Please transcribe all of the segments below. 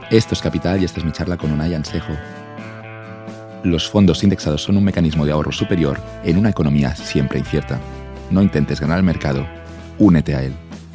Esto es Capital y esta es mi charla con Unai Ansejo. Los fondos indexados son un mecanismo de ahorro superior en una economía siempre incierta. No intentes ganar el mercado, únete a él.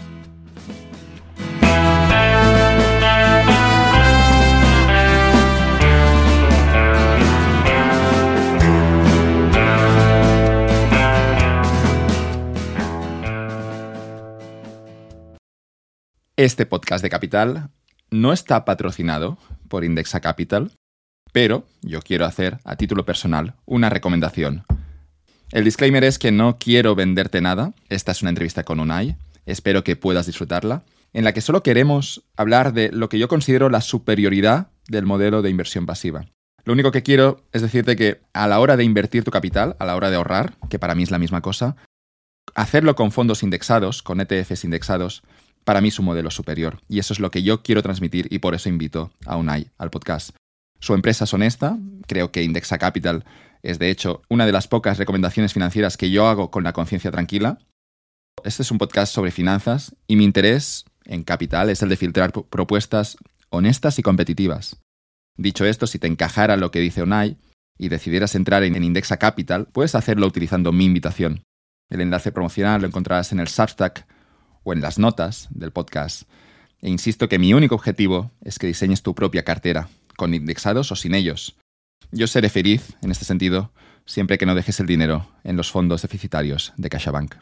Este podcast de Capital no está patrocinado por Indexa Capital, pero yo quiero hacer, a título personal, una recomendación. El disclaimer es que no quiero venderte nada. Esta es una entrevista con Unai. Espero que puedas disfrutarla, en la que solo queremos hablar de lo que yo considero la superioridad del modelo de inversión pasiva. Lo único que quiero es decirte que a la hora de invertir tu capital, a la hora de ahorrar, que para mí es la misma cosa, hacerlo con fondos indexados, con ETFs indexados, para mí es un modelo superior. Y eso es lo que yo quiero transmitir y por eso invito a Unai al podcast. Su empresa es honesta. Creo que Indexa Capital es, de hecho, una de las pocas recomendaciones financieras que yo hago con la conciencia tranquila. Este es un podcast sobre finanzas y mi interés en Capital es el de filtrar propuestas honestas y competitivas. Dicho esto, si te encajara lo que dice Unai y decidieras entrar en Indexa Capital, puedes hacerlo utilizando mi invitación. El enlace promocional lo encontrarás en el Substack o en las notas del podcast. E insisto que mi único objetivo es que diseñes tu propia cartera, con indexados o sin ellos. Yo seré feliz, en este sentido, siempre que no dejes el dinero en los fondos deficitarios de CaixaBank.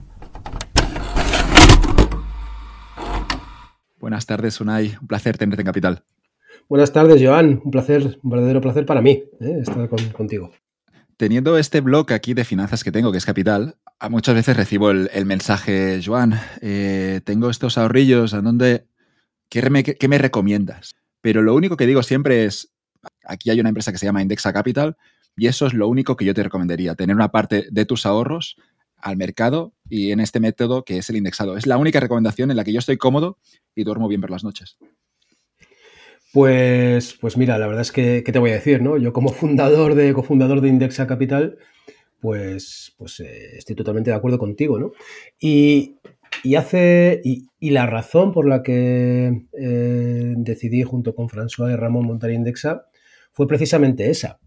Buenas tardes, Unai. Un placer tenerte en Capital. Buenas tardes, Joan. Un placer, un verdadero placer para mí estar contigo. Teniendo este blog aquí de finanzas que tengo, que es Capital, muchas veces recibo el mensaje, Joan, tengo estos ahorrillos, ¿qué me recomiendas? Pero lo único que digo siempre es, aquí hay una empresa que se llama Indexa Capital y eso es lo único que yo te recomendaría, tener una parte de tus ahorros al mercado y en este método que es el indexado. Es la única recomendación en la que yo estoy cómodo y duermo bien por las noches. Pues mira, la verdad es que, ¿qué te voy a decir, no? Yo como cofundador de Indexa Capital, pues estoy totalmente de acuerdo contigo, ¿no? Y la razón por la que decidí junto con François y Ramón montar Indexa fue precisamente esa.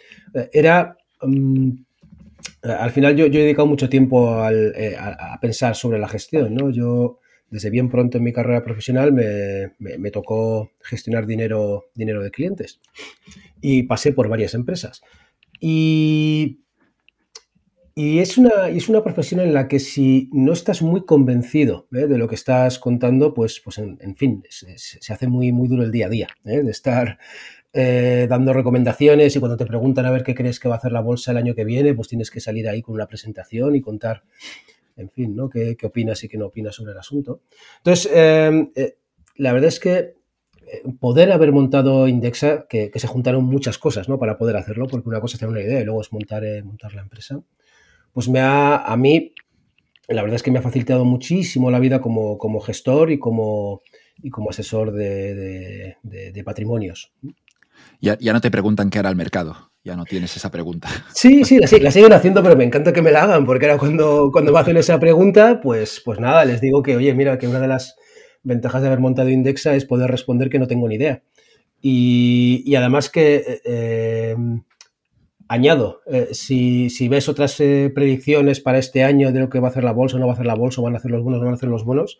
Al final yo he dedicado mucho tiempo a pensar sobre la gestión, ¿no? Yo desde bien pronto en mi carrera profesional me tocó gestionar dinero de clientes y pasé por varias empresas. Y es una profesión en la que si no estás muy convencido de lo que estás contando, pues en fin, se hace muy, muy duro el día a día, de estar dando recomendaciones y cuando te preguntan a ver qué crees que va a hacer la bolsa el año que viene, pues tienes que salir ahí con una presentación y contar, en fin, ¿no? ¿Qué opinas y qué no opinas sobre el asunto? Entonces, la verdad es que poder haber montado Indexa, que se juntaron muchas cosas, ¿no? Para poder hacerlo, porque una cosa es tener una idea y luego es montar la empresa, pues a mí, la verdad es que me ha facilitado muchísimo la vida como gestor y como asesor de patrimonios. Ya no te preguntan qué hará el mercado. Ya no tienes esa pregunta. Sí, la siguen haciendo, pero me encanta que me la hagan, porque ahora cuando me hacen esa pregunta, pues nada, les digo que, oye, mira, que una de las ventajas de haber montado Indexa es poder responder que no tengo ni idea. Y además que, añado, si ves otras predicciones para este año de lo que va a hacer la bolsa, no va a hacer la bolsa, van a hacer los bonos, no van a hacer los bonos,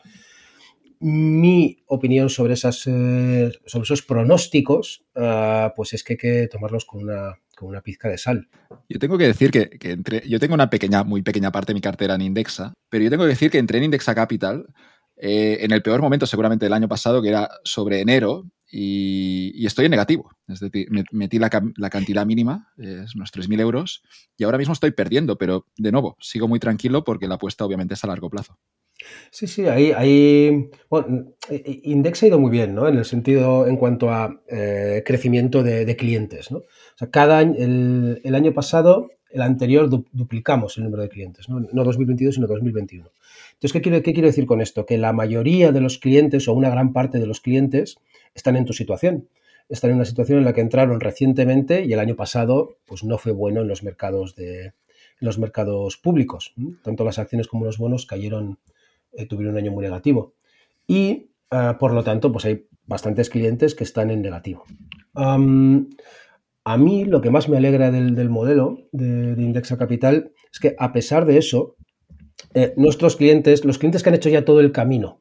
mi opinión sobre esos pronósticos, pues es que hay que tomarlos con una pizca de sal. Yo tengo que decir que yo tengo una muy pequeña parte de mi cartera en Indexa, pero yo tengo que decir que entré en Indexa Capital en el peor momento seguramente del año pasado, que era sobre enero, y estoy en negativo. Es decir, metí la cantidad mínima, es unos 3.000 euros, y ahora mismo estoy perdiendo, pero de nuevo, sigo muy tranquilo porque la apuesta obviamente es a largo plazo. Sí, ahí bueno, Index ha ido muy bien, ¿no? En el sentido, en cuanto a crecimiento de clientes, ¿no? O sea, cada año, el año pasado, el anterior, duplicamos el número de clientes, ¿no? No 2022, sino 2021. Entonces, ¿qué quiero decir con esto? Que la mayoría de los clientes, o una gran parte de los clientes, están en tu situación. Están en una situación en la que entraron recientemente y el año pasado, pues no fue bueno en los mercados públicos. Tanto las acciones como los bonos tuvieron un año muy negativo. Y, por lo tanto, pues hay bastantes clientes que están en negativo. A mí lo que más me alegra del modelo de Indexa Capital es que, a pesar de eso, nuestros clientes, los clientes que han hecho ya todo el camino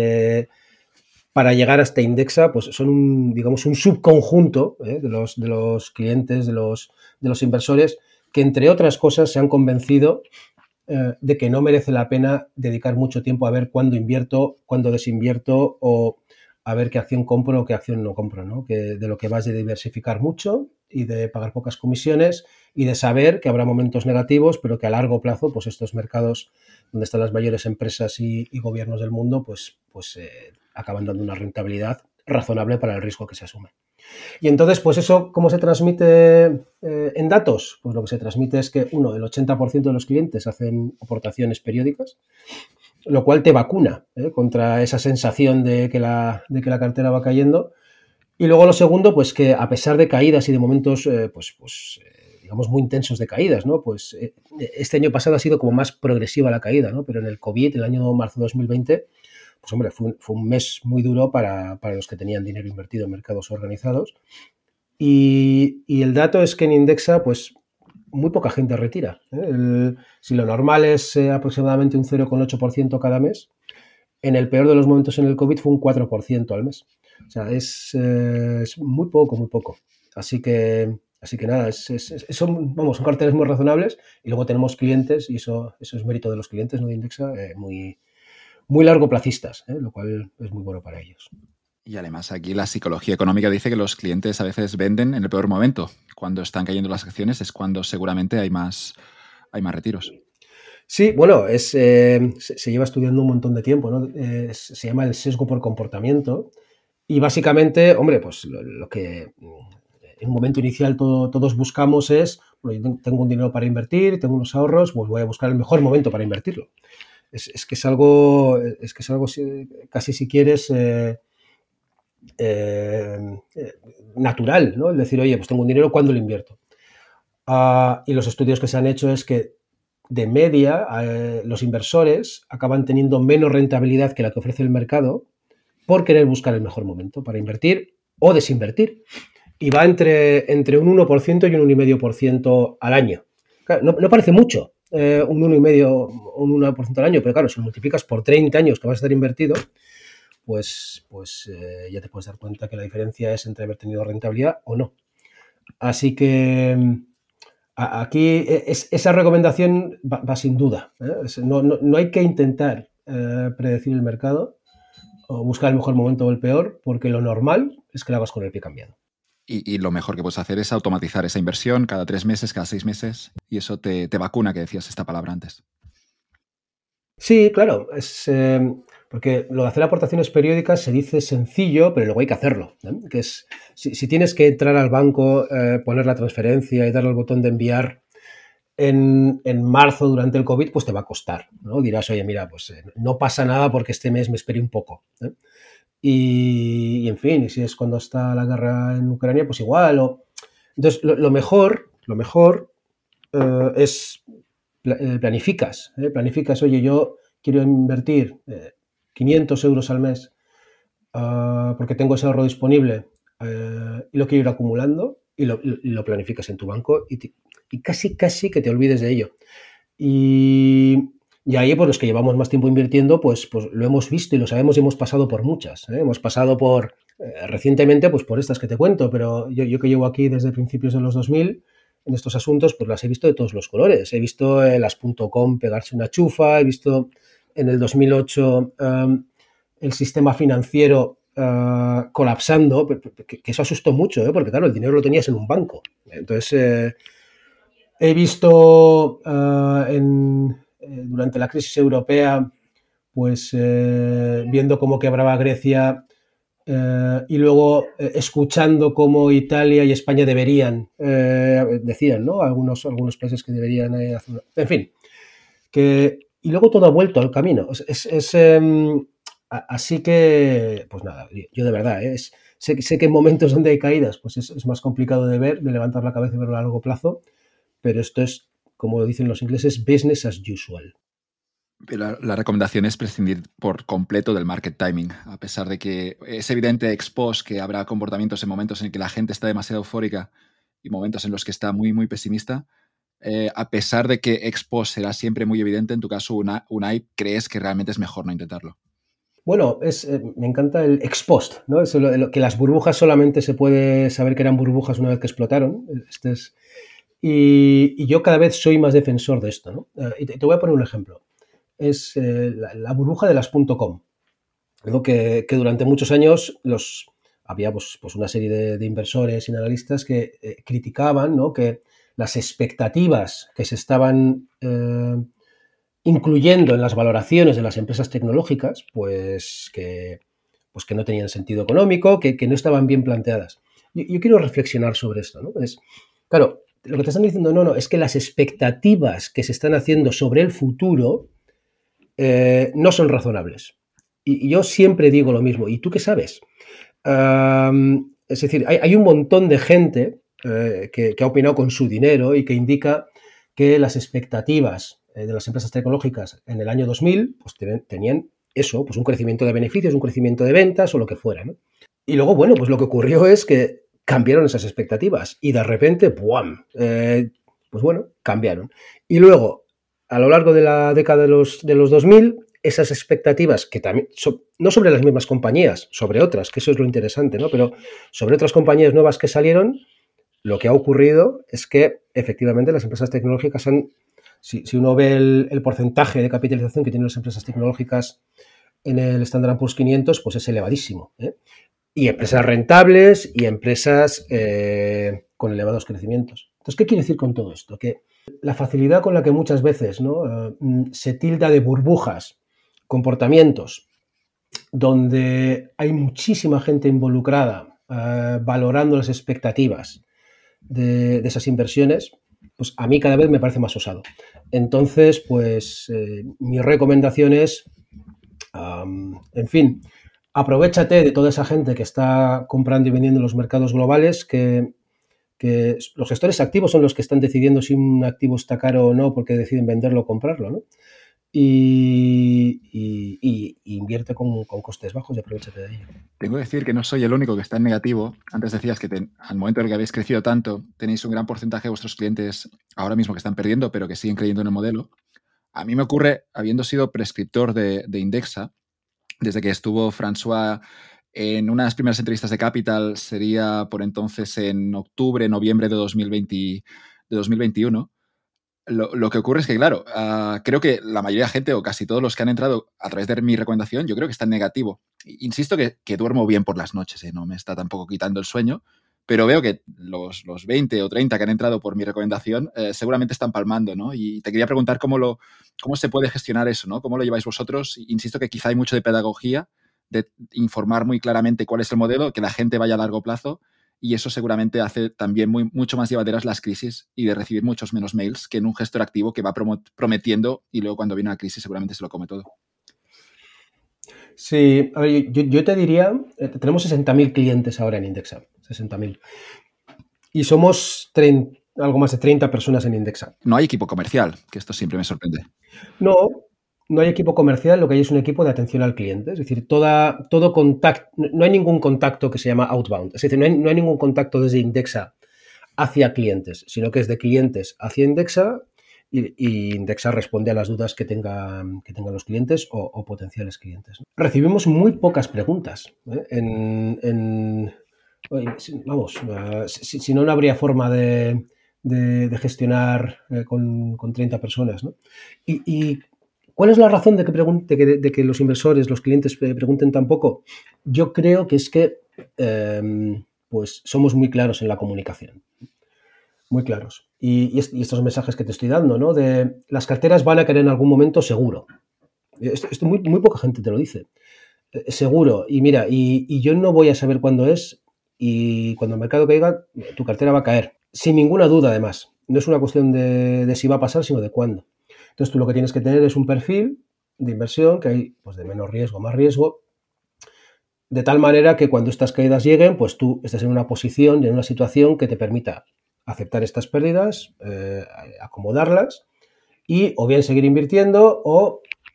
para llegar hasta Indexa, pues son digamos, un subconjunto de los clientes, de los inversores, que entre otras cosas se han convencido de que no merece la pena dedicar mucho tiempo a ver cuándo invierto, cuándo desinvierto o a ver qué acción compro o qué acción no compro, ¿no? Que de lo que vas de diversificar mucho y de pagar pocas comisiones y de saber que habrá momentos negativos, pero que a largo plazo, pues estos mercados donde están las mayores empresas y gobiernos del mundo, pues acaban dando una rentabilidad razonable para el riesgo que se asume. Y entonces, pues eso, ¿cómo se transmite en datos? Pues lo que se transmite es que, el 80% de los clientes hacen aportaciones periódicas, lo cual te vacuna contra esa sensación de que la cartera va cayendo. Y luego lo segundo, pues que a pesar de caídas y de momentos, digamos, muy intensos de caídas, ¿no? Pues este año pasado ha sido como más progresiva la caída, ¿no? Pero en el COVID, el año marzo de 2020, pues hombre, fue un mes muy duro para los que tenían dinero invertido en mercados organizados. Y el dato es que en Indexa, pues muy poca gente retira. Si lo normal es aproximadamente un 0,8% cada mes, en el peor de los momentos en el COVID fue un 4% al mes. O sea, es muy poco, muy poco. Así que nada, son carteles muy razonables y luego tenemos clientes, y eso es mérito de los clientes, ¿no? De Indexa, muy, muy largoplacistas, lo cual es muy bueno para ellos. Y además aquí la psicología económica dice que los clientes a veces venden en el peor momento. Cuando están cayendo las acciones es cuando seguramente hay más retiros. Sí, bueno, se lleva estudiando un montón de tiempo, ¿no? Se llama el sesgo por comportamiento y básicamente, hombre, pues lo que en un momento inicial todos buscamos es, bueno, yo tengo un dinero para invertir, tengo unos ahorros, pues voy a buscar el mejor momento para invertirlo. Es que es algo casi, si quieres, natural, ¿no? El decir, oye, pues tengo un dinero, ¿cuándo lo invierto? Y los estudios que se han hecho es que de media los inversores acaban teniendo menos rentabilidad que la que ofrece el mercado por querer buscar el mejor momento para invertir o desinvertir. Y va entre un 1% y un 1,5% al año. Claro, no parece mucho, un 1,5%, un 1% al año, pero claro, si lo multiplicas por 30 años que vas a estar invertido, pues ya te puedes dar cuenta que la diferencia es entre haber tenido rentabilidad o no. Así que aquí esa recomendación va sin duda. No hay que intentar predecir el mercado o buscar el mejor momento o el peor, porque lo normal es que lo hagas con el pie cambiado. Y lo mejor que puedes hacer es automatizar esa inversión cada 3 meses, cada 6 meses, y eso te vacuna, que decías esta palabra antes. Sí, claro, porque lo de hacer aportaciones periódicas se dice sencillo, pero luego hay que hacerlo, ¿eh? Que es, si tienes que entrar al banco, poner la transferencia y darle al botón de enviar en marzo durante el COVID, pues te va a costar, ¿no? Dirás, oye, mira, pues no pasa nada porque este mes me esperé un poco, ¿eh? Y en fin, y si es cuando está la guerra en Ucrania, pues igual. Entonces, lo mejor es planificas. Planificas, oye, yo quiero invertir 500 euros al mes porque tengo ese ahorro disponible y lo quiero ir acumulando y lo planificas en tu banco y casi que te olvides de ello. Y ahí, pues los que llevamos más tiempo invirtiendo, pues lo hemos visto y lo sabemos y hemos pasado por muchas. Hemos pasado por, recientemente, pues por estas que te cuento, pero yo que llevo aquí desde principios de los 2000 en estos asuntos, pues las he visto de todos los colores. He visto las .com pegarse una chufa, he visto en el 2008 el sistema financiero colapsando, que eso asustó mucho, porque claro, el dinero lo tenías en un banco. Entonces, he visto durante la crisis europea, pues viendo cómo quebraba Grecia y luego escuchando cómo Italia y España decían, ¿no? Algunos países que deberían hacer. En fin, y luego todo ha vuelto al camino. Así que, pues nada, yo de verdad, sé que en momentos donde hay caídas, pues es más complicado de levantar la cabeza y verlo a largo plazo, pero esto es, como dicen los ingleses, business as usual. Pero la recomendación es prescindir por completo del market timing, a pesar de que es evidente ex post que habrá comportamientos en momentos en que la gente está demasiado eufórica y momentos en los que está muy, muy pesimista. A pesar de que ex post será siempre muy evidente, en tu caso, Unai, ¿crees que realmente es mejor no intentarlo? Bueno, me encanta el ex post, ¿no? Que las burbujas solamente se puede saber que eran burbujas una vez que explotaron. Y yo cada vez soy más defensor de esto, ¿no? Y te voy a poner un ejemplo. Es la burbuja de las .com. Algo que durante muchos años había pues una serie de inversores y analistas que criticaban, ¿no?, que las expectativas que se estaban incluyendo en las valoraciones de las empresas tecnológicas, pues que no tenían sentido económico, que no estaban bien planteadas. Yo quiero reflexionar sobre esto, ¿no? Claro, lo que te están diciendo, no, es que las expectativas que se están haciendo sobre el futuro no son razonables. Y yo siempre digo lo mismo. ¿Y tú qué sabes? Es decir, hay un montón de gente que ha opinado con su dinero y que indica que las expectativas de las empresas tecnológicas en el año 2000 pues tenían eso, pues un crecimiento de beneficios, un crecimiento de ventas o lo que fuera, ¿no? Y luego, bueno, pues lo que ocurrió es que cambiaron esas expectativas y de repente, ¡buam! Pues bueno, cambiaron. Y luego, a lo largo de la década de los 2000, esas expectativas que también, no sobre las mismas compañías, sobre otras, que eso es lo interesante, ¿no? Pero sobre otras compañías nuevas que salieron, lo que ha ocurrido es que efectivamente las empresas tecnológicas si uno ve el porcentaje de capitalización que tienen las empresas tecnológicas en el Standard & Poor's 500, pues es elevadísimo, ¿eh? Y empresas rentables y empresas con elevados crecimientos. Entonces, ¿qué quiere decir con todo esto? Que la facilidad con la que muchas veces, ¿no?, se tilda de burbujas comportamientos donde hay muchísima gente involucrada valorando las expectativas de esas inversiones, pues a mí cada vez me parece más osado. Entonces, pues mi recomendación es, en fin, aprovéchate de toda esa gente que está comprando y vendiendo en los mercados globales, que los gestores activos son los que están decidiendo si un activo está caro o no porque deciden venderlo o comprarlo, ¿no? Y invierte con costes bajos y aprovéchate de ello. Tengo que decir que no soy el único que está en negativo. Antes decías que al momento en el que habéis crecido tanto, tenéis un gran porcentaje de vuestros clientes ahora mismo que están perdiendo, pero que siguen creyendo en el modelo. A mí me ocurre, habiendo sido prescriptor de Indexa, desde que estuvo François en unas primeras entrevistas de Capital, sería por entonces en octubre, noviembre de 2021, lo que ocurre es que, claro, creo que la mayoría de gente o casi todos los que han entrado a través de mi recomendación, yo creo que están en negativo. Insisto que duermo bien por las noches, no me está tampoco quitando el sueño, pero veo que los 20 o 30 que han entrado por mi recomendación seguramente están palmando, ¿no? Y te quería preguntar cómo se puede gestionar eso, ¿no? ¿Cómo lo lleváis vosotros? Insisto que quizá hay mucho de pedagogía, de informar muy claramente cuál es el modelo, que la gente vaya a largo plazo, y eso seguramente hace también mucho más llevaderas las crisis y de recibir muchos menos mails que en un gestor activo que va prometiendo y luego cuando viene una crisis seguramente se lo come todo. Sí, a ver, yo te diría, tenemos 60.000 clientes ahora en Indexa, 60.000. Y somos algo más de 30 personas en Indexa. No hay equipo comercial, que esto siempre me sorprende. No hay equipo comercial, lo que hay es un equipo de atención al cliente. Es decir, todo contacto, no hay ningún contacto que se llama outbound. Es decir, no hay ningún contacto desde Indexa hacia clientes, sino que es de clientes hacia Indexa y Indexa responde a las dudas que tengan los clientes o potenciales clientes. Recibimos muy pocas preguntas. Vamos, si no habría forma de gestionar con 30 personas, ¿no? Y ¿cuál es la razón de que los inversores, los clientes pregunten tan poco? Yo creo que es que pues somos muy claros en la comunicación. Muy claros. Y estos mensajes que te estoy dando, ¿no? De las carteras van a caer en algún momento seguro. Esto muy poca gente te lo dice. Seguro. Y mira, y yo no voy a saber cuándo es, y cuando el mercado caiga, tu cartera va a caer. Sin ninguna duda, además. No es una cuestión de si va a pasar, sino de cuándo. Entonces tú lo que tienes que tener es un perfil de inversión que hay pues de menos riesgo a más riesgo, de tal manera que cuando estas caídas lleguen, pues tú estés en una posición, en una situación que te permita aceptar estas pérdidas, acomodarlas y o bien seguir invirtiendo o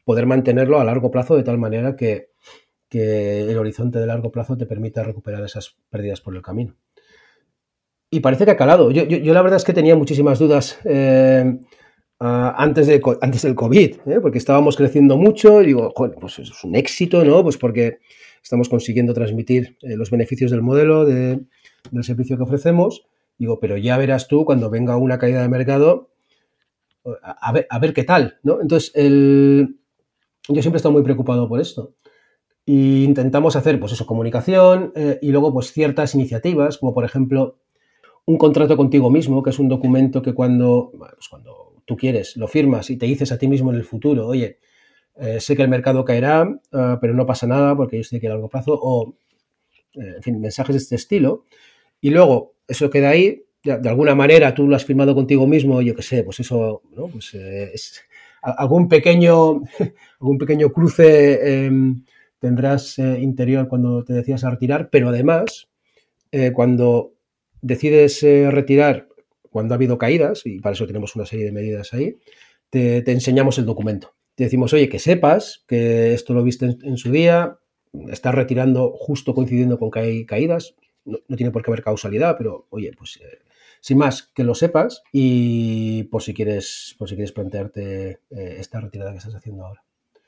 poder mantenerlo a largo plazo de tal manera que el horizonte de largo plazo te permita recuperar esas pérdidas por el camino. Y parece que ha calado. Yo la verdad es que tenía muchísimas dudas antes del COVID, porque estábamos creciendo mucho y digo, joder, pues es un éxito, ¿no? Pues porque estamos consiguiendo transmitir los beneficios del modelo, del servicio que ofrecemos. Digo, pero ya verás tú cuando venga una caída de mercado, a ver qué tal, ¿no? Entonces, yo siempre he estado muy preocupado por esto. Y intentamos hacer, pues eso, comunicación y luego, pues ciertas iniciativas, como por ejemplo, un contrato contigo mismo, que es un documento que cuando tú quieres lo firmas y te dices a ti mismo en el futuro, oye, sé que el mercado caerá, pero no pasa nada porque yo estoy aquí a largo plazo, o, en fin, mensajes de este estilo. Y luego, eso queda ahí, de alguna manera tú lo has firmado contigo mismo, yo qué sé, pues eso, ¿no? Pues es algún pequeño cruce tendrás interior cuando te decidas a retirar, pero además, cuando decides retirar, cuando ha habido caídas, y para eso tenemos una serie de medidas ahí, te enseñamos el documento. Te decimos, oye, que sepas que esto lo viste en su día, estás retirando justo coincidiendo con que hay caídas, no tiene por qué haber causalidad, pero oye, pues sin más, que lo sepas y por si quieres plantearte esta retirada que estás haciendo ahora.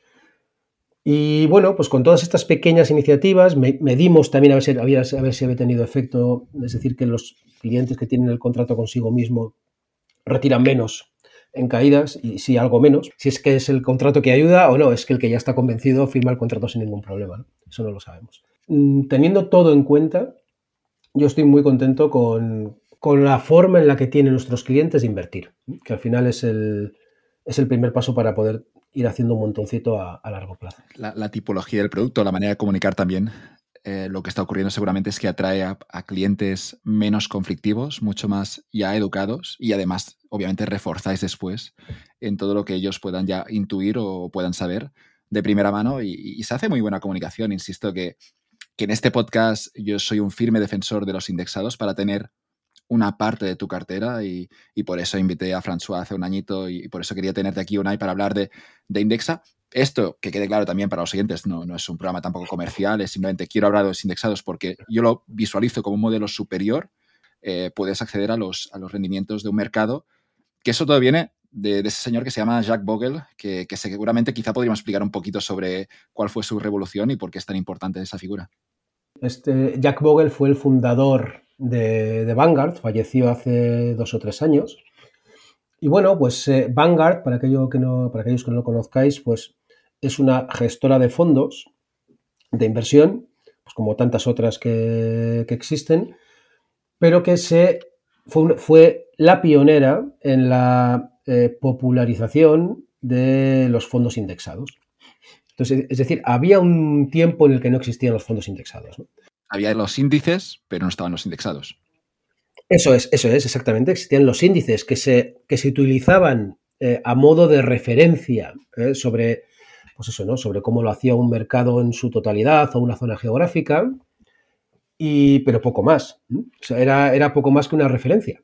Y bueno, pues con todas estas pequeñas iniciativas medimos también a ver si había tenido efecto, es decir, que los clientes que tienen el contrato consigo mismo retiran menos en caídas y si algo menos, si es que es el contrato que ayuda o no, es que el que ya está convencido firma el contrato sin ningún problema, ¿no? Eso no lo sabemos. Teniendo todo en cuenta, yo estoy muy contento con la forma en la que tienen nuestros clientes de invertir, que al final es el primer paso para poder ir haciendo un montoncito a largo plazo. La tipología del producto, la manera de comunicar también, lo que está ocurriendo seguramente es que atrae a clientes menos conflictivos, mucho más ya educados y además, obviamente, reforzáis después en todo lo que ellos puedan ya intuir o puedan saber de primera mano y se hace muy buena comunicación. Insisto que en este podcast yo soy un firme defensor de los indexados para tener una parte de tu cartera y por eso invité a François hace un añito y por eso quería tenerte aquí, Unai, para hablar de Indexa. Esto, que quede claro también para los oyentes, no es un programa tampoco comercial, es simplemente quiero hablar de los indexados porque yo lo visualizo como un modelo superior. Puedes acceder a los rendimientos de un mercado, que eso todo viene de ese señor que se llama Jack Bogle, que seguramente quizá podríamos explicar un poquito sobre cuál fue su revolución y por qué es tan importante esa figura. Jack Bogle fue el fundador de Vanguard, falleció hace 2 o 3 años. Y bueno, pues Vanguard, para aquellos que no lo conozcáis, pues es una gestora de fondos de inversión, pues como tantas otras que existen, pero que fue la pionera en la popularización de los fondos indexados. Entonces, es decir, había un tiempo en el que no existían los fondos indexados, ¿no? Había los índices, pero no estaban los indexados. Eso es, exactamente. Existían los índices que se utilizaban a modo de referencia sobre, pues eso, ¿no? Sobre cómo lo hacía un mercado en su totalidad o una zona geográfica, pero poco más. O sea, era poco más que una referencia.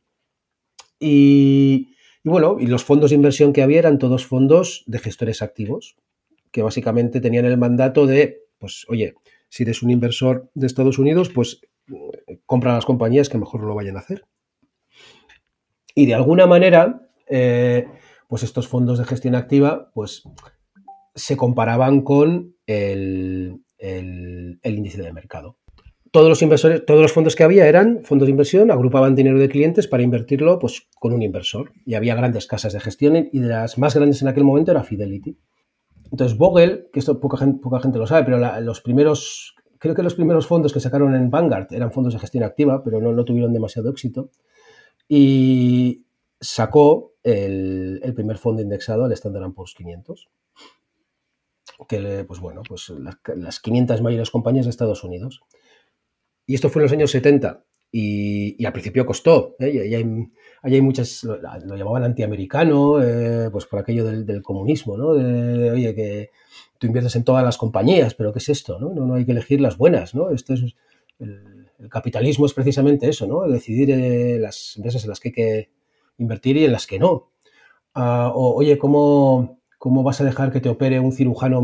Y bueno, y los fondos de inversión que había eran todos fondos de gestores activos, que básicamente tenían el mandato de, pues, oye, si eres un inversor de Estados Unidos, pues compra las compañías que mejor lo vayan a hacer. Y de alguna manera, pues estos fondos de gestión activa, pues se comparaban con el índice de mercado. Todos los fondos que había eran fondos de inversión, agrupaban dinero de clientes para invertirlo pues, con un inversor. Y había grandes casas de gestión y de las más grandes en aquel momento era Fidelity. Entonces Bogle, que esto poca gente lo sabe, pero creo que los primeros fondos que sacaron en Vanguard eran fondos de gestión activa, pero no tuvieron demasiado éxito. Y sacó el primer fondo indexado al Standard & Poor's 500, que pues bueno, pues las 500 mayores compañías de Estados Unidos. Y esto fue en los años 70 y al principio costó, ¿eh? Y hay muchas, lo llamaban antiamericano, pues por aquello del comunismo, ¿no? Oye, que tú inviertes en todas las compañías, pero ¿qué es esto? No hay que elegir las buenas, ¿no? Esto es el capitalismo es precisamente eso, ¿no? Decidir las empresas en las que hay que invertir y en las que no. Oye, ¿cómo ¿cómo vas a dejar que te opere un cirujano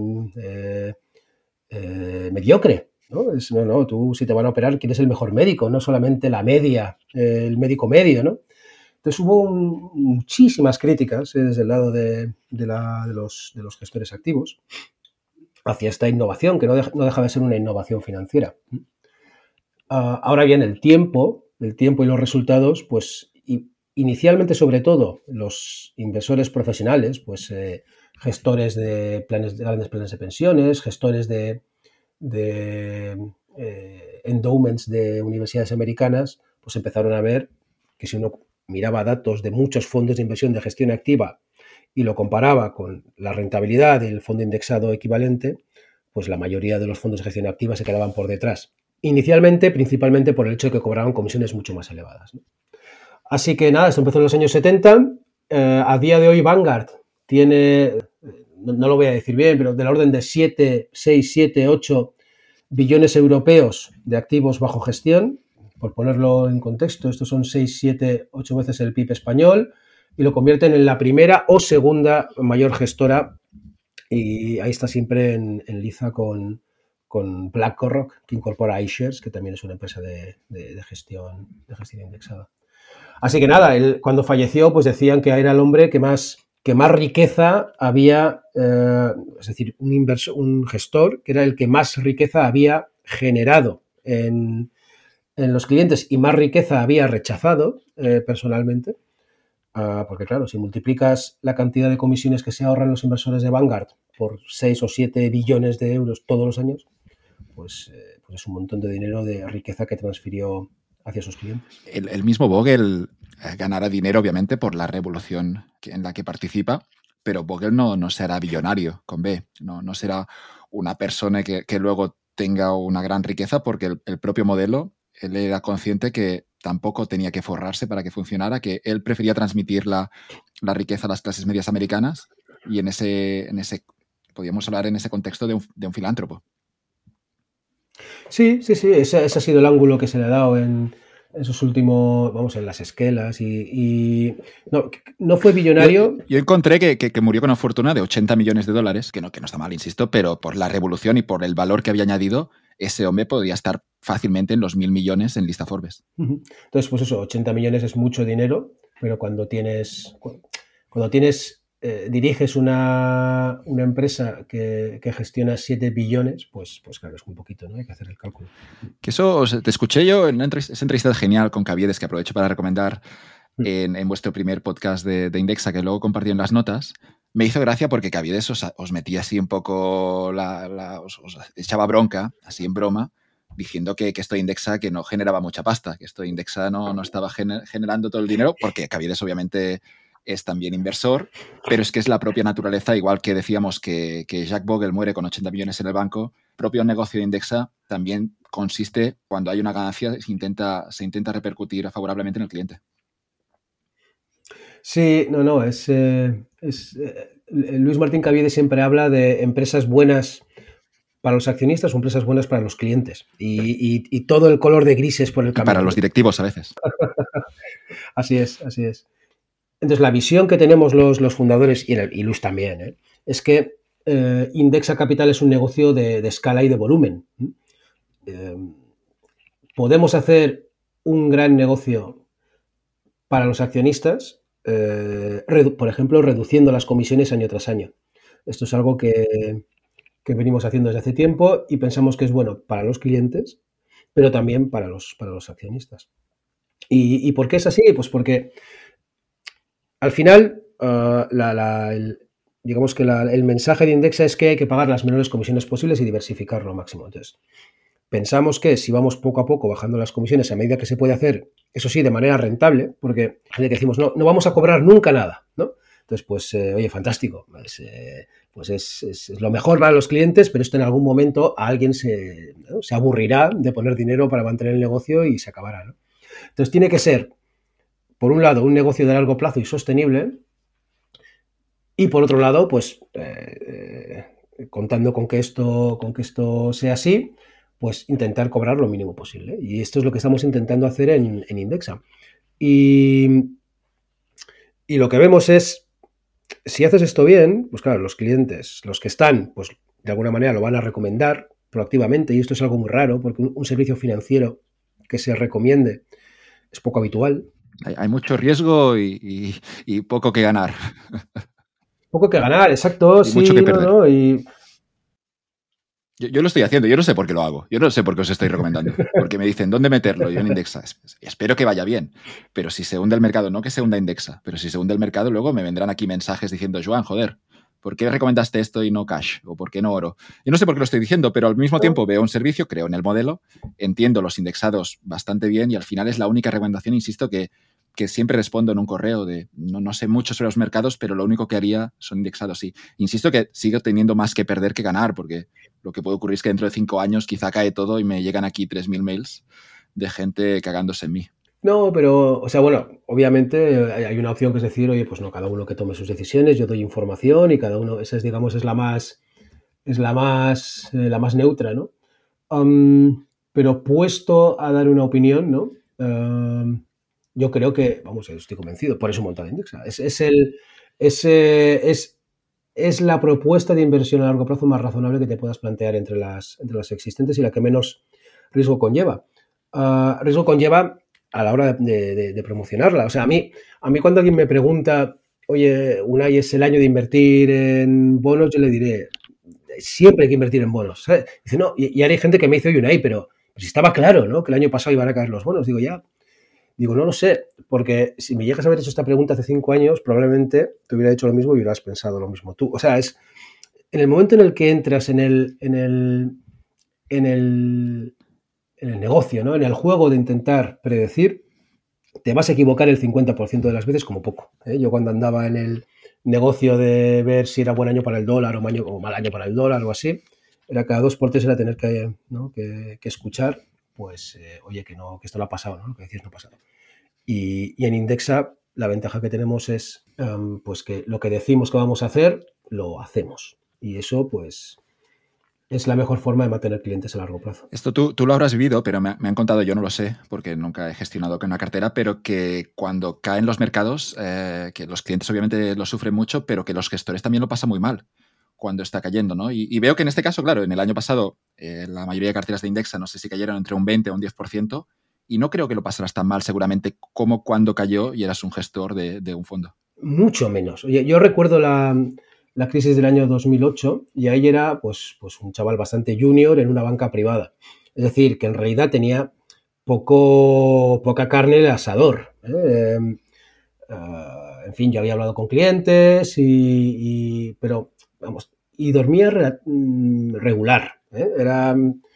mediocre? ¿No? Tú si te van a operar quieres el mejor médico, no solamente la media, el médico medio, ¿no? Entonces hubo muchísimas críticas desde el lado de los gestores activos hacia esta innovación, que no deja de ser una innovación financiera. Ahora bien, el tiempo y los resultados, pues inicialmente, sobre todo, los inversores profesionales, pues gestores de grandes planes de pensiones, gestores de endowments de universidades americanas, pues empezaron a ver que si uno miraba datos de muchos fondos de inversión de gestión activa y lo comparaba con la rentabilidad del fondo indexado equivalente, pues la mayoría de los fondos de gestión activa se quedaban por detrás. Inicialmente, principalmente por el hecho de que cobraban comisiones mucho más elevadas, ¿no? Así que nada, esto empezó en los años 70. A día de hoy Vanguard tiene, no lo voy a decir bien, pero del orden de 6, 7, 8 billones europeos de activos bajo gestión. Por ponerlo en contexto, estos son 6, 7, 8 veces el PIB español y lo convierten en la primera o segunda mayor gestora, y ahí está siempre en liza con BlackRock, que incorpora iShares, que también es una empresa de gestión indexada. Así que nada, él, cuando falleció, pues decían que era el hombre que más riqueza había, es decir, un gestor que era el que más riqueza había generado en los clientes y más riqueza había rechazado personalmente. Porque claro, si multiplicas la cantidad de comisiones que se ahorran los inversores de Vanguard por 6 o 7 billones de euros todos los años, pues es un montón de dinero de riqueza que transfirió hacia sus clientes. El mismo Bogle ganará dinero, obviamente, por la revolución en la que participa, pero Bogle no será billonario con B, no será una persona que luego tenga una gran riqueza, porque el propio modelo, él era consciente que tampoco tenía que forrarse para que funcionara, que él prefería transmitir la riqueza a las clases medias americanas, y en ese podríamos hablar en ese contexto de un filántropo. Sí, ese ha sido el ángulo que se le ha dado en esos últimos, vamos, en las esquelas y no fue billonario. Yo encontré que murió con una fortuna de 80 millones de dólares, que no está mal, insisto, pero por la revolución y por el valor que había añadido, ese hombre podría estar fácilmente en los 1.000 millones en lista Forbes. Entonces, pues eso, 80 millones es mucho dinero, pero cuando diriges una empresa que gestiona 7 billones, pues claro, es un poquito, ¿no? Hay que hacer el cálculo. Que eso te escuché yo en esa entrevista genial con Caviedes, que aprovecho para recomendar en vuestro primer podcast de Indexa, que luego compartí en las notas. Me hizo gracia porque Caviedes os metía así un poco, os echaba bronca, así en broma, diciendo que esto de Indexa que no generaba mucha pasta, que esto de Indexa no estaba generando todo el dinero, porque Caviedes obviamente es también inversor, pero es que es la propia naturaleza, igual que decíamos que Jack Bogle muere con 80 millones en el banco, el propio negocio de Indexa también consiste, cuando hay una ganancia, se intenta repercutir favorablemente en el cliente. Sí, Luis Martín Caviedes siempre habla de empresas buenas para los accionistas o empresas buenas para los clientes, y todo el color de grises por el camino. Y para los directivos a veces. Así es. Entonces, la visión que tenemos los fundadores, y Luis también, es que Indexa Capital es un negocio de escala y de volumen. Podemos hacer un gran negocio para los accionistas, por ejemplo, reduciendo las comisiones año tras año. Esto es algo que venimos haciendo desde hace tiempo y pensamos que es bueno para los clientes, pero también para los accionistas. ¿Y por qué es así? Pues porque al final, digamos que el mensaje de Indexa es que hay que pagar las menores comisiones posibles y diversificar lo máximo. Entonces, pensamos que si vamos poco a poco bajando las comisiones a medida que se puede hacer, eso sí, de manera rentable, porque decimos, no vamos a cobrar nunca nada, ¿no? Entonces, pues, oye, fantástico. Pues es lo mejor para los clientes, pero esto en algún momento a alguien se aburrirá de poner dinero para mantener el negocio y se acabará, ¿no? Entonces, tiene que ser, por un lado, un negocio de largo plazo y sostenible, y por otro lado, pues, contando con que esto sea así, pues intentar cobrar lo mínimo posible. Y esto es lo que estamos intentando hacer en Indexa. Y lo que vemos es Si haces esto bien, pues claro, los clientes, los que están, pues de alguna manera lo van a recomendar proactivamente, y esto es algo muy raro, porque un servicio financiero que se recomiende es poco habitual. Hay mucho riesgo y poco que ganar. Poco que ganar, exacto, Y mucho que sí, no, perder. no, y Yo lo estoy haciendo, yo no sé por qué lo hago, yo no sé por qué os estoy recomendando, porque me dicen dónde meterlo, yo en Indexa. Espero que vaya bien, pero si se hunde el mercado, no que se hunda Indexa, pero si se hunde el mercado, luego me vendrán aquí mensajes diciendo, Joan, joder, ¿por qué recomendaste esto y no cash? ¿O por qué no oro? Yo no sé por qué lo estoy diciendo, pero al mismo tiempo veo un servicio, creo en el modelo, entiendo los indexados bastante bien y al final es la única recomendación, insisto, que siempre respondo en un correo de no sé mucho sobre los mercados, pero lo único que haría son indexados, sí. Insisto que sigo teniendo más que perder que ganar, porque lo que puede ocurrir es que dentro de 5 años quizá cae todo y me llegan aquí 3.000 mails de gente cagándose en mí. no, pero, o sea, bueno, obviamente hay una opción que es decir, oye, pues no, cada uno que tome sus decisiones, yo doy información y cada uno, esa es, digamos, la más neutra, ¿no? Pero puesto a dar una opinión, ¿no? Yo creo que, vamos, estoy convencido, por eso he montado Indexa. Es, es la propuesta de inversión a largo plazo más razonable que te puedas plantear entre las existentes y la que menos riesgo conlleva. Riesgo conlleva a la hora de promocionarla. O sea, a mí cuando alguien me pregunta, oye, Unai, es el año de invertir en bonos, yo le diré, siempre hay que invertir en bonos. ¿Sabes? Dice, no, y ahora hay gente que me dice, oye, Unai, pero si estaba claro, ¿no? Que el año pasado iban a caer los bonos. Digo, ya. Digo, no lo sé, porque si me llegas a haber hecho esta pregunta hace 5 años, probablemente te hubiera hecho lo mismo y hubieras pensado lo mismo tú. O sea, es en el momento en el que entras en el, en el negocio, ¿no? En el juego de intentar predecir, te vas a equivocar el 50% de las veces como poco. ¿Eh? Yo cuando andaba en el negocio de ver si era buen año para el dólar o mal año para el dólar o así, era cada 2 por 3 era tener que, ¿no? que escuchar, pues, oye, que no, que esto no ha pasado, ¿no? Lo que decís no ha pasado. Y en Indexa la ventaja que tenemos es pues que lo que decimos que vamos a hacer, lo hacemos. Y eso, pues, es la mejor forma de mantener clientes a largo plazo. Esto tú lo habrás vivido, pero me han contado, yo no lo sé, porque nunca he gestionado con una cartera, pero que cuando caen los mercados, que los clientes obviamente lo sufren mucho, pero que los gestores también lo pasan muy mal cuando está cayendo, ¿no? Y veo que en este caso, claro, en el año pasado la mayoría de carteras de Indexa, no sé si cayeron entre un 20 o un 10%, y no creo que lo pasaras tan mal seguramente como cuando cayó y eras un gestor de un fondo. Mucho menos. Oye, yo recuerdo la crisis del año 2008 y ahí era pues un chaval bastante junior en una banca privada. Es decir, que en realidad tenía poca carne en el asador. En fin, yo había hablado con clientes pero vamos, y dormía regular. Era,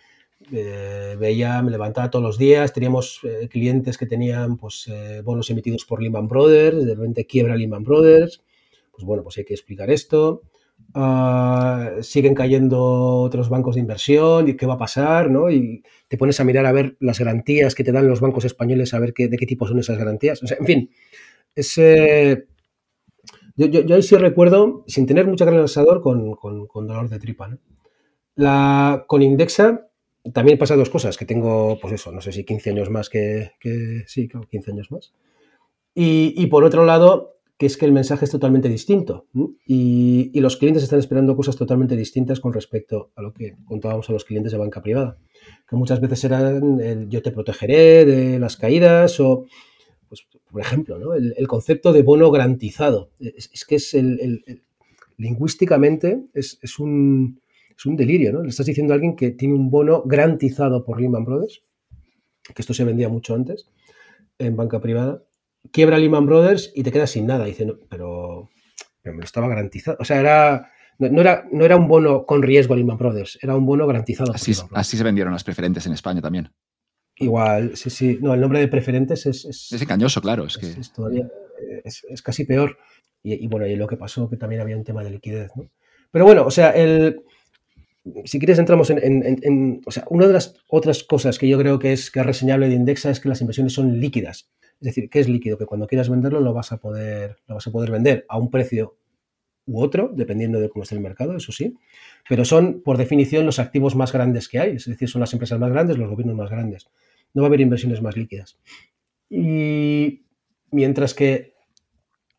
me levantaba todos los días, teníamos clientes que tenían pues, bonos emitidos por Lehman Brothers, de repente quiebra Lehman Brothers, pues bueno, pues hay que explicar esto. Siguen cayendo otros bancos de inversión y qué va a pasar, ¿no? Y te pones a mirar a ver las garantías que te dan los bancos españoles, a ver de qué tipo son esas garantías. O sea, en fin, yo ahí sí recuerdo, sin tener mucha carne en el asador, con dolor de tripa, ¿no? Con Indexa también pasa dos cosas, que tengo, pues eso, no sé si 15 años más sí, claro, 15 años más. Y por otro lado, que es que el mensaje es totalmente distinto. Y los clientes están esperando cosas totalmente distintas con respecto a lo que contábamos a los clientes de banca privada, que muchas veces eran yo te protegeré de las caídas o, pues, por ejemplo, ¿no? El concepto de bono garantizado. Es que es lingüísticamente es un delirio, ¿no? Le estás diciendo a alguien que tiene un bono garantizado por Lehman Brothers, que esto se vendía mucho antes en banca privada, quiebra Lehman Brothers y te quedas sin nada. Dice, no, pero me lo estaba garantizado. O sea, no era un bono con riesgo a Lehman Brothers, era un bono garantizado por Lehman Así Brothers. se vendieron las preferentes en España también. Igual, sí, sí. No, el nombre de preferentes Es engañoso, claro, es que... todavía es casi peor. Y bueno, y lo que pasó, que también había un tema de liquidez, ¿no? Pero bueno, o sea, si quieres entramos o sea, una de las otras cosas que yo creo que es reseñable de Indexa es que las inversiones son líquidas. Es decir, ¿qué es líquido? Que cuando quieras venderlo lo vas a poder vender a un precio u otro, dependiendo de cómo esté el mercado, eso sí, pero son, por definición, los activos más grandes que hay, es decir, son las empresas más grandes, los gobiernos más grandes. No va a haber inversiones más líquidas. Y mientras que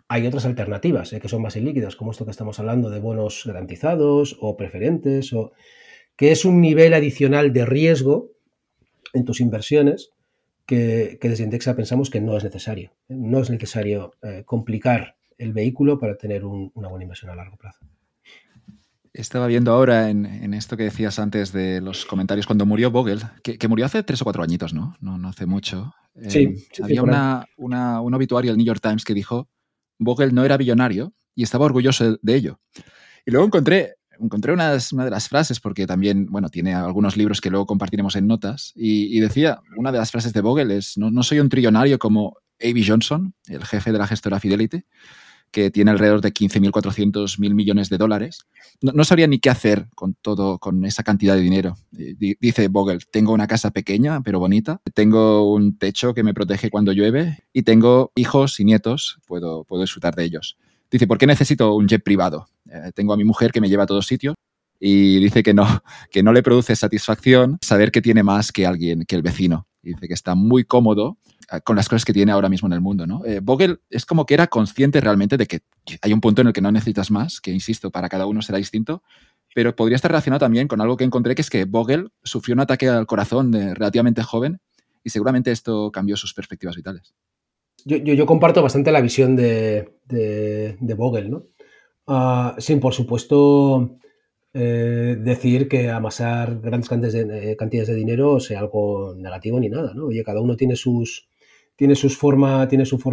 Hay otras alternativas que son más ilíquidas, como esto que estamos hablando de bonos garantizados o preferentes, o que es un nivel adicional de riesgo en tus inversiones que desde Indexa pensamos que no es necesario. No es necesario complicar el vehículo para tener una buena inversión a largo plazo. Estaba viendo ahora en esto que decías antes de los comentarios cuando murió Bogle, que murió hace 3 o 4 añitos, ¿no? No hace mucho. Sí, Había por ahí. un obituario del New York Times que dijo Bogle no era billonario y estaba orgulloso de ello. Y luego encontré una de las frases, porque también, bueno, tiene algunos libros que luego compartiremos en notas, y decía, una de las frases de Bogle es, no soy un trillonario como A.B. Johnson, el jefe de la gestora Fidelity, que tiene alrededor de 15.400 mil millones de dólares. No sabría ni qué hacer con esa cantidad de dinero. Dice Bogle, tengo una casa pequeña pero bonita, tengo un techo que me protege cuando llueve y tengo hijos y nietos, puedo disfrutar de ellos. Dice, ¿por qué necesito un jet privado? Tengo a mi mujer que me lleva a todos sitios y dice que no le produce satisfacción saber que tiene más que alguien, que el vecino. Dice que está muy cómodo con las cosas que tiene ahora mismo en el mundo, ¿no? Bogle es como que era consciente realmente de que hay un punto en el que no necesitas más, que insisto, para cada uno será distinto, pero podría estar relacionado también con algo que encontré, que es que Bogle sufrió un ataque al corazón relativamente joven y seguramente esto cambió sus perspectivas vitales. Yo comparto bastante la visión de Bogle, ¿no? Sin, por supuesto, decir que amasar grandes cantidades de dinero sea algo negativo ni nada, ¿no? Oye, cada uno tiene su forma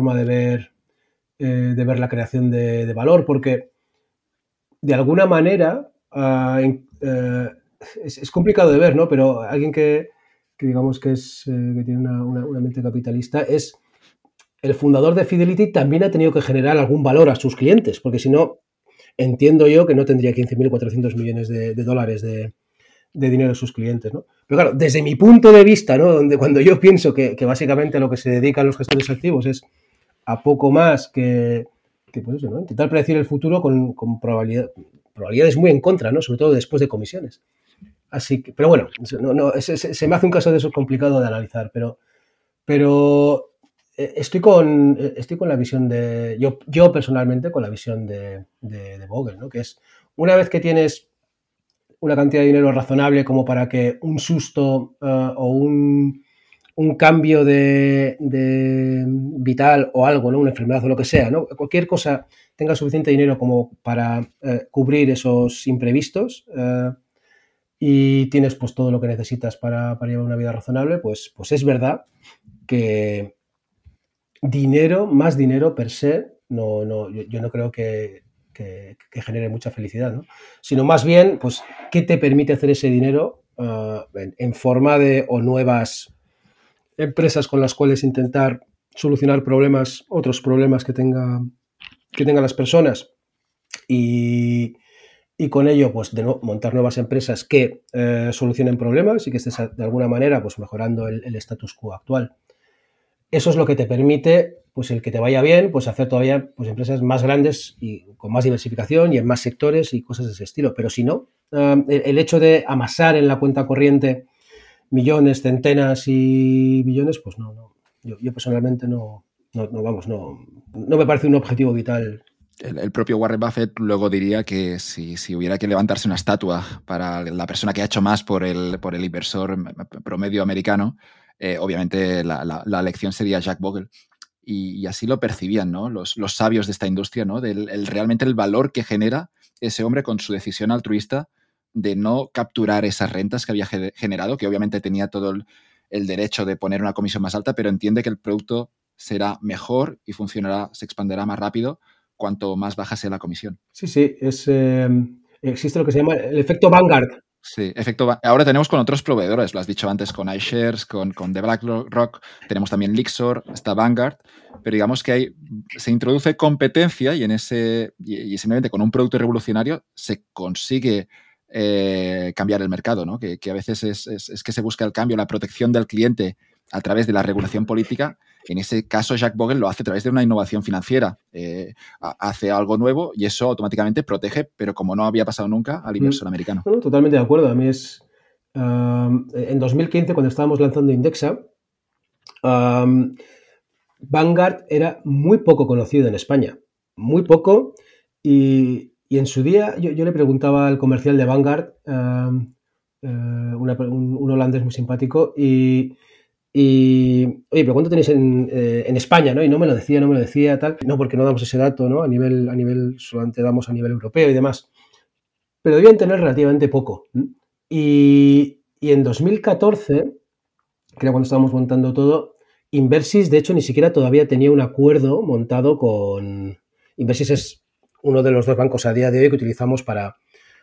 de ver la creación de valor, porque de alguna manera es complicado de ver, ¿no? Pero alguien que digamos que tiene una mente capitalista es el fundador de Fidelity también ha tenido que generar algún valor a sus clientes, porque si no, entiendo yo que no tendría 15.400 millones de dólares de dinero a sus clientes, ¿no? Pero claro, desde mi punto de vista, ¿no? Cuando yo pienso que básicamente a lo que se dedican los gestores activos es a poco más que pues eso, ¿no? Intentar predecir el futuro con probabilidades muy en contra, ¿no? Sobre todo después de comisiones. Así que, pero bueno, se me hace un caso de eso complicado de analizar, pero estoy con la visión de, yo personalmente con la visión de Bogle, ¿no? Que es, una vez que tienes una cantidad de dinero razonable como para que un susto o un cambio de vital o algo, ¿no? Una enfermedad o lo que sea, ¿no? Cualquier cosa tenga suficiente dinero como para cubrir esos imprevistos y tienes pues todo lo que necesitas para llevar una vida razonable, pues es verdad que más dinero per se, yo no creo que genere mucha felicidad, ¿no? Sino más bien, pues, ¿qué te permite hacer ese dinero en forma de o nuevas empresas con las cuales intentar solucionar otros problemas que tengan las personas y con ello, pues, montar nuevas empresas que solucionen problemas y que estés de alguna manera, pues, mejorando el status quo actual. Eso es lo que te permite, pues el que te vaya bien, pues hacer todavía pues, empresas más grandes y con más diversificación y en más sectores y cosas de ese estilo. Pero si no, el hecho de amasar en la cuenta corriente millones, centenas y billones, pues no. Yo personalmente no me parece un objetivo vital. El propio Warren Buffett luego diría que si hubiera que levantarse una estatua para la persona que ha hecho más por el inversor promedio americano, obviamente la elección sería Jack Bogle. Y así lo percibían, ¿no? Los sabios de esta industria, ¿no? Realmente el valor que genera ese hombre con su decisión altruista de no capturar esas rentas que había generado, que obviamente tenía todo el derecho de poner una comisión más alta, pero entiende que el producto será mejor y funcionará, se expandirá más rápido cuanto más baja sea la comisión. Sí, existe lo que se llama el efecto Vanguard. Sí, ahora tenemos con otros proveedores, lo has dicho antes, con iShares, con The BlackRock, tenemos también Lyxor, está Vanguard, pero digamos que se introduce competencia y simplemente con un producto revolucionario se consigue cambiar el mercado, ¿no? Que a veces es que se busca el cambio, la protección del cliente a través de la regulación política. En ese caso, Jack Bogle lo hace a través de una innovación financiera. Hace algo nuevo y eso automáticamente protege, pero como no había pasado nunca, al inversor americano. No, totalmente de acuerdo. A mí es... en 2015, cuando estábamos lanzando Indexa, Vanguard era muy poco conocido en España. muy poco. Y en su día yo le preguntaba al comercial de Vanguard, un holandés muy simpático, oye, pero ¿cuánto tenéis en España? ¿No? Y no me lo decía, tal. No, porque no damos ese dato, ¿no? A nivel, solamente damos a nivel europeo y demás. Pero debían tener relativamente poco. Y en 2014, que era cuando estábamos montando todo, Inversys, de hecho, ni siquiera todavía tenía un acuerdo montado con... Inversys es uno de los 2 bancos a día de hoy que utilizamos para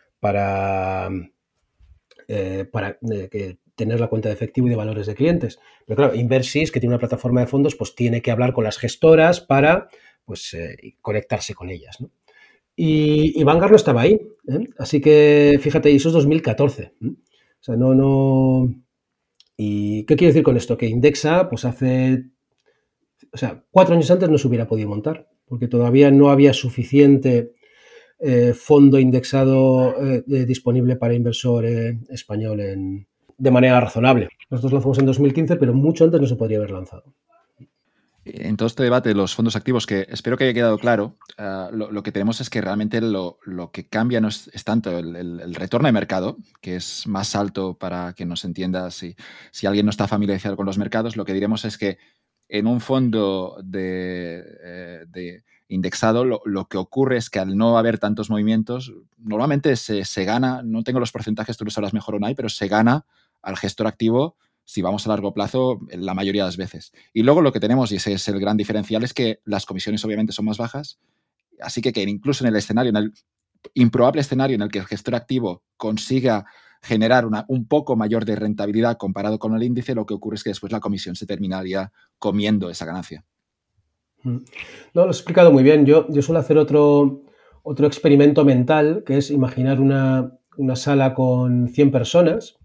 tener la cuenta de efectivo y de valores de clientes. Pero claro, Inversys, que tiene una plataforma de fondos, pues tiene que hablar con las gestoras para conectarse con ellas, ¿no? Y Vanguard no estaba ahí, ¿eh? Así que fíjate, eso es 2014. ¿Eh? O sea, no. ¿Y qué quiero decir con esto? Que Indexa, pues 4 años antes no se hubiera podido montar, porque todavía no había suficiente fondo indexado disponible para inversor español de manera razonable. Nosotros lanzamos en 2015, pero mucho antes no se podría haber lanzado. En todo este debate de los fondos activos, que espero que haya quedado claro, lo que tenemos es que realmente lo que cambia no es tanto el retorno de mercado, que es más alto para que nos entienda si alguien no está familiarizado con los mercados. Lo que diremos es que en un fondo de indexado lo que ocurre es que al no haber tantos movimientos, normalmente se gana, no tengo los porcentajes, tú lo sabrás mejor, Unai, pero se gana al gestor activo si vamos a largo plazo, la mayoría de las veces. Y luego lo que tenemos, y ese es el gran diferencial, es que las comisiones obviamente son más bajas, así que incluso en el escenario, en el improbable escenario en el que el gestor activo consiga generar un poco mayor de rentabilidad comparado con el índice, lo que ocurre es que después la comisión se terminaría comiendo esa ganancia. No, lo has explicado muy bien. Yo suelo hacer otro experimento mental, que es imaginar una sala con 100 personas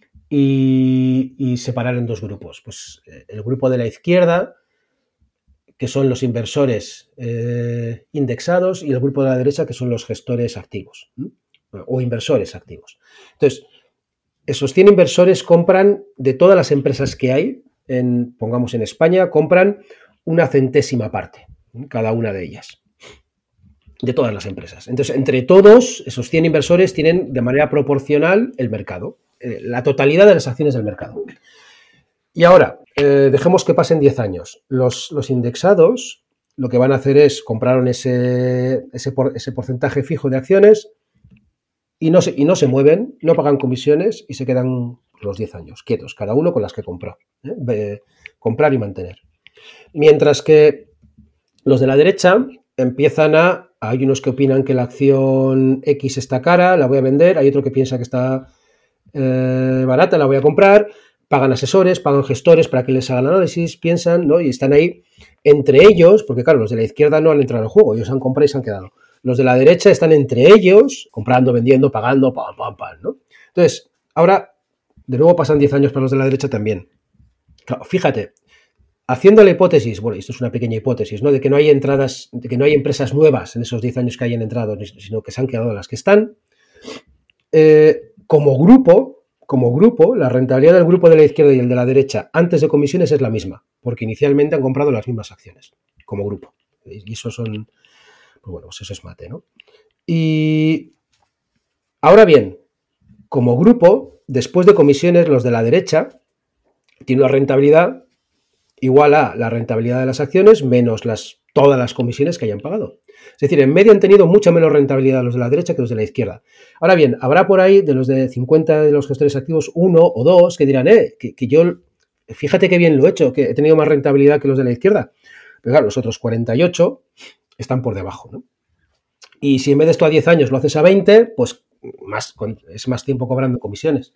y separar en 2 grupos. Pues el grupo de la izquierda, que son los inversores indexados, y el grupo de la derecha, que son los gestores activos, o inversores activos. Entonces, esos 100 inversores compran de todas las empresas que hay, pongamos en España, compran una centésima parte, cada una de ellas, de todas las empresas. Entonces, entre todos, esos 100 inversores tienen de manera proporcional el mercado, la totalidad de las acciones del mercado. Y ahora, dejemos que pasen 10 años. Los indexados lo que van a hacer es compraron ese porcentaje fijo de acciones y no se mueven, no pagan comisiones y se quedan los 10 años quietos, cada uno con las que compró. Comprar y mantener. Mientras que los de la derecha empiezan hay unos que opinan que la acción X está cara, la voy a vender, hay otro que piensa que está barata, la voy a comprar, pagan asesores, pagan gestores para que les hagan análisis, piensan, ¿no? Y están ahí entre ellos, porque claro, los de la izquierda no han entrado en el juego, ellos han comprado y se han quedado. Los de la derecha están entre ellos, comprando, vendiendo, pagando, pam, pam, pam, ¿no? Entonces, ahora, de nuevo pasan 10 años para los de la derecha también. Claro, fíjate, haciendo la hipótesis, bueno, esto es una pequeña hipótesis, ¿no? De que no hay entradas, de que no hay empresas nuevas en esos 10 años que hayan entrado, sino que se han quedado las que están. Como grupo, la rentabilidad del grupo de la izquierda y el de la derecha antes de comisiones es la misma, porque inicialmente han comprado las mismas acciones, como grupo. Y eso son, pues bueno, pues eso es mate, ¿no? Y ahora bien, como grupo, después de comisiones, los de la derecha tienen una rentabilidad igual a la rentabilidad de las acciones menos todas las comisiones que hayan pagado. Es decir, en medio han tenido mucha menos rentabilidad los de la derecha que los de la izquierda. Ahora bien, habrá por ahí de los de 50 de los gestores activos, 1 o 2 que dirán, que yo, fíjate qué bien lo he hecho, que he tenido más rentabilidad que los de la izquierda. Pero claro, los otros 48 están por debajo, ¿no? Y si en vez de esto a 10 años lo haces a 20, pues es más tiempo cobrando comisiones.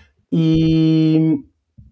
Y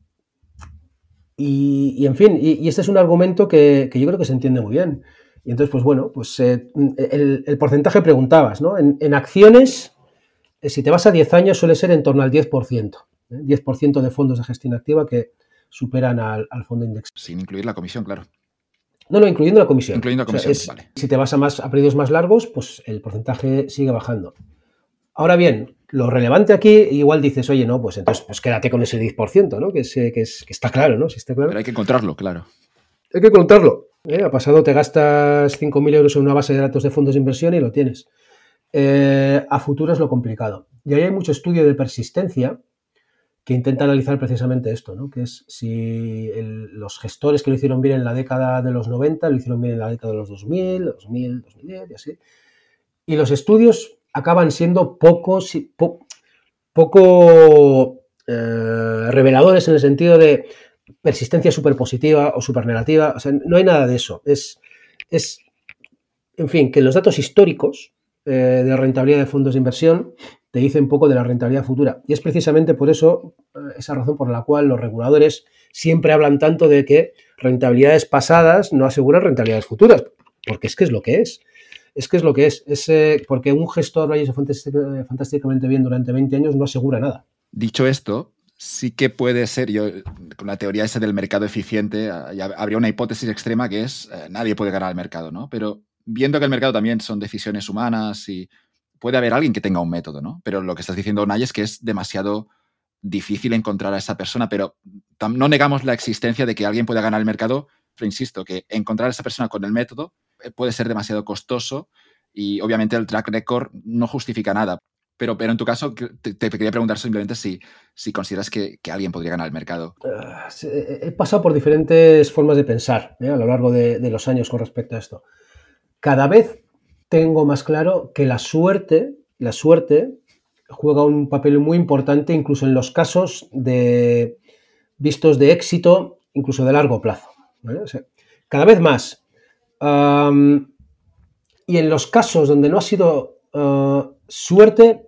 en fin, y este es un argumento que yo creo que se entiende muy bien. Y entonces, pues bueno, pues el porcentaje preguntabas, ¿no? En acciones, si te vas a 10 años, suele ser en torno al 10%. 10% de fondos de gestión activa que superan al fondo indexado. Sin incluir la comisión, claro. No, incluyendo la comisión. Incluyendo la comisión, vale. Si te vas a periodos más largos, pues el porcentaje sigue bajando. Ahora bien, lo relevante aquí, igual dices, oye, no, pues entonces pues quédate con ese 10%, ¿no? Que está claro, ¿no? Si está claro. Pero hay que encontrarlo, claro. Hay que encontrarlo. Ha pasado, te gastas 5.000 euros en una base de datos de fondos de inversión y lo tienes. A futuro es lo complicado. Y ahí hay mucho estudio de persistencia que intenta analizar precisamente esto, ¿no? Que es si los gestores que lo hicieron bien en la década de los 90 lo hicieron bien en la década de los 2010 y así. Y los estudios acaban siendo poco reveladores en el sentido de persistencia súper positiva o súper negativa. O sea, no hay nada de eso. Es, en fin, que los datos históricos de rentabilidad de fondos de inversión te dice un poco de la rentabilidad futura. Y es precisamente por eso, esa razón por la cual los reguladores siempre hablan tanto de que rentabilidades pasadas no aseguran rentabilidades futuras, porque es que es lo que es. Es que es lo que es. Porque un gestor vaya fantásticamente bien durante 20 años no asegura nada. Dicho esto, sí que puede ser, yo con la teoría esa del mercado eficiente, habría una hipótesis extrema que es nadie puede ganar al mercado, ¿no? Pero viendo que el mercado también son decisiones humanas y puede haber alguien que tenga un método, ¿no? Pero lo que estás diciendo, Unai, es que es demasiado difícil encontrar a esa persona, pero no negamos la existencia de que alguien pueda ganar el mercado, pero insisto, que encontrar a esa persona con el método puede ser demasiado costoso y obviamente el track record no justifica nada. Pero en tu caso, te quería preguntar simplemente si consideras que alguien podría ganar el mercado. He pasado por diferentes formas de pensar a lo largo de los años con respecto a esto. Cada vez tengo más claro que la suerte juega un papel muy importante incluso en los casos vistos de éxito, incluso de largo plazo, ¿vale? O sea, cada vez más. Y en los casos donde no ha sido suerte,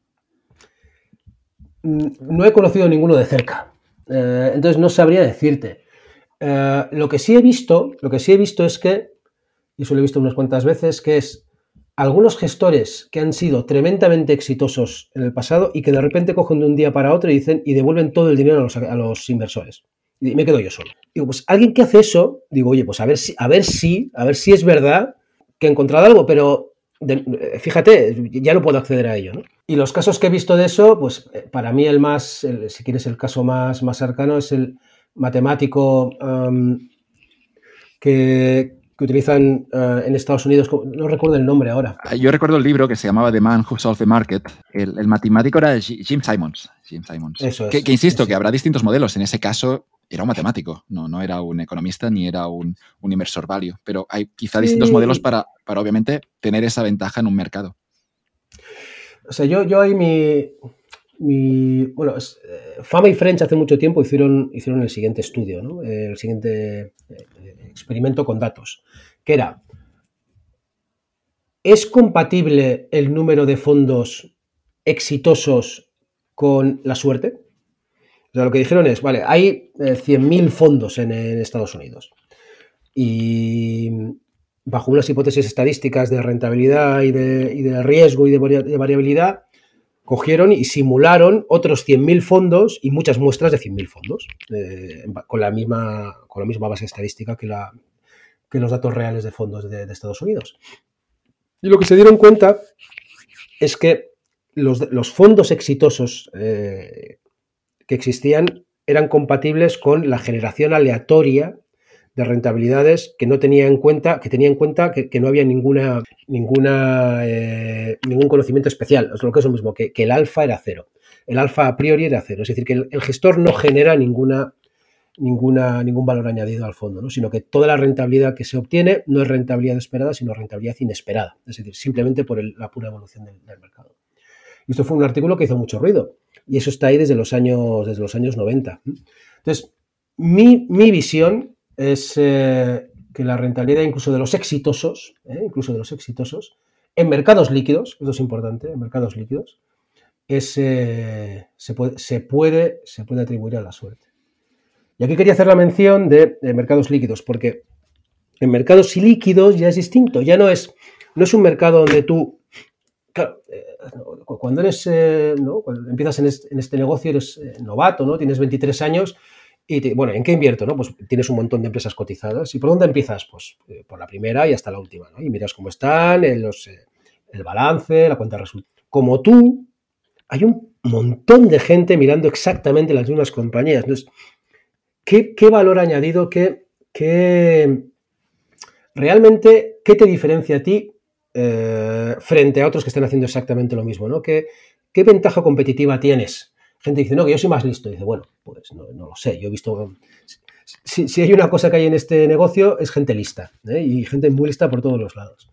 no he conocido ninguno de cerca. Entonces no sabría decirte. Lo que sí he visto es que, y eso lo he visto unas cuantas veces, que es algunos gestores que han sido tremendamente exitosos en el pasado y que de repente cogen de un día para otro y devuelven todo el dinero a los inversores. Y me quedo yo solo. Digo, pues alguien que hace eso, digo, oye, pues a ver si es verdad que he encontrado algo, pero fíjate, ya no puedo acceder a ello, ¿no? Y los casos que he visto de eso, pues para mí si quieres el caso más cercano, es el matemático que utilizan en Estados Unidos, no recuerdo el nombre ahora. Yo recuerdo el libro que se llamaba The Man Who Solved the Market. El matemático era Jim Simons. Eso es. Que insisto, que habrá distintos modelos. En ese caso era un matemático, no era un economista ni era un inversor value. Pero hay quizá distintos modelos para obviamente tener esa ventaja en un mercado. O sea, yo ahí bueno, Fama y French hace mucho tiempo hicieron el siguiente estudio, ¿no? El siguiente experimento con datos, que era: ¿es compatible el número de fondos exitosos con la suerte? O sea, lo que dijeron es, vale, hay 100.000 fondos en Estados Unidos y bajo unas hipótesis estadísticas de rentabilidad y de riesgo y de variabilidad, cogieron y simularon otros 100.000 fondos y muchas muestras de 100.000 fondos con la misma base estadística que los datos reales de fondos de Estados Unidos. Y lo que se dieron cuenta es que los fondos exitosos que existían eran compatibles con la generación aleatoria de rentabilidades que tenía en cuenta que no había ningún conocimiento especial. Es lo que es lo mismo, que el alfa era cero. El alfa a priori era cero. Es decir, que el gestor no genera ningún valor añadido al fondo, ¿no? Sino que toda la rentabilidad que se obtiene no es rentabilidad esperada, sino rentabilidad inesperada. Es decir, simplemente por la pura evolución del mercado. Y esto fue un artículo que hizo mucho ruido. Y eso está ahí desde los años 90. Entonces, mi visión es que la rentabilidad incluso de los exitosos, en mercados líquidos, esto es importante, en mercados líquidos, se puede atribuir a la suerte. Y aquí quería hacer la mención de mercados líquidos, porque en mercados ilíquidos ya es distinto, ya no es un mercado donde tú, claro, cuando eres, ¿no? Cuando empiezas en este negocio eres novato, ¿no? Tienes 23 años y, bueno, ¿en qué invierto? ¿No? Pues tienes un montón de empresas cotizadas. ¿Y por dónde empiezas? Pues por la primera y hasta la última, ¿no? Y miras cómo están, el balance, la cuenta de resultados. Como tú, hay un montón de gente mirando exactamente las mismas compañías. Entonces, ¿qué valor añadido, qué realmente, ¿qué te diferencia a ti frente a otros que estén haciendo exactamente lo mismo, ¿no? ¿Qué ventaja competitiva tienes? Gente dice, no, que yo soy más listo. Y dice, bueno, pues no lo sé. Yo he visto... Si hay una cosa que hay en este negocio, es gente lista, ¿eh? Y gente muy lista por todos los lados.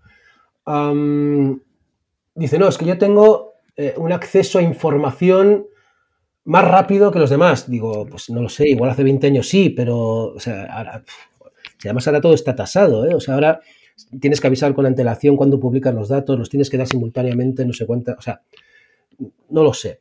Dice, no, es que yo tengo un acceso a información más rápido que los demás. Digo, pues no lo sé, igual hace 20 años sí, pero, o sea, además ahora todo está tasado, ¿eh? O sea, ahora tienes que avisar con antelación cuando publicas los datos, los tienes que dar simultáneamente, no sé cuánta, o sea, no lo sé.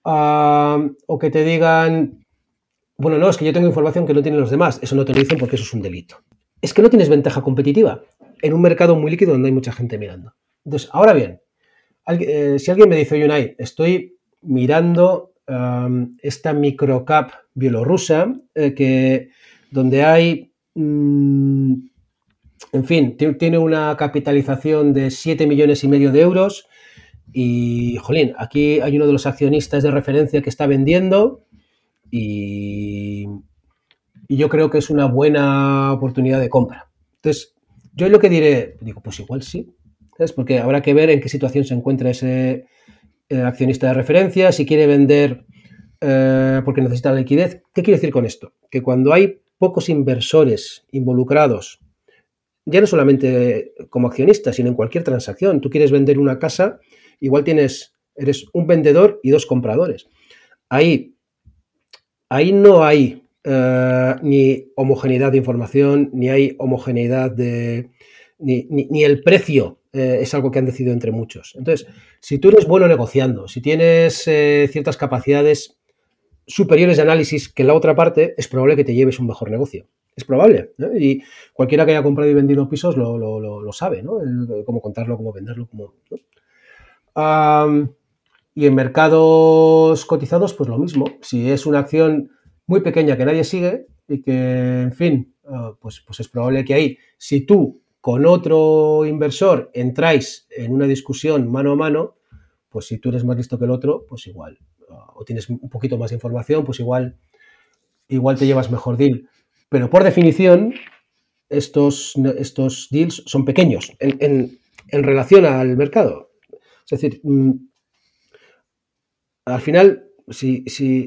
O que te digan, bueno, no, es que yo tengo información que no tienen los demás. Eso no te lo dicen porque eso es un delito. Es que no tienes ventaja competitiva en un mercado muy líquido donde hay mucha gente mirando. Entonces, ahora bien, si alguien me dice, oye, Unai, estoy mirando esta microcap bielorrusa, donde hay, en fin, tiene una capitalización de 7,5 millones de euros y, jolín, aquí hay uno de los accionistas de referencia que está vendiendo y yo creo que es una buena oportunidad de compra. Entonces, yo lo que digo, pues igual sí, ¿sabes? Porque habrá que ver en qué situación se encuentra ese accionista de referencia, si quiere vender porque necesita la liquidez. ¿Qué quiero decir con esto? Que cuando hay pocos inversores involucrados, ya no solamente como accionista, sino en cualquier transacción, tú quieres vender una casa, igual eres un vendedor y 2 compradores. Ahí no hay ni homogeneidad de información, ni hay homogeneidad ni el precio es algo que han decidido entre muchos. Entonces, si tú eres bueno negociando, si tienes ciertas capacidades superiores de análisis que la otra parte, es probable que te lleves un mejor negocio. Es probable, ¿no? Y cualquiera que haya comprado y vendido pisos lo sabe, ¿no? Cómo contarlo, cómo venderlo, cómo, ¿no? Y en mercados cotizados, pues lo mismo. Si es una acción muy pequeña que nadie sigue y que, en fin, pues es probable que ahí, si tú con otro inversor entráis en una discusión mano a mano, pues si tú eres más listo que el otro, pues igual, o tienes un poquito más de información, pues igual te llevas mejor deal. Pero por definición, estos deals son pequeños en relación al mercado. Es decir, al final, si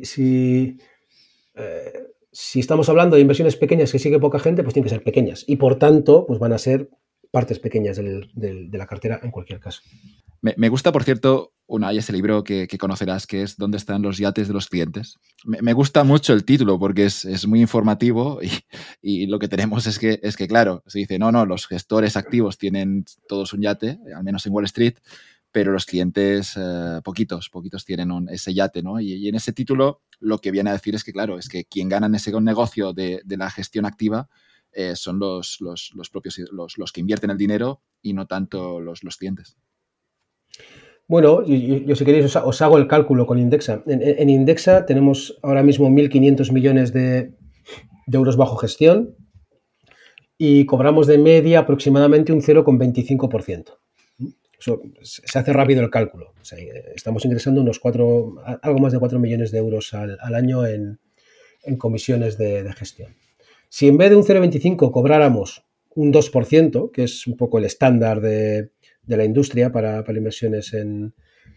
estamos hablando de inversiones pequeñas que sigue poca gente, pues tienen que ser pequeñas. Y por tanto, pues van a ser partes pequeñas de la cartera en cualquier caso. Me gusta, por cierto, hay ese libro que conocerás, que es ¿Dónde están los yates de los clientes? Me gusta mucho el título porque es muy informativo y lo que tenemos es que, claro, se dice, no, los gestores activos tienen todos un yate, al menos en Wall Street, pero los clientes, poquitos tienen ese yate, ¿no? Y en ese título lo que viene a decir es que, claro, es que quien gana en ese negocio de la gestión activa son los propios, los que invierten el dinero y no tanto los clientes. Bueno, yo si queréis os hago el cálculo con Indexa. En Indexa tenemos ahora mismo 1.500 millones de euros bajo gestión y cobramos de media aproximadamente un 0,25%. Eso, se hace rápido el cálculo. O sea, estamos ingresando algo más de 4 millones de euros al año en comisiones de gestión. Si en vez de un 0,25 cobráramos un 2%, que es un poco el estándar de la industria para inversiones en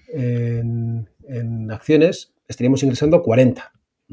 acciones, estaríamos ingresando 40.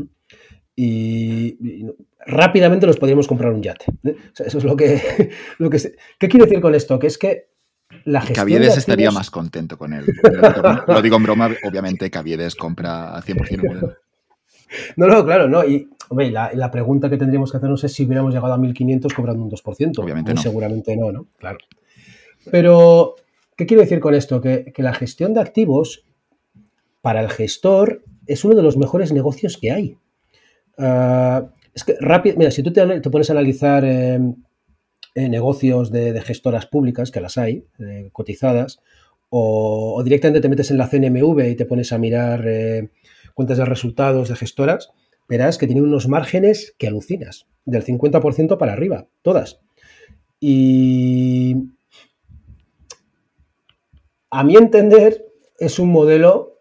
Y rápidamente nos podríamos comprar un yate. O sea, eso es lo que ¿Qué quiero decir con esto? Que es que la gestión Caviedes activos estaría más contento con él. Lo digo en broma, obviamente Caviedes compra al 100% el modelo. No, claro, no. Y hombre, la pregunta que tendríamos que hacernos es si hubiéramos llegado a 1.500 cobrando un 2%. Obviamente no. Seguramente no, claro. Pero, ¿qué quiero decir con esto? Que la gestión de activos para el gestor es uno de los mejores negocios que hay. Es que mira, si tú te pones a analizar negocios de gestoras públicas, que las hay, cotizadas, o directamente te metes en la CNMV y te pones a mirar cuentas de resultados de gestoras, verás que tienen unos márgenes que alucinas, del 50% para arriba, todas. Y a mi entender es un modelo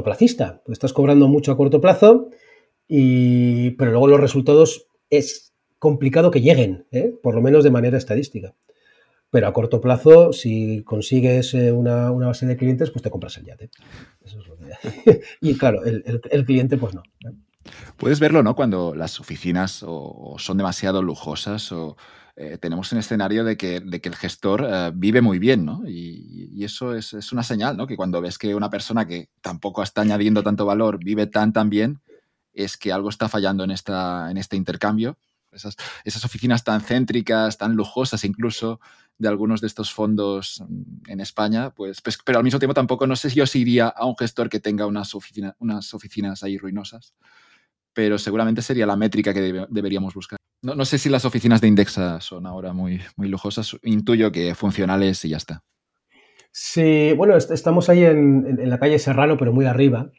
cortoplacista. Tú estás cobrando mucho a corto plazo, pero luego los resultados es complicado que lleguen, por lo menos de manera estadística. Pero a corto plazo, si consigues una base de clientes, pues te compras el yate. Eso es lo que... Y claro, el cliente, pues no. Puedes verlo, ¿no? Cuando las oficinas o son demasiado lujosas o tenemos un escenario de que el gestor vive muy bien, ¿no? Y eso es una señal, ¿no? Que cuando ves que una persona que tampoco está añadiendo tanto valor vive tan bien, es que algo está fallando en este intercambio. Esas oficinas tan céntricas, tan lujosas incluso, de algunos de estos fondos en España, pues pero al mismo tiempo tampoco no sé si yo sí iría a un gestor que tenga unas oficinas ahí ruinosas, pero seguramente sería la métrica que deberíamos buscar. No sé si las oficinas de Indexa son ahora muy lujosas, intuyo que funcionales y ya está. Sí, bueno, estamos ahí en la calle Serrano, pero muy arriba.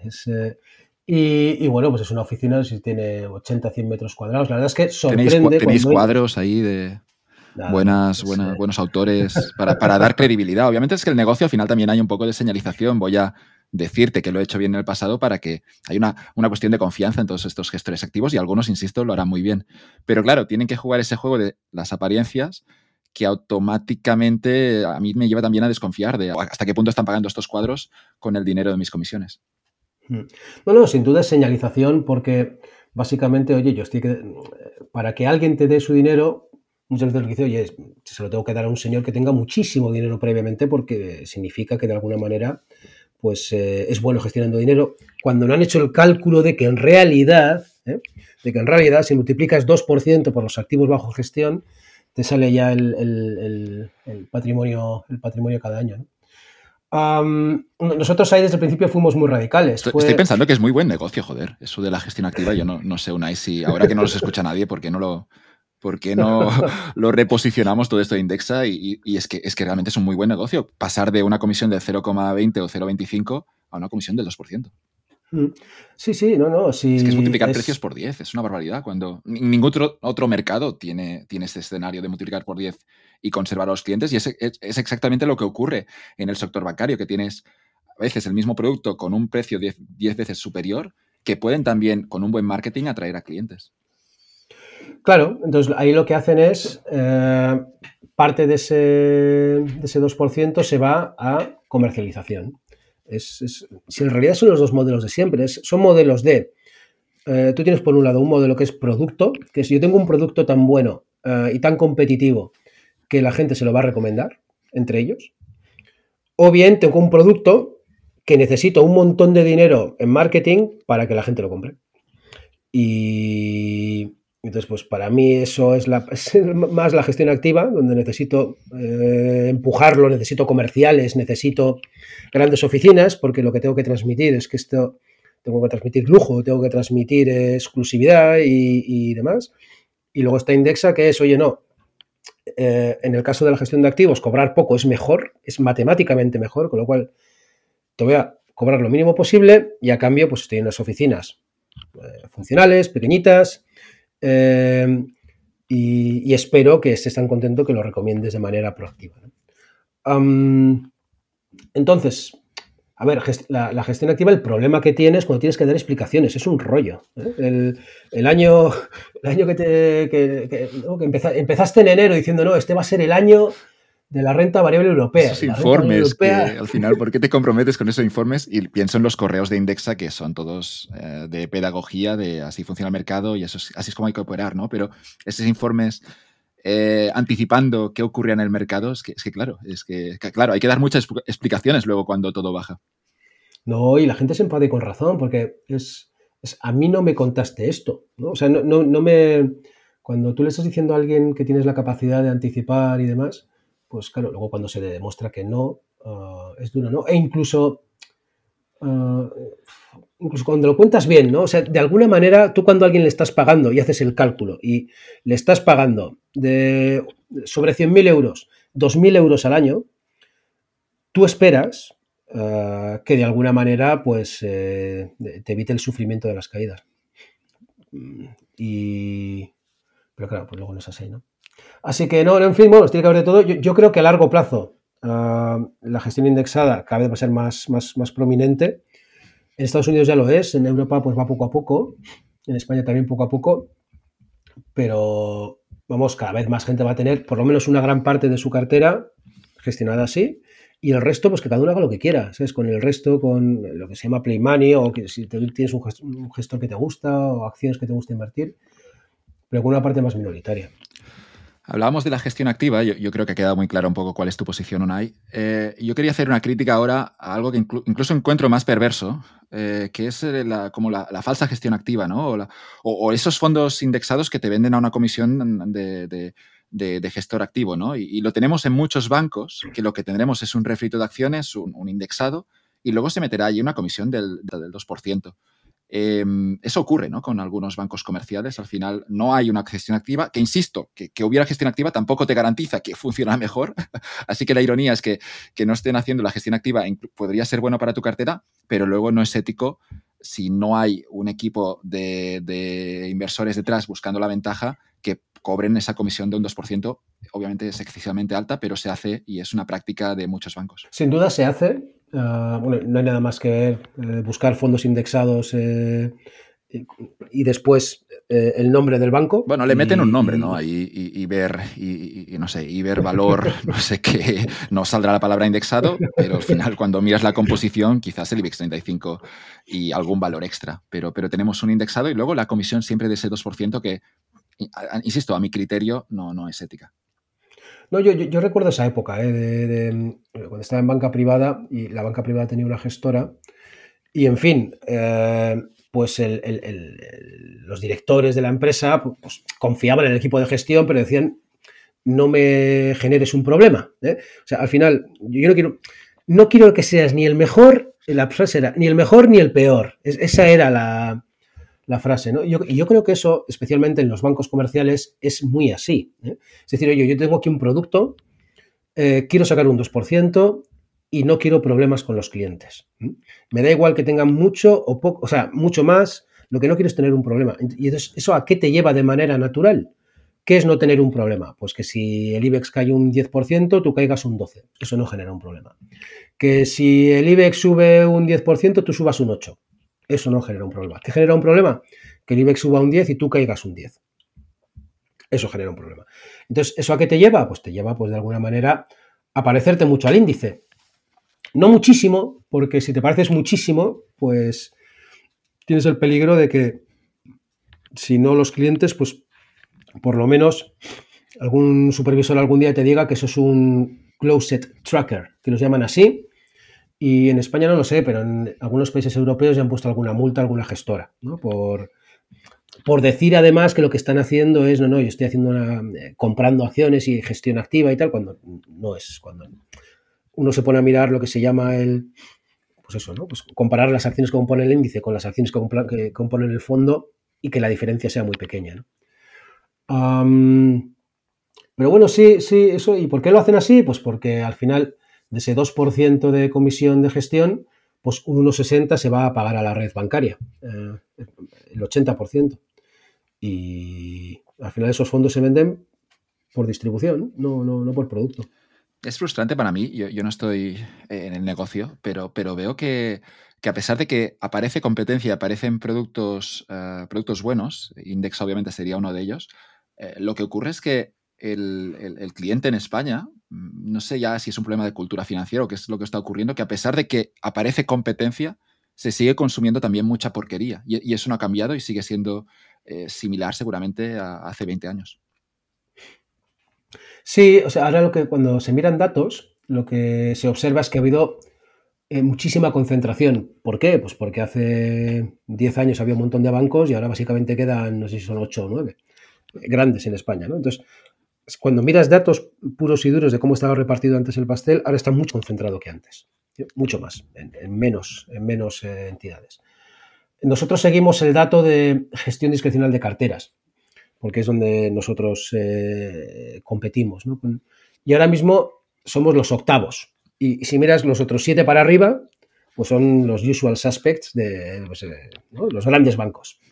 Y bueno, pues es una oficina, si tiene 80, 100 metros cuadrados. La verdad es que sorprende. ¿Tenéis cuadros ahí de buenos autores para dar credibilidad? Obviamente es que el negocio al final también hay un poco de señalización. Voy a decirte que lo he hecho bien en el pasado para que haya una cuestión de confianza en todos estos gestores activos y algunos, insisto, lo harán muy bien. Pero claro, tienen que jugar ese juego de las apariencias que automáticamente a mí me lleva también a desconfiar de hasta qué punto están pagando estos cuadros con el dinero de mis comisiones. No, sin duda es señalización porque básicamente, oye, para que alguien te dé su dinero, muchas veces lo que dice, oye, se lo tengo que dar a un señor que tenga muchísimo dinero previamente porque significa que de alguna manera pues es bueno gestionando dinero, cuando no han hecho el cálculo de que en realidad si multiplicas 2% por los activos bajo gestión, te sale ya el patrimonio cada año, ¿no? Nosotros ahí desde el principio fuimos muy radicales. Estoy pensando que es muy buen negocio, joder, eso de la gestión activa. Yo no sé, Unai, si ahora que no nos escucha nadie, ¿por qué no lo reposicionamos todo esto de Indexa? Y es que realmente es un muy buen negocio pasar de una comisión de 0,20 o 0,25 a una comisión del 2%. Sí, no. Sí, es que es multiplicar precios por 10, es una barbaridad. Cuando ningún otro mercado tiene este escenario de multiplicar por 10 y conservar a los clientes, y es exactamente lo que ocurre en el sector bancario, que tienes a veces el mismo producto con un precio 10 veces superior, que pueden también, con un buen marketing, atraer a clientes. Claro, entonces ahí lo que hacen es parte de ese 2% se va a comercialización. Si en realidad son los dos modelos de siempre, son modelos de tú tienes por un lado un modelo que es producto, que si yo tengo un producto tan bueno y tan competitivo que la gente se lo va a recomendar entre ellos, o bien tengo un producto que necesito un montón de dinero en marketing para que la gente lo compre. Y entonces, pues para mí eso es más la gestión activa, donde necesito empujarlo, necesito comerciales, necesito grandes oficinas, porque lo que tengo que transmitir es que tengo que transmitir lujo, tengo que transmitir exclusividad y demás. Y luego está Indexa, que es, oye, no, en el caso de la gestión de activos, cobrar poco es mejor, es matemáticamente mejor, con lo cual te voy a cobrar lo mínimo posible y a cambio pues estoy en unas oficinas funcionales, pequeñitas, y espero que estés tan contento que lo recomiendes de manera proactiva, ¿no? Entonces, a ver, la gestión activa, el problema que tienes cuando tienes que dar explicaciones, es un rollo. El año que empezaste en enero diciendo, no, este va a ser el año de la renta variable europea. Esos informes que al final, ¿por qué te comprometes con esos informes? Y pienso en los correos de Indexa, que son todos de pedagogía, de así funciona el mercado y así es como hay que operar, ¿no? Pero esos informes anticipando qué ocurre en el mercado, es que claro, hay que dar muchas explicaciones luego cuando todo baja. No, y la gente se enfade con razón, porque a mí no me contaste esto, ¿no? O sea, no me... Cuando tú le estás diciendo a alguien que tienes la capacidad de anticipar y demás, pues claro, luego cuando se le demuestra que no, es duro, ¿no? E incluso cuando lo cuentas bien, ¿no? O sea, de alguna manera, tú cuando a alguien le estás pagando y haces el cálculo y le estás pagando sobre 100.000 euros, 2.000 euros al año, tú esperas que de alguna manera pues te evite el sufrimiento de las caídas. Pero claro, pues luego no es así, ¿no? Así que no, en fin, bueno, tiene que haber de todo. Yo creo que a largo plazo la gestión indexada cada vez va a ser más prominente. En Estados Unidos ya lo es, en Europa pues va poco a poco, en España también poco a poco, pero vamos, cada vez más gente va a tener por lo menos una gran parte de su cartera gestionada así, y el resto, pues que cada uno haga lo que quiera, ¿sabes? Con el resto, con lo que se llama Play Money, o que si tienes un gestor que te gusta, o acciones que te gusta invertir, pero con una parte más minoritaria. Hablábamos de la gestión activa, yo creo que ha quedado muy claro un poco cuál es tu posición, Unai. Yo quería hacer una crítica ahora a algo que incluso encuentro más perverso, que es como la falsa gestión activa, ¿no? O esos fondos indexados que te venden a una comisión de gestor activo, ¿no? Y lo tenemos en muchos bancos, que lo que tendremos es un refrito de acciones, un indexado, y luego se meterá allí una comisión del 2%. Eso ocurre, ¿no? Con algunos bancos comerciales. Al final no hay una gestión activa, que insisto, que hubiera gestión activa tampoco te garantiza que funciona mejor. Así que la ironía es que no estén haciendo la gestión activa podría ser bueno para tu cartera, pero luego no es ético si no hay un equipo de inversores detrás buscando la ventaja que cobren esa comisión de un 2%. Obviamente es excesivamente alta, pero se hace y es una práctica de muchos bancos. Sin duda se hace. Bueno, no hay nada más que ver, buscar fondos indexados y después el nombre del banco. Bueno, le meten un nombre, ¿no? Ahí y no sé, Ibervalor, no sé qué, no saldrá la palabra indexado, pero al final cuando miras la composición, quizás el IBEX 35 y algún valor extra, pero tenemos un indexado y luego la comisión siempre de ese 2% que, insisto, a mi criterio no es ética. No, yo recuerdo esa época, cuando estaba en banca privada y la banca privada tenía una gestora y, en fin, pues los directores de la empresa pues, confiaban en el equipo de gestión, pero decían, no me generes un problema. O sea, al final, yo no quiero que seas ni el mejor, la frase era, ni el mejor ni el peor. Esa era la frase, ¿no? Y yo creo que eso, especialmente en los bancos comerciales, es muy así. Es decir, oye, yo tengo aquí un producto, quiero sacar un 2% y no quiero problemas con los clientes. Me da igual que tengan mucho o poco, o sea, mucho más, lo que no quiero es tener un problema. Y entonces, ¿eso a qué te lleva de manera natural? ¿Qué es no tener un problema? Pues que si el IBEX cae un 10%, tú caigas un 12%. Eso no genera un problema. Que si el IBEX sube un 10%, tú subas un 8%. Eso no genera un problema. ¿Qué genera un problema? Que el IBEX suba un 10 y tú caigas un 10. Eso genera un problema. Entonces, ¿eso a qué te lleva? Pues te lleva, pues de alguna manera, a parecerte mucho al índice. No muchísimo, porque si te pareces muchísimo, pues tienes el peligro de que, si no los clientes, pues por lo menos algún supervisor algún día te diga que eso es un closet tracker, que los llaman así. Y en España no lo sé, pero en algunos países europeos ya han puesto alguna multa a alguna gestora, ¿no? Por decir además que lo que están haciendo es, yo estoy haciendo comprando acciones y gestión activa y tal, cuando no es, cuando uno se pone a mirar lo que se llama pues eso, ¿no? Pues comparar las acciones que compone el índice con las acciones que componen el fondo y que la diferencia sea muy pequeña, ¿no? Pero bueno, sí, eso. ¿Y por qué lo hacen así? Pues porque al final de ese 2% de comisión de gestión, pues un 1,60 se va a pagar a la red bancaria, el 80%. Y al final esos fondos se venden por distribución, no por producto. Es frustrante para mí, yo no estoy en el negocio, pero veo que a pesar de que aparece competencia, aparecen productos buenos, Index obviamente sería uno de ellos, lo que ocurre es que el cliente en España, no sé ya si es un problema de cultura financiera o qué es lo que está ocurriendo, que a pesar de que aparece competencia, se sigue consumiendo también mucha porquería. Y eso no ha cambiado y sigue siendo similar seguramente a hace 20 años. Sí, o sea, ahora cuando se miran datos, lo que se observa es que ha habido muchísima concentración. ¿Por qué? Pues porque hace 10 años había un montón de bancos y ahora básicamente quedan, no sé si son 8 o 9 grandes en España, ¿no? Entonces, cuando miras datos puros y duros de cómo estaba repartido antes el pastel, ahora está mucho concentrado que antes. Mucho más, en menos entidades. Nosotros seguimos el dato de gestión discrecional de carteras, porque es donde nosotros competimos, ¿no? Y ahora mismo somos los octavos. Y si miras los otros 7 para arriba, pues son los usual suspects ¿no? Los grandes bancos.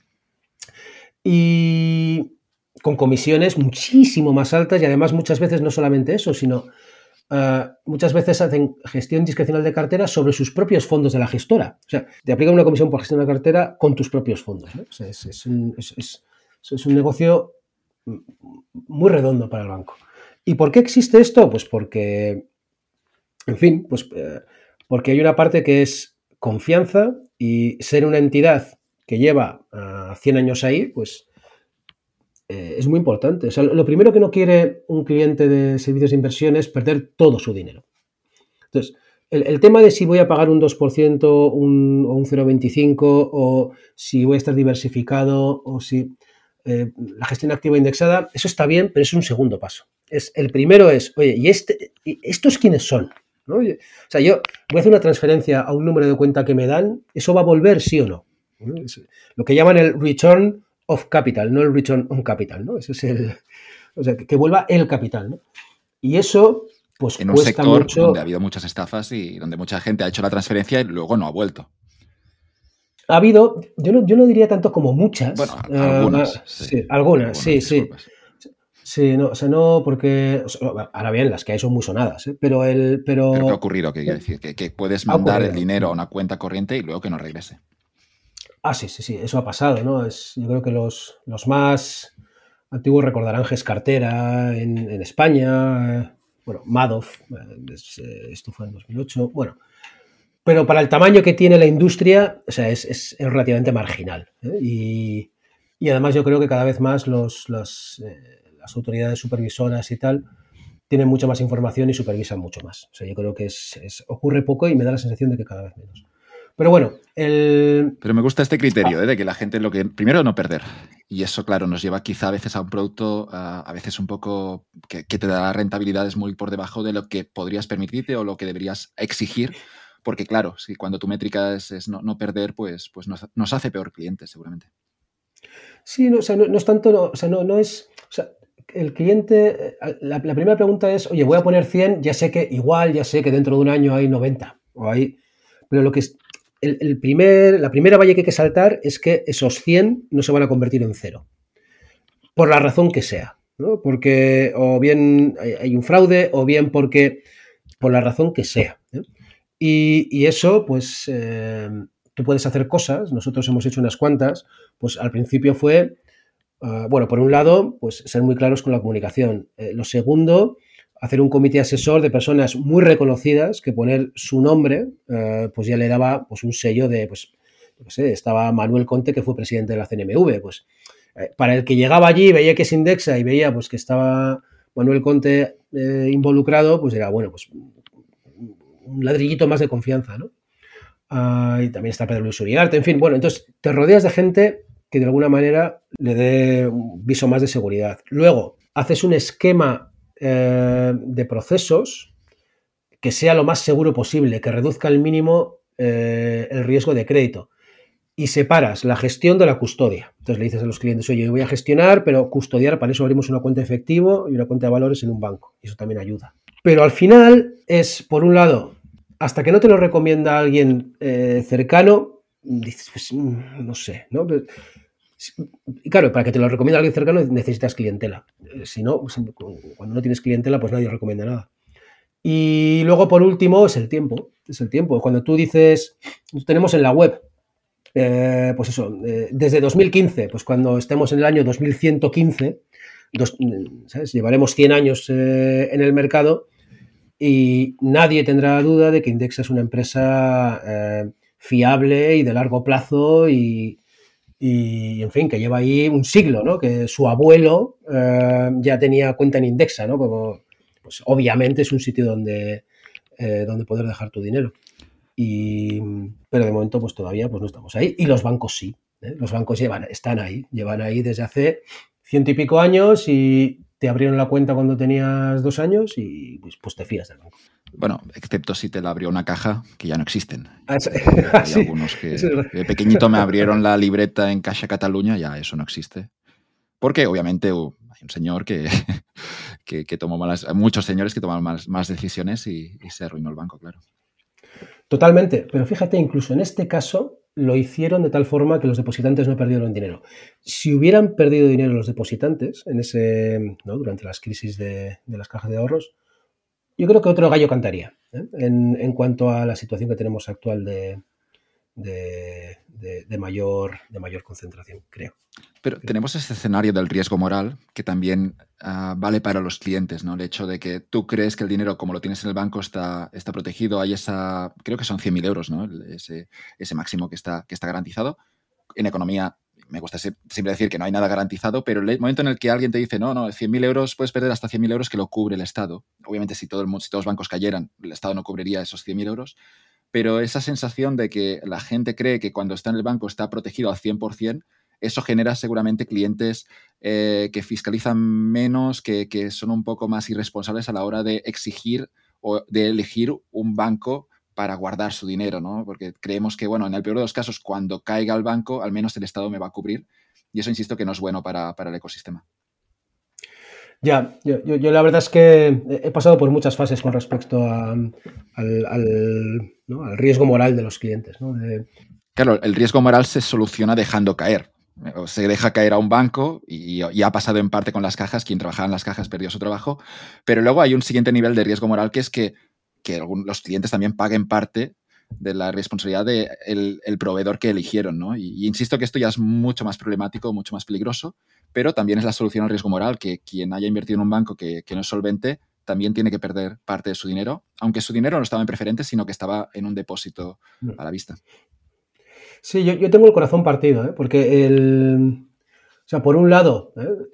Y con comisiones muchísimo más altas y además muchas veces no solamente eso, sino muchas veces hacen gestión discrecional de cartera sobre sus propios fondos de la gestora. O sea, te aplican una comisión por gestión de cartera con tus propios fondos, ¿no? O sea, es un negocio muy redondo para el banco. ¿Y por qué existe esto? Pues porque, en fin, porque hay una parte que es confianza y ser una entidad que lleva 100 años ahí, pues es muy importante. O sea, lo primero que no quiere un cliente de servicios de inversión es perder todo su dinero. Entonces, el tema de si voy a pagar un 2% o un 0,25% o si voy a estar diversificado o si la gestión activa indexada, eso está bien, pero es un segundo paso. El primero es, oye, ¿y estos quiénes son? ¿No? O sea, yo voy a hacer una transferencia a un número de cuenta que me dan, ¿eso va a volver sí o no? Es lo que llaman el return of capital, no el return on capital, ¿no? Ese es o sea, que vuelva el capital, ¿no? Y eso, pues en un cuesta sector mucho. donde ha habido muchas estafas y donde mucha gente ha hecho la transferencia y luego no ha vuelto. Ha habido, yo no diría tanto como muchas. Bueno, algunas. Sí, algunas, sí. Disculpas. Sí, no, o sea, no, porque. Ahora bien, las que hay son muy sonadas, ¿eh? Pero ¿Pero qué ha ocurrido? ¿Qué quiere decir? Que puedes ha mandar el ocurrido. dinero a una cuenta corriente y luego que no regrese. Sí, eso ha pasado, ¿no? Yo creo que los más antiguos recordarán Gescartera en España, bueno, Madoff, esto fue en 2008, bueno. Pero para el tamaño que tiene la industria, o sea, es relativamente marginal, ¿eh? Y además yo creo que cada vez más las autoridades supervisoras y tal tienen mucha más información y supervisan mucho más. O sea, yo creo que ocurre poco y me da la sensación de que cada vez menos. Pero bueno, Pero me gusta este criterio, de que la gente primero no perder. Y eso, claro, nos lleva quizá a veces a un producto, a veces un poco que te da rentabilidades muy por debajo de lo que podrías permitirte o lo que deberías exigir. Porque claro, si cuando tu métrica es no perder, pues nos hace peor clientes, seguramente. Sí, no, o sea, no es tanto, no, o sea, no es. O sea, el cliente. La primera pregunta es: oye, voy a poner 100, ya sé que dentro de un año hay 90. Pero lo que es. La primera valla que hay que saltar es que esos 100 no se van a convertir en cero. Por la razón que sea, ¿no? Porque o bien hay un fraude, o bien porque. Por la razón que sea, ¿eh? Y eso, pues. Tú puedes hacer cosas, nosotros hemos hecho unas cuantas, pues al principio fue. Bueno, por un lado, pues ser muy claros con la comunicación. Lo segundo, hacer un comité asesor de personas muy reconocidas que poner su nombre, pues ya le daba pues un sello de, pues, no sé, estaba Manuel Conte, que fue presidente de la CNMV, pues para el que llegaba allí, veía que es Indexa y veía pues que estaba Manuel Conte involucrado, pues era, bueno, pues un ladrillito más de confianza, ¿no? Y también está Pedro Luis Uriarte, en fin, bueno, entonces te rodeas de gente que de alguna manera le dé un viso más de seguridad. Luego, haces un esquema de procesos que sea lo más seguro posible, que reduzca al mínimo el riesgo de crédito. Y separas la gestión de la custodia. Entonces le dices a los clientes, oye, yo voy a gestionar, pero custodiar, para eso abrimos una cuenta de efectivo y una cuenta de valores en un banco. Y eso también ayuda. Pero al final es, por un lado, hasta que no te lo recomienda alguien cercano, dices, pues no sé, ¿no? Y claro, para que te lo recomienda alguien cercano necesitas clientela. Si no, cuando no tienes clientela, pues nadie recomienda nada. Y luego, por último, es el tiempo. Es el tiempo. Cuando tú dices, tenemos en la web, pues eso, desde 2015, pues cuando estemos en el año 2115, ¿sabes? Llevaremos 100 años en el mercado y nadie tendrá duda de que Indexa es una empresa fiable y de largo plazo y en fin, que lleva ahí un siglo, ¿no? Que su abuelo ya tenía cuenta en Indexa, ¿no? Pues obviamente es un sitio donde poder dejar tu dinero. Pero de momento pues todavía pues no estamos ahí. Y los bancos sí, ¿eh? Los bancos llevan ahí desde hace 100 y pico años y te abrieron la cuenta cuando tenías 2 años y pues te fías del banco. Bueno, excepto si te la abrió una caja, que ya no existen. Hay Sí, algunos que de pequeñito me abrieron la libreta en Caixa Cataluña, ya eso no existe. Porque obviamente hay un señor que tomó muchos señores que tomaron más decisiones y se arruinó el banco, claro. Totalmente, pero fíjate, incluso en este caso lo hicieron de tal forma que los depositantes no perdieron dinero. Si hubieran perdido dinero los depositantes ¿no? Durante las crisis de las cajas de ahorros, yo creo que otro gallo cantaría, ¿eh? En cuanto a la situación que tenemos actual de mayor concentración, creo. Pero tenemos ese escenario del riesgo moral que también vale para los clientes, ¿no? El hecho de que tú crees que el dinero, como lo tienes en el banco, está protegido. Hay creo que son 100.000 euros, ¿no? Ese máximo que está garantizado. En economía me gusta siempre decir que no hay nada garantizado, pero el momento en el que alguien te dice, no, 100.000 euros, puedes perder hasta 100.000 euros que lo cubre el Estado. Obviamente, si todos los bancos cayeran, el Estado no cubriría esos 100.000 euros. Pero esa sensación de que la gente cree que cuando está en el banco está protegido al 100%, eso genera seguramente clientes que fiscalizan menos, que son un poco más irresponsables a la hora de exigir o de elegir un banco para guardar su dinero, ¿no? Porque creemos que, bueno, en el peor de los casos, cuando caiga el banco, al menos el Estado me va a cubrir. Y eso, insisto, que no es bueno para el ecosistema. Ya, yo la verdad es que he pasado por muchas fases con respecto al riesgo moral de los clientes, ¿no? Claro, el riesgo moral se soluciona dejando caer. Se deja caer a un banco y ha pasado en parte con las cajas. Quien trabajaba en las cajas perdió su trabajo. Pero luego hay un siguiente nivel de riesgo moral que es que los clientes también paguen parte de la responsabilidad del proveedor que eligieron, ¿no? Y insisto que esto ya es mucho más problemático, mucho más peligroso, pero también es la solución al riesgo moral, que quien haya invertido en un banco que no es solvente también tiene que perder parte de su dinero, aunque su dinero no estaba en preferentes, sino que estaba en un depósito a la vista. Sí, yo tengo el corazón partido, ¿eh? Porque o sea, por un lado,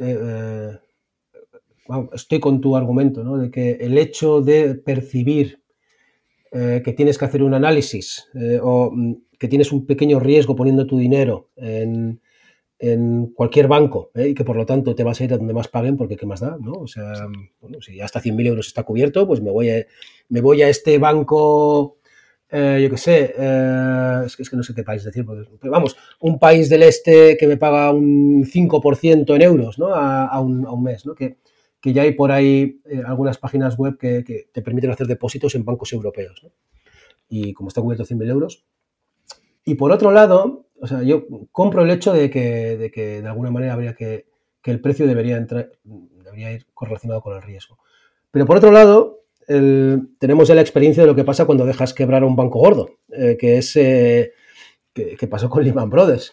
estoy con tu argumento, ¿no? De que el hecho de percibir que tienes que hacer un análisis o que tienes un pequeño riesgo poniendo tu dinero en cualquier banco y que por lo tanto te vas a ir a donde más paguen porque qué más da, ¿no? O sea, bueno, si hasta 100.000 euros está cubierto, pues me voy a este banco, yo qué sé, es que no sé qué país decir, pero vamos, un país del este que me paga un 5% en euros, ¿no? A un mes, ¿no? Que ya hay por ahí algunas páginas web que te permiten hacer depósitos en bancos europeos, ¿no? Y como está cubierto 100.000 euros. Y por otro lado, o sea, yo compro el hecho de que de alguna manera habría que el precio debería ir correlacionado con el riesgo. Pero por otro lado, tenemos ya la experiencia de lo que pasa cuando dejas quebrar a un banco gordo, que es que pasó con Lehman Brothers.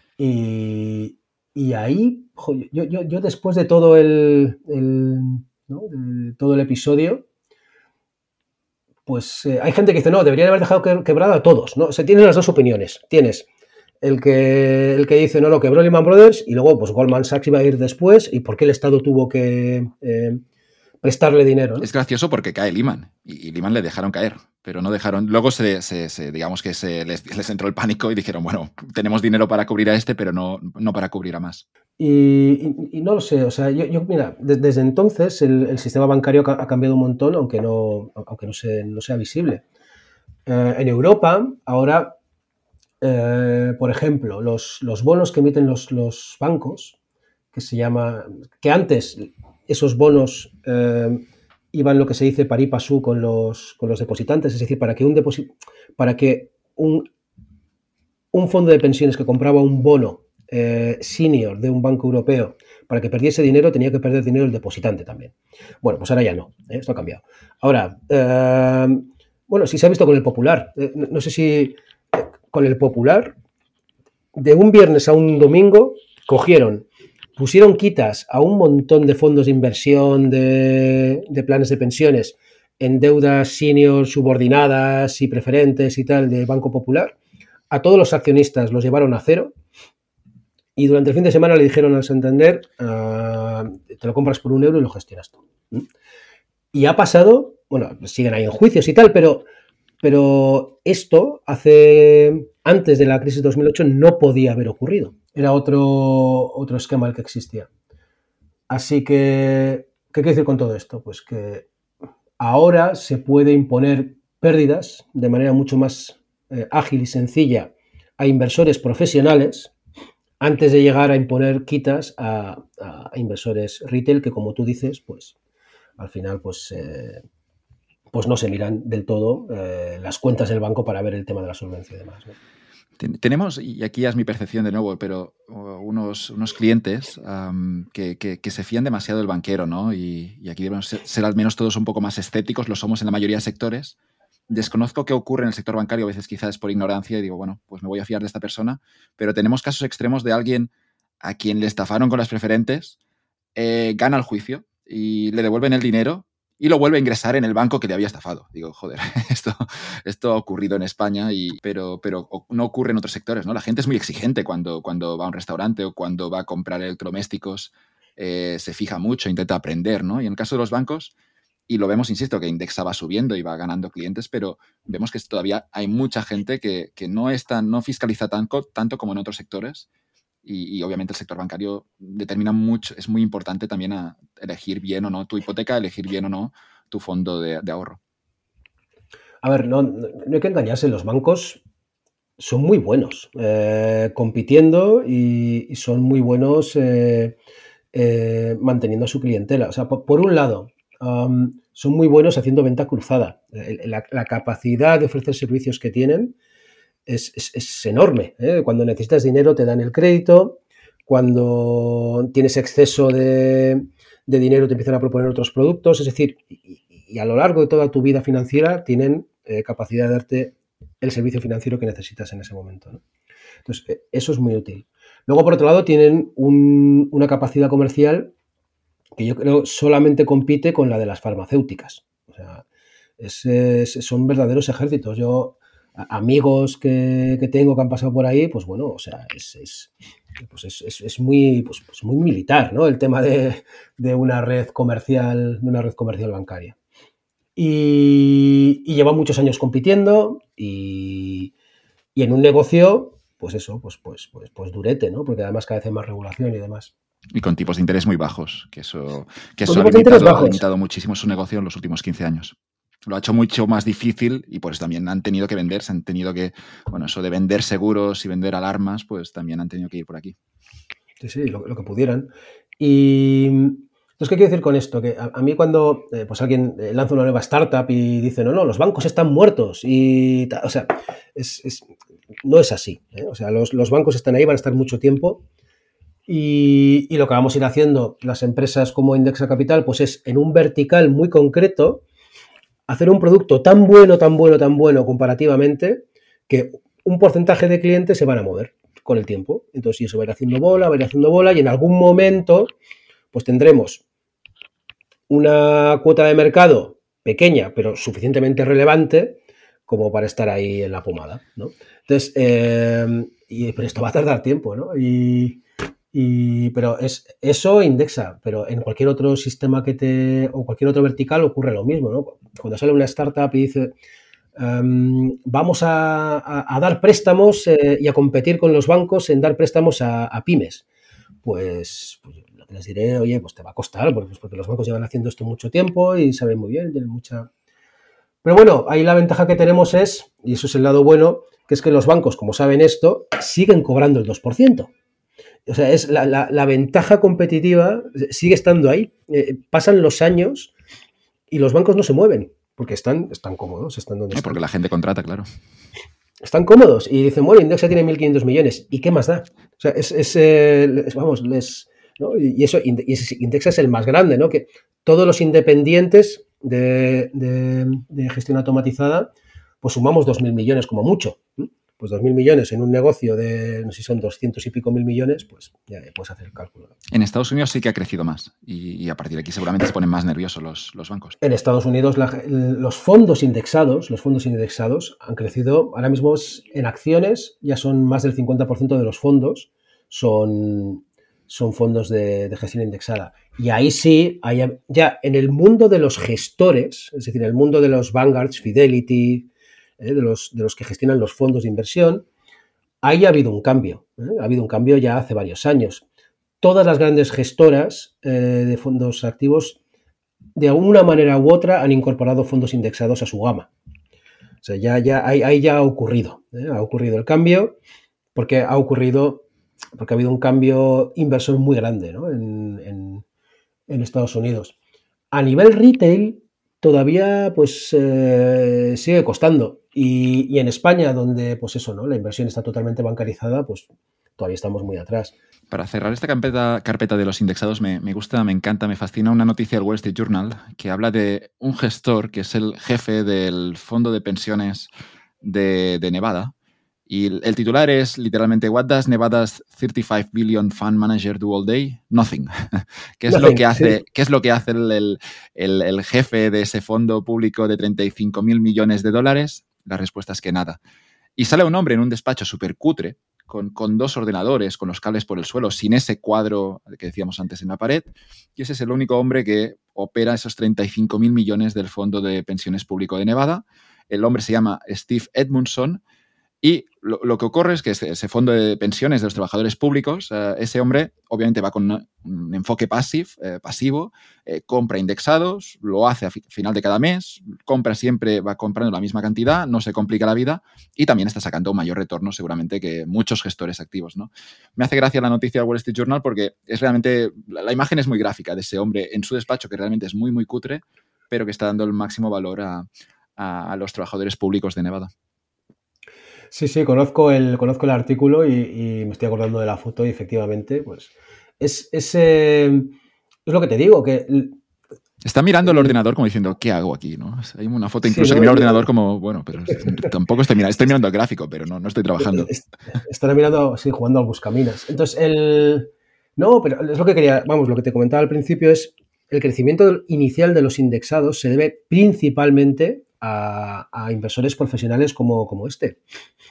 Y ahí, yo después de todo ¿no? de todo el episodio, pues hay gente que dice, no, deberían haber dejado quebrado a todos, ¿no? O sea, tienes las dos opiniones. Tienes el que dice, no, quebró Lehman Brothers, y luego pues Goldman Sachs iba a ir después, y por qué el Estado tuvo que prestarle dinero, ¿no? Es gracioso porque cae Lehman, y Lehman le dejaron caer, pero no dejaron. Luego digamos que les entró el pánico y dijeron, bueno, tenemos dinero para cubrir a este, pero no para cubrir a más. Y no lo sé, o sea, yo mira, desde entonces el sistema bancario ha cambiado un montón, aunque no sea visible. En Europa, ahora, por ejemplo, los bonos que emiten los bancos, que antes esos bonos iban lo que se dice pari passu con los depositantes, es decir, para que un fondo de pensiones que compraba un bono senior de un banco europeo, para que perdiese dinero, tenía que perder dinero el depositante también. Bueno, pues ahora ya no, esto ha cambiado. Ahora, bueno, si se ha visto con el Popular, no sé si con el Popular, de un viernes a un domingo, pusieron quitas a un montón de fondos de inversión, de planes de pensiones, en deudas senior, subordinadas y preferentes y tal de Banco Popular. A todos los accionistas los llevaron a cero. Y durante el fin de semana le dijeron al Santander, te lo compras por €1 y lo gestionas tú. Y ha pasado, bueno, siguen ahí en juicios y tal, pero esto antes de la crisis de 2008 no podía haber ocurrido. Era otro esquema el que existía. Así que, ¿qué quiero decir con todo esto? Pues que ahora se puede imponer pérdidas de manera mucho más ágil y sencilla a inversores profesionales antes de llegar a imponer quitas a inversores retail que, como tú dices, pues al final pues no se miran del todo las cuentas del banco para ver el tema de la solvencia y demás, ¿no? Tenemos, y aquí ya es mi percepción de nuevo, pero unos clientes que se fían demasiado del banquero, ¿no? Y aquí debemos ser al menos todos un poco más escépticos, lo somos en la mayoría de sectores, desconozco qué ocurre en el sector bancario, a veces quizás por ignorancia, y digo, bueno, pues me voy a fiar de esta persona, pero tenemos casos extremos de alguien a quien le estafaron con las preferentes, gana el juicio y le devuelven el dinero y lo vuelve a ingresar en el banco que le había estafado. Digo, joder, esto ha ocurrido en España, pero no ocurre en otros sectores, ¿no? La gente es muy exigente cuando va a un restaurante o cuando va a comprar electrodomésticos, se fija mucho, intenta aprender, ¿no? Y en el caso de los bancos, y lo vemos, insisto, que Indexa va subiendo y va ganando clientes, pero vemos que todavía hay mucha gente que no fiscaliza tanto como en otros sectores. Y obviamente el sector bancario determina mucho, es muy importante también a elegir bien o no tu hipoteca, elegir bien o no tu fondo de ahorro. A ver, no hay que engañarse, los bancos son muy buenos compitiendo y son muy buenos manteniendo a su clientela. O sea, por un lado, son muy buenos haciendo venta cruzada. La capacidad de ofrecer servicios que tienen es enorme. Cuando necesitas dinero te dan el crédito, cuando tienes exceso de dinero te empiezan a proponer otros productos, es decir, y a lo largo de toda tu vida financiera tienen capacidad de darte el servicio financiero que necesitas en ese momento, ¿no? Entonces, eso es muy útil. Luego, por otro lado, tienen una capacidad comercial que yo creo solamente compite con la de las farmacéuticas. O sea, son verdaderos ejércitos. Yo, amigos que tengo que han pasado por ahí, pues bueno, o sea, es muy, muy militar, ¿no? El tema de una red comercial, bancaria. Y lleva muchos años compitiendo y en un negocio, pues eso, pues durete, ¿no? Porque además cada vez hay más regulación y demás. Y con tipos de interés muy bajos, que eso ha limitado muchísimo su negocio en los últimos 15 años. Lo ha hecho mucho más difícil y por eso también han tenido que vender, se han tenido que, bueno, eso de vender seguros y vender alarmas, pues también han tenido que ir por aquí. Sí, lo que pudieran. Y entonces, ¿qué quiero decir con esto? Que a mí cuando pues alguien lanza una nueva startup y dice, no, los bancos están muertos y o sea, no es así, ¿eh? O sea, los bancos están ahí, van a estar mucho tiempo y lo que vamos a ir haciendo las empresas como Indexa Capital, pues es en un vertical muy concreto hacer un producto tan bueno comparativamente que un porcentaje de clientes se van a mover con el tiempo. Entonces, eso va a ir haciendo bola y en algún momento pues tendremos una cuota de mercado pequeña, pero suficientemente relevante como para estar ahí en la pomada, ¿no? Entonces, pero esto va a tardar tiempo, ¿no? Pero eso Indexa, pero en cualquier otro sistema o cualquier otro vertical ocurre lo mismo, ¿no? Cuando sale una startup y dice vamos a dar préstamos y a competir con los bancos en dar préstamos a pymes, pues lo que les diré, oye, pues te va a costar, porque los bancos llevan haciendo esto mucho tiempo y saben muy bien, tienen mucha... Pero bueno, ahí la ventaja que tenemos es, y eso es el lado bueno, que es que los bancos, como saben esto, siguen cobrando el 2%. O sea, es la ventaja competitiva sigue estando ahí. Pasan los años y los bancos no se mueven porque están cómodos, están donde están. Porque la gente contrata, claro. Están cómodos y dicen, bueno, Indexa tiene 1.500 millones. ¿Y qué más da? O sea, ¿no? Y Indexa es el más grande, ¿no? Que todos los independientes de gestión automatizada, pues sumamos 2.000 millones como mucho. Pues 2.000 millones en un negocio de, no sé si son 200 y pico mil millones, pues ya puedes hacer el cálculo, ¿no? En Estados Unidos sí que ha crecido más y a partir de aquí seguramente se ponen más nerviosos los bancos. En Estados Unidos los fondos indexados han crecido, ahora mismo en acciones ya son más del 50% de los fondos son fondos de gestión indexada. Y ahí sí, ya en el mundo de los gestores, es decir, en el mundo de los Vanguards, Fidelity, de los que gestionan los fondos de inversión, ahí ha habido un cambio. Ha habido un cambio ya hace varios años. Todas las grandes gestoras de fondos activos, de alguna manera u otra, han incorporado fondos indexados a su gama. O sea, ahí ya ha ocurrido. Ha ocurrido el cambio porque ha habido un cambio inversor muy grande, ¿no? en Estados Unidos. A nivel retail, todavía pues sigue costando. Y en España, donde pues eso, ¿no? La inversión está totalmente bancarizada, pues todavía estamos muy atrás. Para cerrar esta carpeta de los indexados, me gusta, me encanta, me fascina una noticia del Wall Street Journal que habla de un gestor que es el jefe del fondo de pensiones de Nevada. Y el titular es literalmente What does Nevada's 35 billion fund manager do all day? Nothing. ¿Qué es lo que hace el jefe de ese fondo público de 35.000 millones de dólares? La respuesta es que nada. Y sale un hombre en un despacho súper cutre, con dos ordenadores, con los cables por el suelo, sin ese cuadro que decíamos antes en la pared, y ese es el único hombre que opera esos 35.000 millones del Fondo de Pensiones Público de Nevada. El hombre se llama Steve Edmundson, y lo que ocurre es que ese fondo de pensiones de los trabajadores públicos, ese hombre obviamente va con un enfoque pasivo, compra indexados, lo hace a final de cada mes, va comprando la misma cantidad, no se complica la vida y también está sacando un mayor retorno seguramente que muchos gestores activos, ¿no? Me hace gracia la noticia del Wall Street Journal porque es realmente, la imagen es muy gráfica de ese hombre en su despacho que realmente es muy, muy cutre, pero que está dando el máximo valor a los trabajadores públicos de Nevada. Sí, conozco el artículo y me estoy acordando de la foto y efectivamente, pues es lo que te digo, que... Está mirando el ordenador como diciendo, ¿qué hago aquí? ¿No? Hay una foto incluso que mira el ordenador como, bueno, pero tampoco estoy mirando el gráfico, pero no estoy trabajando. Estará mirando, sí, jugando al buscaminas. Entonces, no, pero es lo que quería, vamos, lo que te comentaba al principio es el crecimiento inicial de los indexados se debe principalmente a inversores profesionales como este.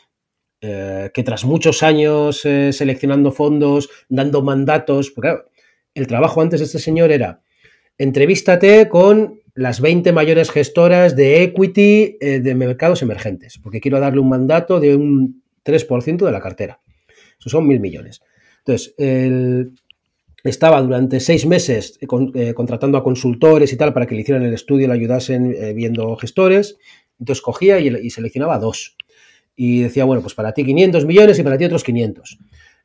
Que tras muchos años seleccionando fondos, dando mandatos, porque claro, el trabajo antes de este señor era entrevístate con las 20 mayores gestoras de equity de mercados emergentes, porque quiero darle un mandato de un 3% de la cartera. Eso son 1.000 millones. Entonces, estaba durante 6 meses contratando a consultores y tal para que le hicieran el estudio y le ayudasen viendo gestores. Entonces cogía y seleccionaba 2. Y decía, bueno, pues para ti 500 millones y para ti otros 500.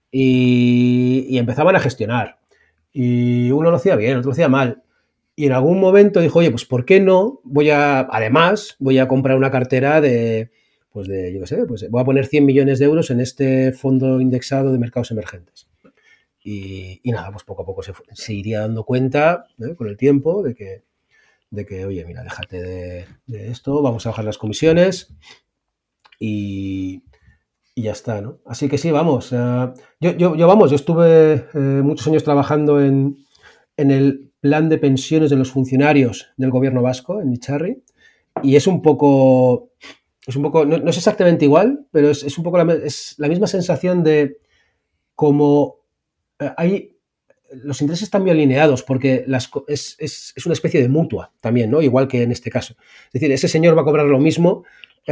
Y empezaban a gestionar. Y uno lo hacía bien, otro lo hacía mal. Y en algún momento dijo, oye, pues ¿por qué no? Además, voy a comprar una cartera yo qué sé, pues voy a poner 100 millones de euros en este fondo indexado de mercados emergentes. Y nada, pues poco a poco se iría dando cuenta con el tiempo de que, oye, mira, déjate de esto, vamos a bajar las comisiones y ya está, ¿no? Así que sí, vamos. Yo estuve muchos años trabajando en el plan de pensiones de los funcionarios del gobierno vasco, en Itzarri, y es un poco, no es exactamente igual, pero es un poco la misma sensación de como los intereses están bien alineados porque es una especie de mutua también, ¿no? Igual que en este caso. Es decir, ese señor va a cobrar lo mismo,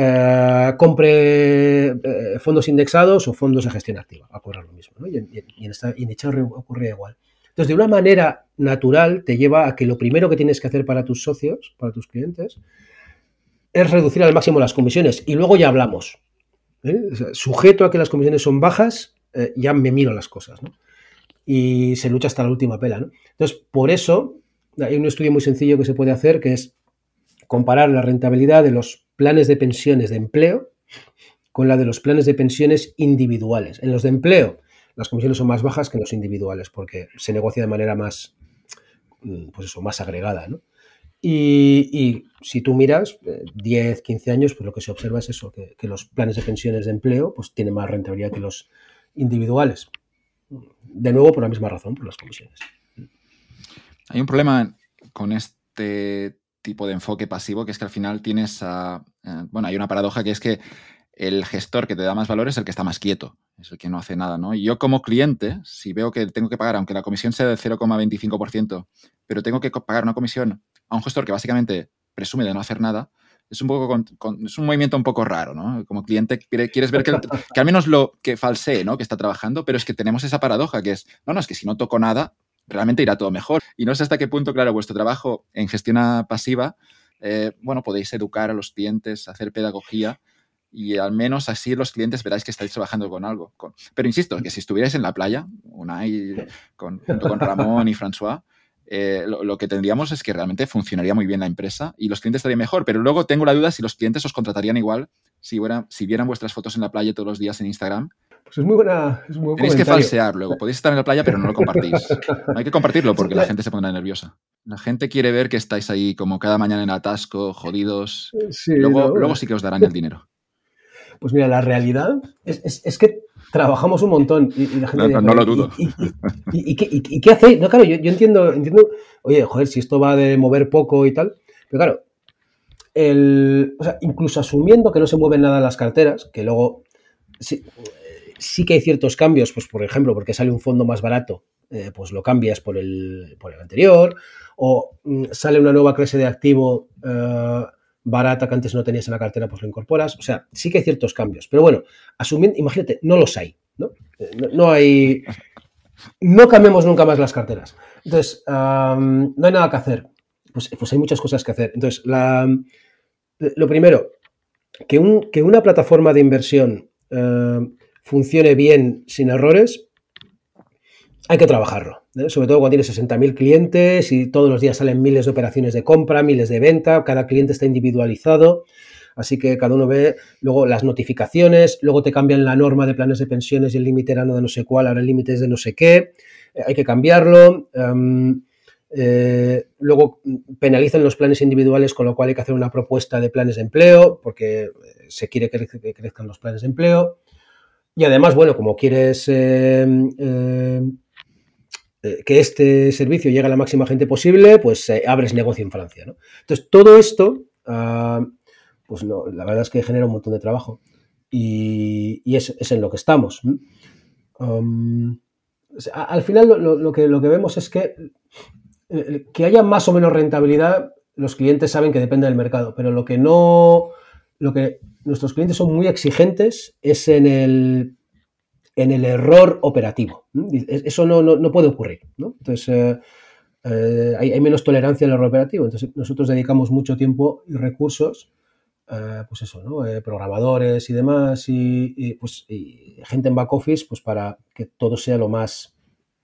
compre fondos indexados o fondos de gestión activa, va a cobrar lo mismo, ¿no? Y en Itzarri ocurre igual. Entonces, de una manera natural te lleva a que lo primero que tienes que hacer para tus socios, para tus clientes, es reducir al máximo las comisiones y luego ya hablamos. O sea, sujeto a que las comisiones son bajas, ya me miro las cosas, ¿no? Y se lucha hasta la última pela, ¿no? Entonces, por eso, hay un estudio muy sencillo que se puede hacer, que es comparar la rentabilidad de los planes de pensiones de empleo con la de los planes de pensiones individuales. En los de empleo, las comisiones son más bajas que en los individuales, porque se negocia de manera más, pues eso, más agregada, ¿no? Y si tú miras 10, 15 años, pues lo que se observa es eso, que los planes de pensiones de empleo pues tienen más rentabilidad que los individuales. De nuevo, por la misma razón, por las comisiones. Hay un problema con este tipo de enfoque pasivo, que es que al final tienes hay una paradoja que es que el gestor que te da más valor es el que está más quieto, es el que no hace nada, ¿no? Y yo como cliente, si veo que tengo que pagar, aunque la comisión sea del 0,25%, pero tengo que pagar una comisión a un gestor que básicamente presume de no hacer nada, es un poco es un movimiento un poco raro, ¿no? Como cliente quieres ver que al menos lo que falsee, ¿no? Que está trabajando, pero es que tenemos esa paradoja que es, es que si no toco nada, realmente irá todo mejor. Y no sé hasta qué punto, claro, vuestro trabajo en gestión pasiva, podéis educar a los clientes, hacer pedagogía y al menos así los clientes veráis que estáis trabajando con algo. Pero insisto, que si estuvierais en la playa, Unai, junto con Ramón y François, lo que tendríamos es que realmente funcionaría muy bien la empresa y los clientes estarían mejor, pero luego tengo la duda si los clientes os contratarían igual si vieran vuestras fotos en la playa todos los días en Instagram Pues es muy buena, es un buen Tenéis que comentario. falsear luego. Podéis estar en la playa, pero no lo compartís. No hay que compartirlo porque la gente se pondrá nerviosa. La gente quiere ver que estáis ahí como cada mañana en atasco, jodidos. Sí, Y luego, ¿no? luego sí que os darán el dinero. Pues mira, la realidad es que trabajamos un montón y la gente No dice, lo dudo. ¿Y qué hacéis? No, claro, yo entiendo, oye, joder, si esto va de mover poco y tal, pero claro, o sea, incluso asumiendo que no se mueven nada las carteras, que luego sí que hay ciertos cambios, pues por ejemplo, porque sale un fondo más barato, pues lo cambias por el anterior, o sale una nueva clase de activo barata que antes no tenías en la cartera, pues lo incorporas. O sea, sí que hay ciertos cambios. Pero bueno, asumiendo, imagínate, no los hay, ¿no? No hay. No cambiamos nunca más las carteras. Entonces, no hay nada que hacer. Pues hay muchas cosas que hacer. Entonces, lo primero, que una plataforma de inversión funcione bien sin errores, hay que trabajarlo, ¿eh? Sobre todo cuando tienes 60.000 clientes y todos los días salen miles de operaciones de compra, miles de venta, cada cliente está individualizado, así que cada uno ve luego las notificaciones, luego te cambian la norma de planes de pensiones y el límite era no de no sé cuál, ahora el límite es de no sé qué, hay que cambiarlo. Luego penalizan los planes individuales, con lo cual hay que hacer una propuesta de planes de empleo, porque se quiere que crezcan los planes de empleo. Y además, bueno, como quieres que este servicio llegue a la máxima gente posible, pues abres negocio en Francia, ¿no? Entonces, todo esto, pues no, la verdad es que genera un montón de trabajo y es en lo que estamos. Al final lo que vemos es que haya más o menos rentabilidad, los clientes saben que depende del mercado, pero lo que nuestros clientes son muy exigentes es en el error operativo. Eso no puede ocurrir, ¿no? Entonces, hay menos tolerancia al error operativo. Entonces, nosotros dedicamos mucho tiempo y recursos, pues eso, ¿no? Programadores y demás, y gente en back office, pues para que todo sea lo más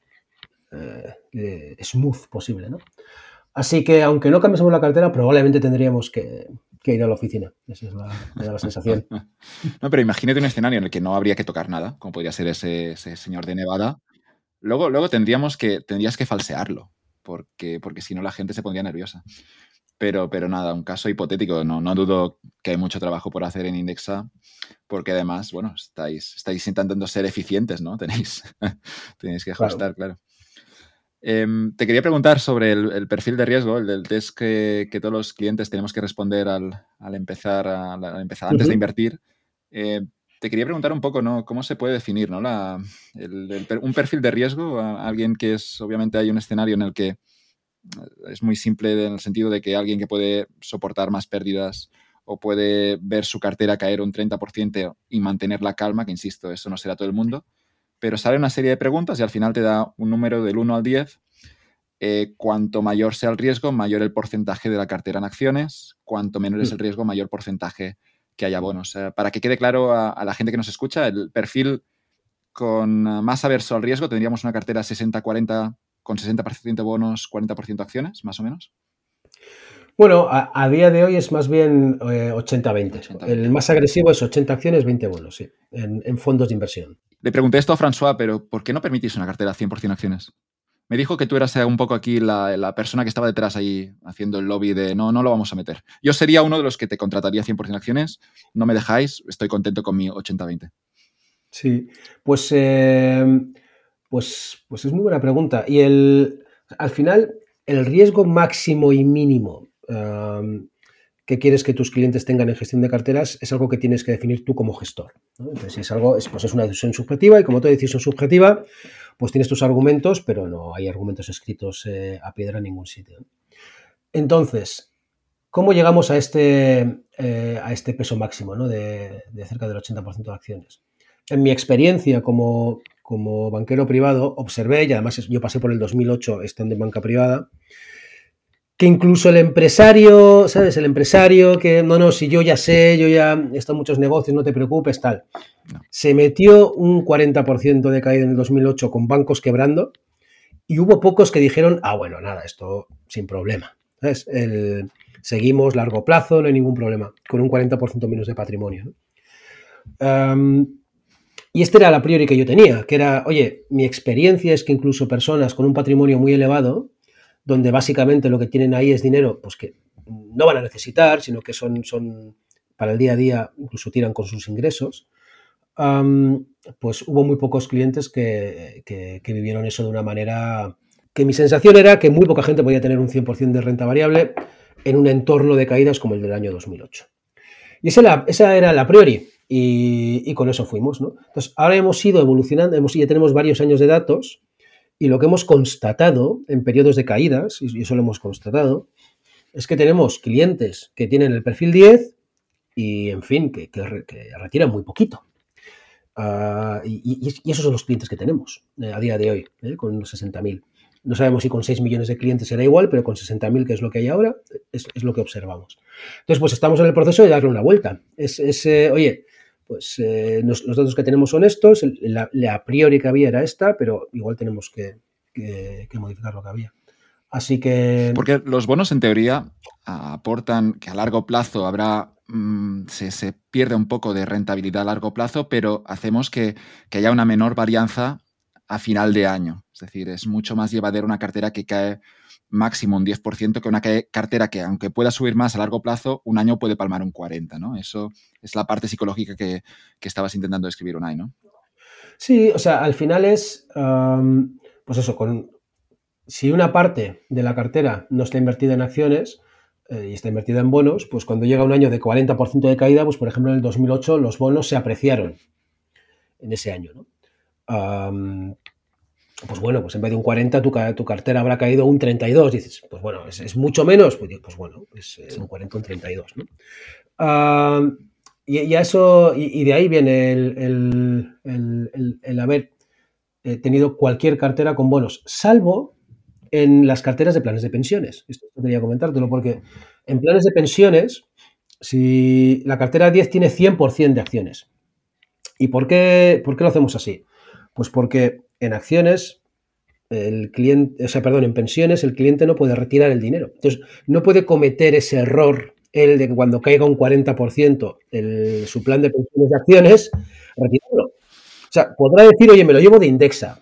smooth posible, ¿no? Así que, aunque no cambiemos la cartera, probablemente tendríamos que ir a la oficina. Esa es la sensación. No, pero imagínate un escenario en el que no habría que tocar nada, como podría ser ese señor de Nevada. Luego tendrías que falsearlo, porque si no la gente se pondría nerviosa. Pero nada, un caso hipotético. No dudo que hay mucho trabajo por hacer en Indexa, porque además, bueno, estáis intentando ser eficientes, ¿no? Tenéis que ajustar, claro. Te quería preguntar sobre el perfil de riesgo, el del test que todos los clientes tenemos que responder al empezar, antes de invertir. Te quería preguntar un poco, ¿no? ¿Cómo se puede definir, ¿no? Un perfil de riesgo? Alguien que obviamente hay un escenario en el que es muy simple en el sentido de que alguien que puede soportar más pérdidas o puede ver su cartera caer un 30% y mantener la calma, que insisto, eso no será todo el mundo, pero sale una serie de preguntas y al final te da un número del 1 al 10. Cuanto mayor sea el riesgo, mayor el porcentaje de la cartera en acciones. Cuanto menor es el riesgo, mayor porcentaje que haya bonos. Para que quede claro a la gente que nos escucha, el perfil con más averso al riesgo tendríamos una cartera 60-40 con 60% bonos, 40% acciones, más o menos. Bueno, a día de hoy es más bien 80-20. El más agresivo es 80 acciones, 20 bonos, sí, en fondos de inversión. Le pregunté esto a François, pero ¿por qué no permitís una cartera 100% acciones? Me dijo que tú eras un poco aquí la persona que estaba detrás ahí haciendo el lobby de no lo vamos a meter. Yo sería uno de los que te contrataría 100% acciones. No me dejáis, estoy contento con mi 80-20. Sí, pues es muy buena pregunta. Y al final, el riesgo máximo y mínimo que quieres que tus clientes tengan en gestión de carteras es algo que tienes que definir tú como gestor, ¿no? Entonces, es una decisión subjetiva y como toda decisión subjetiva, pues tienes tus argumentos, pero no hay argumentos escritos a piedra en ningún sitio. Entonces, ¿cómo llegamos a este peso máximo, ¿no? de cerca del 80% de acciones? En mi experiencia como banquero privado, observé, y además yo pasé por el 2008 estando en banca privada, que incluso el empresario, ¿sabes? El empresario que, si yo ya sé, yo ya he estado en muchos negocios, no te preocupes, tal. Se metió un 40% de caída en el 2008 con bancos quebrando y hubo pocos que dijeron, bueno, nada, esto sin problema. ¿Sabes? Seguimos largo plazo, no hay ningún problema, con un 40% menos de patrimonio, ¿no? Y este era el a priori que yo tenía, que era, oye, mi experiencia es que incluso personas con un patrimonio muy elevado, donde básicamente lo que tienen ahí es dinero, pues que no van a necesitar, sino que son para el día a día, incluso tiran con sus ingresos, pues hubo muy pocos clientes que vivieron eso de una manera que mi sensación era que muy poca gente podía tener un 100% de renta variable en un entorno de caídas como el del año 2008. Y esa era la a priori, y con eso fuimos, ¿no? Entonces, ahora hemos ido evolucionando, ya tenemos varios años de datos, y lo que hemos constatado en periodos de caídas, y eso lo hemos constatado, es que tenemos clientes que tienen el perfil 10 y, en fin, que retiran muy poquito. Y esos son los clientes que tenemos a día de hoy, con los 60.000. No sabemos si con 6 millones de clientes será igual, pero con 60.000, que es lo que hay ahora, es lo que observamos. Entonces, pues estamos en el proceso de darle una vuelta. Oye, pues los datos que tenemos son estos, la a priori que había era esta, pero igual tenemos que modificar lo que había. Así que... Porque los bonos, en teoría, aportan que a largo plazo habrá... se pierde un poco de rentabilidad a largo plazo, pero hacemos que haya una menor varianza a final de año. Es decir, es mucho más llevadera una cartera que cae máximo un 10% que una cartera que, aunque pueda subir más a largo plazo, un año puede palmar un 40%, ¿no? Eso es la parte psicológica que estabas intentando describir, Unai, ¿no? Sí, o sea, al final es, pues eso, si una parte de la cartera no está invertida en acciones y está invertida en bonos, pues cuando llega un año de 40% de caída, pues por ejemplo en el 2008 los bonos se apreciaron en ese año, ¿no? Pues bueno, pues en vez de un 40 tu cartera habrá caído un 32. Dices, pues bueno, es mucho menos, pues bueno, es un 40, un 32, ¿no? Y de ahí viene el haber tenido cualquier cartera con bonos, salvo en las carteras de planes de pensiones. Esto quería comentártelo porque en planes de pensiones, si la cartera 10 tiene 100% de acciones. ¿Y por qué lo hacemos así? Pues porque en acciones, en pensiones, el cliente no puede retirar el dinero. Entonces, no puede cometer ese error, el de que cuando caiga un 40% su plan de pensiones de acciones, retirarlo. O sea, podrá decir, oye, me lo llevo de Indexa,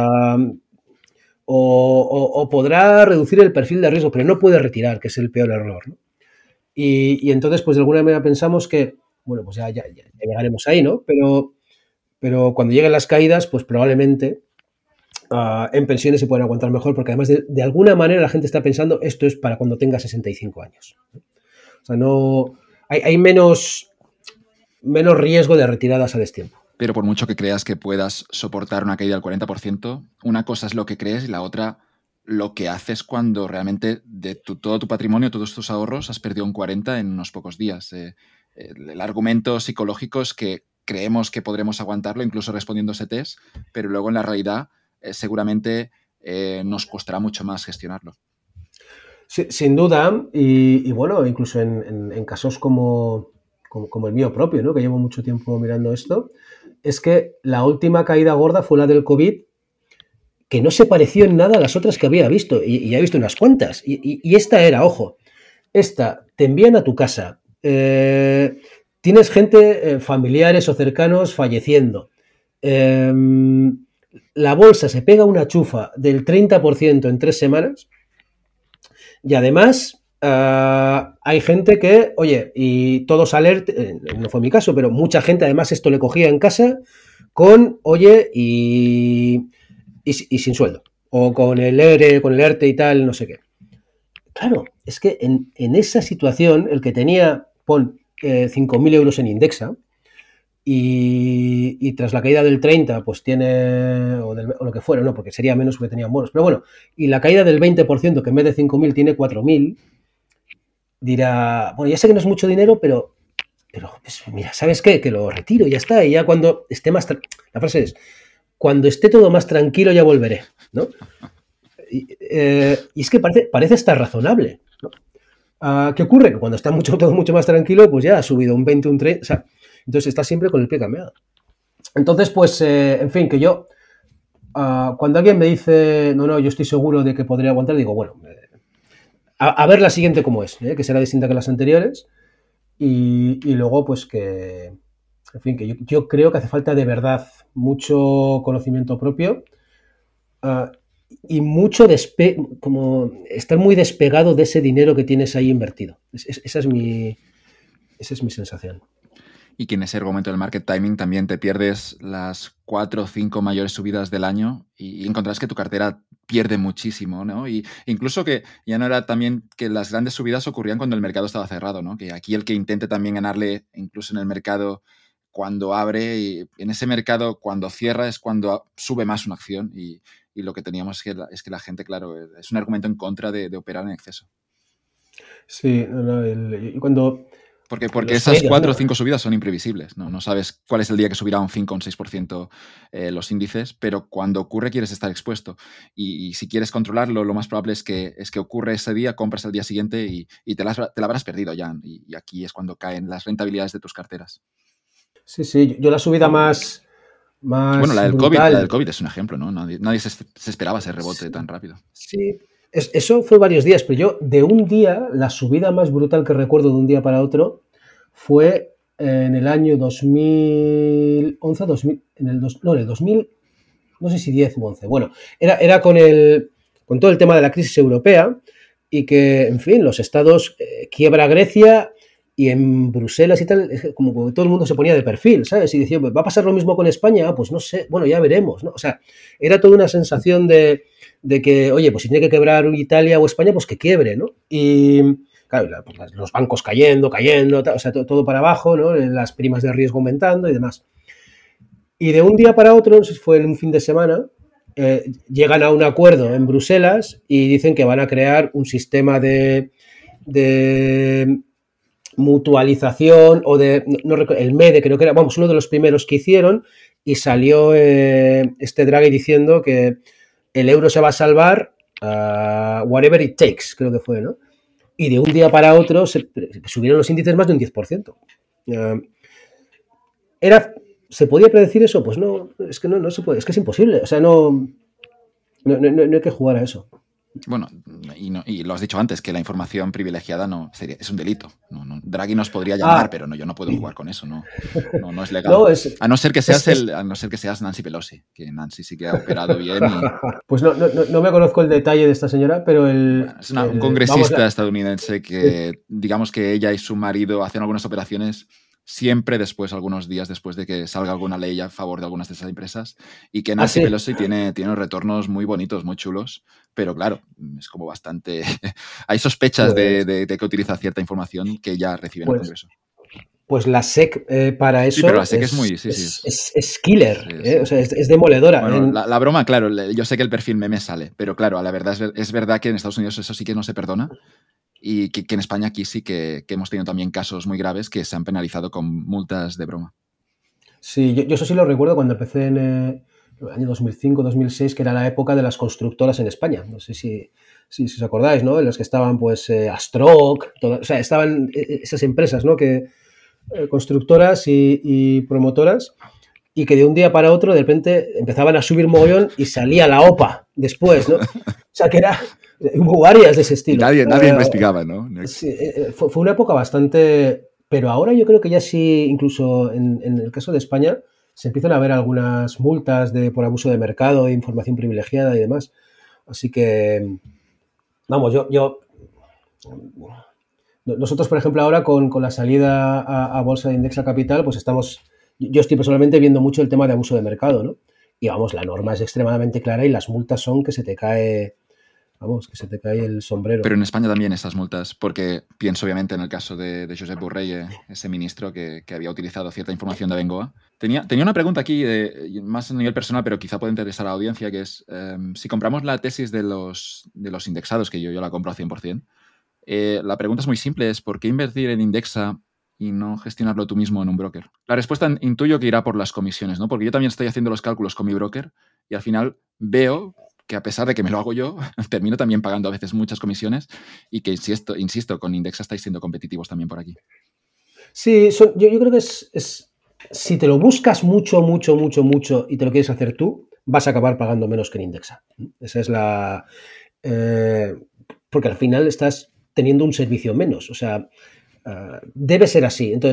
o podrá reducir el perfil de riesgo, pero no puede retirar, que es el peor error, ¿no? Y entonces, pues de alguna manera pensamos que, bueno, pues ya llegaremos ahí, ¿no? Pero cuando lleguen las caídas, pues probablemente en pensiones se pueden aguantar mejor, porque además de alguna manera la gente está pensando, esto es para cuando tenga 65 años. O sea, no hay menos riesgo de retiradas a destiempo. Pero por mucho que creas que puedas soportar una caída del 40%, una cosa es lo que crees y la otra lo que haces cuando realmente de todo tu patrimonio, todos tus ahorros, has perdido un 40% en unos pocos días. El argumento psicológico es que creemos que podremos aguantarlo, incluso respondiendo ese test, pero luego en la realidad seguramente nos costará mucho más gestionarlo. Sí, sin duda, y bueno, incluso en casos como el mío propio, ¿no? Que llevo mucho tiempo mirando esto, es que la última caída gorda fue la del COVID, que no se pareció en nada a las otras que había visto, y ya he visto unas cuantas. Y esta era, ojo, te envían a tu casa, tienes gente, familiares o cercanos falleciendo, la bolsa se pega una chufa del 30% en 3 semanas, y además hay gente que, oye, y todos alerta, no fue mi caso, pero mucha gente además esto le cogía en casa con, oye, y sin sueldo, o con el ERTE y tal, no sé qué. Claro, es que en esa situación, el que tenía, 5.000 euros en Indexa, y tras la caída del 30, pues tiene, o lo que fuera, no, porque sería menos porque tenían bonos, pero bueno, y la caída del 20%, que en vez de 5.000 tiene 4.000, dirá, bueno, ya sé que no es mucho dinero, pero pues, mira, ¿sabes qué? Que lo retiro y ya está, y ya cuando esté más... La frase es, cuando esté todo más tranquilo ya volveré, ¿no? Y es que parece estar razonable, ¿no? ¿Qué ocurre? Que cuando está todo mucho más tranquilo, pues ya ha subido un 20, un 30, o sea, entonces está siempre con el pie cambiado. Entonces, pues, en fin, que yo, cuando alguien me dice, no, yo estoy seguro de que podría aguantar, digo, bueno, a ver la siguiente cómo es, que será distinta que las anteriores, y luego, pues, que En fin, que yo creo que hace falta de verdad mucho conocimiento propio, uh, y mucho como estar muy despegado de ese dinero que tienes ahí invertido. Esa es mi sensación. Y que en ese argumento del market timing también te pierdes las 4 o 5 mayores subidas del año y encontrarás que tu cartera pierde muchísimo, ¿no? Y incluso que ya no era también que las grandes subidas ocurrían cuando el mercado estaba cerrado, ¿no? Que aquí el que intente también ganarle incluso en el mercado cuando abre, y en ese mercado cuando cierra es cuando sube más una acción y lo que teníamos es que la gente, claro, es un argumento en contra de operar en exceso. Sí, no, y cuando Porque los esas traders, 4 o ¿no? 5 subidas son imprevisibles, ¿no? No sabes cuál es el día que subirá un 5 o un 6% los índices, pero cuando ocurre quieres estar expuesto. Y si quieres controlarlo, lo más probable es que ocurre ese día, compras al día siguiente y te la habrás perdido ya. Y aquí es cuando caen las rentabilidades de tus carteras. Sí, sí, yo la subida Bueno, más la brutal. del COVID es un ejemplo, ¿no? Nadie se esperaba ese rebote tan rápido. Sí, eso fue varios días, pero yo de un día, la subida más brutal que recuerdo de un día para otro fue en el año 2011, 2000, no, en el 2000, no sé si 10 o 11. Bueno, era con todo el tema de la crisis europea y que, en fin, los estados, quiebra Grecia y en Bruselas y tal, como que todo el mundo se ponía de perfil, ¿sabes? Y decía, ¿va a pasar lo mismo con España? Ah, pues no sé, bueno, ya veremos, ¿no? O sea, era toda una sensación de que, oye, pues si tiene que quebrar Italia o España, pues que quiebre, ¿no? Y claro, pues los bancos cayendo, o sea, todo para abajo, ¿no? Las primas de riesgo aumentando y demás. Y de un día para otro, no sé si fue en un fin de semana, llegan a un acuerdo en Bruselas y dicen que van a crear un sistema de mutualización o el MEDE, creo que era, vamos, uno de los primeros que hicieron, y salió este Draghi diciendo que el euro se va a salvar, whatever it takes, creo que fue, ¿no? Y de un día para otro subieron los índices más de un 10%. ¿Se podía predecir eso? Pues no, es que no se puede, es que es imposible, o sea, no hay que jugar a eso. Bueno, y lo has dicho antes, que la información privilegiada es un delito. Draghi nos podría llamar, pero yo no puedo jugar con eso, no es legal. No, a no ser que seas Nancy Pelosi, que Nancy sí que ha operado bien. Pues no me conozco el detalle de esta señora, pero es un congresista estadounidense que, digamos que ella y su marido hacen algunas operaciones siempre algunos días después de que salga alguna ley a favor de algunas de esas empresas, y que Nancy Pelosi tiene retornos muy bonitos, muy chulos, pero claro, es como bastante... Hay sospechas de que utiliza cierta información que ya recibe en el Congreso. Pues la SEC para eso pero la SEC es muy... es killer, o sea, es demoledora. Bueno, la broma, claro, yo sé que el perfil meme sale, pero claro, la verdad es verdad que en Estados Unidos eso sí que no se perdona. Y que en España aquí sí que hemos tenido también casos muy graves que se han penalizado con multas de broma. Sí, yo eso sí lo recuerdo cuando empecé en el año 2005-2006, que era la época de las constructoras en España. No sé si os acordáis, ¿no? En las que estaban pues Astroc, o sea, estaban esas empresas, ¿no? Constructoras y promotoras, y que de un día para otro de repente empezaban a subir mogollón y salía la OPA después, ¿no? O sea, que hubo varias de ese estilo. Nadie investigaba, ¿no? Sí, fue una época bastante... Pero ahora yo creo que ya sí, incluso en el caso de España, se empiezan a ver algunas multas por abuso de mercado, de información privilegiada y demás. Así que, vamos, nosotros, por ejemplo, ahora con la salida a bolsa de Indexa Capital, pues yo estoy personalmente viendo mucho el tema de abuso de mercado, ¿no? Y vamos, la norma es extremadamente clara y las multas son que se te cae el sombrero. Pero en España también esas multas, porque pienso obviamente en el caso de Josep Borrell, ese ministro que había utilizado cierta información de Bengoa. Tenía una pregunta aquí, más a nivel personal, pero quizá puede interesar a la audiencia, que es, si compramos la tesis de los indexados, que yo la compro al 100%, la pregunta es muy simple, es ¿por qué invertir en Indexa y no gestionarlo tú mismo en un broker? La respuesta intuyo que irá por las comisiones, ¿no? Porque yo también estoy haciendo los cálculos con mi broker y al final veo que a pesar de que me lo hago yo, termino también pagando a veces muchas comisiones y que, insisto, con Indexa estáis siendo competitivos también por aquí. Sí, yo creo que si te lo buscas mucho y te lo quieres hacer tú, vas a acabar pagando menos que en Indexa. Esa es la... porque al final estás teniendo un servicio menos, o sea, debe ser así. Entonces,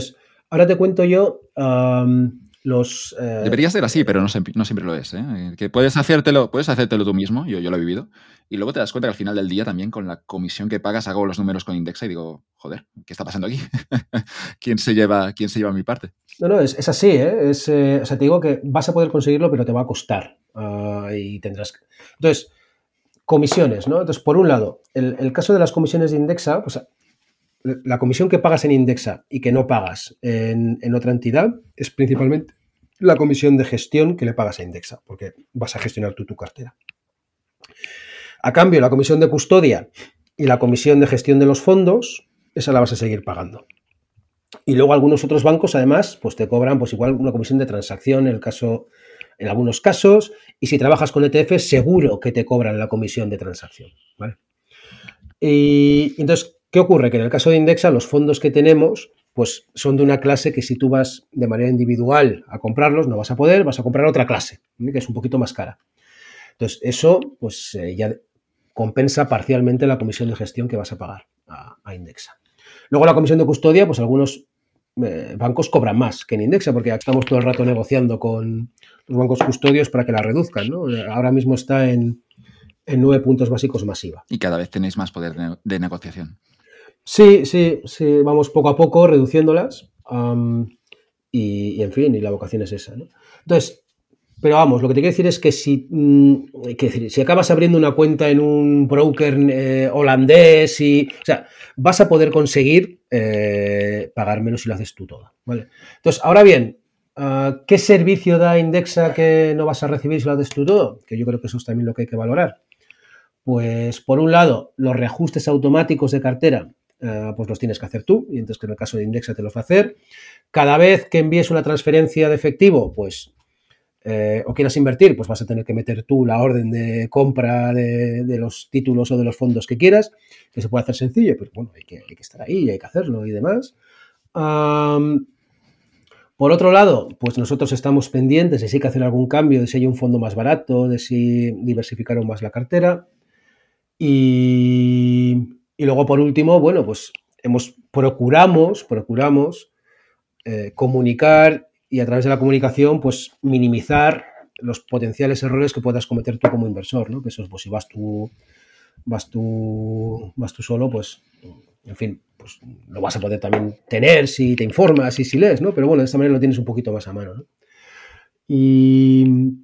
Ahora te cuento yo Debería ser así, pero no siempre lo es, ¿eh? Que puedes hacértelo tú mismo, yo lo he vivido, y luego te das cuenta que al final del día también con la comisión que pagas hago los números con Indexa y digo, joder, ¿qué está pasando aquí? ¿Quién se lleva mi parte? No, es así, ¿eh? O sea, te digo que vas a poder conseguirlo, pero te va a costar. Y tendrás que... Entonces, comisiones, ¿no? Entonces, por un lado, el caso de las comisiones de Indexa, pues la comisión que pagas en Indexa y que no pagas en otra entidad es principalmente la comisión de gestión que le pagas a Indexa, porque vas a gestionar tú tu cartera. A cambio, la comisión de custodia y la comisión de gestión de los fondos, esa la vas a seguir pagando. Y luego algunos otros bancos, además, pues te cobran pues igual una comisión de transacción en algunos casos, y si trabajas con ETF, seguro que te cobran la comisión de transacción, ¿vale? Y entonces, ¿qué ocurre? Que en el caso de Indexa, los fondos que tenemos, pues son de una clase que si tú vas de manera individual a comprarlos, no vas a poder, vas a comprar otra clase, ¿sí? Que es un poquito más cara. Entonces, eso pues ya compensa parcialmente la comisión de gestión que vas a pagar a Indexa. Luego la comisión de custodia, pues algunos bancos cobran más que en Indexa, porque estamos todo el rato negociando con los bancos custodios para que la reduzcan, ¿no? Ahora mismo está en 9 puntos básicos masiva. Y cada vez tenéis más poder de negociación. Sí, vamos poco a poco reduciéndolas y en fin, y la vocación es esa, ¿no? Entonces, pero vamos, lo que te quiero decir es que si acabas abriendo una cuenta en un broker holandés, o sea, vas a poder conseguir pagar menos si lo haces tú todo, ¿vale? Entonces, ahora bien, ¿qué servicio da Indexa que no vas a recibir si lo haces tú todo? Que yo creo que eso es también lo que hay que valorar. Pues, por un lado, los reajustes automáticos de cartera, pues los tienes que hacer tú, y entonces que en el caso de Indexa te los va a hacer. Cada vez que envíes una transferencia de efectivo, pues o quieras invertir, pues vas a tener que meter tú la orden de compra de los títulos o de los fondos que quieras, que se puede hacer sencillo, pero bueno, hay que estar ahí, hay que hacerlo y demás. Por otro lado, pues nosotros estamos pendientes de si hay que hacer algún cambio, de si hay un fondo más barato, de si diversificar aún más la cartera. Y luego, por último, bueno, pues procuramos comunicar y a través de la comunicación, pues minimizar los potenciales errores que puedas cometer tú como inversor, ¿no? Que eso es, pues si vas tú solo, pues, en fin, pues lo vas a poder también tener si te informas y si lees, ¿no? Pero bueno, de esta manera lo tienes un poquito más a mano, ¿no? Y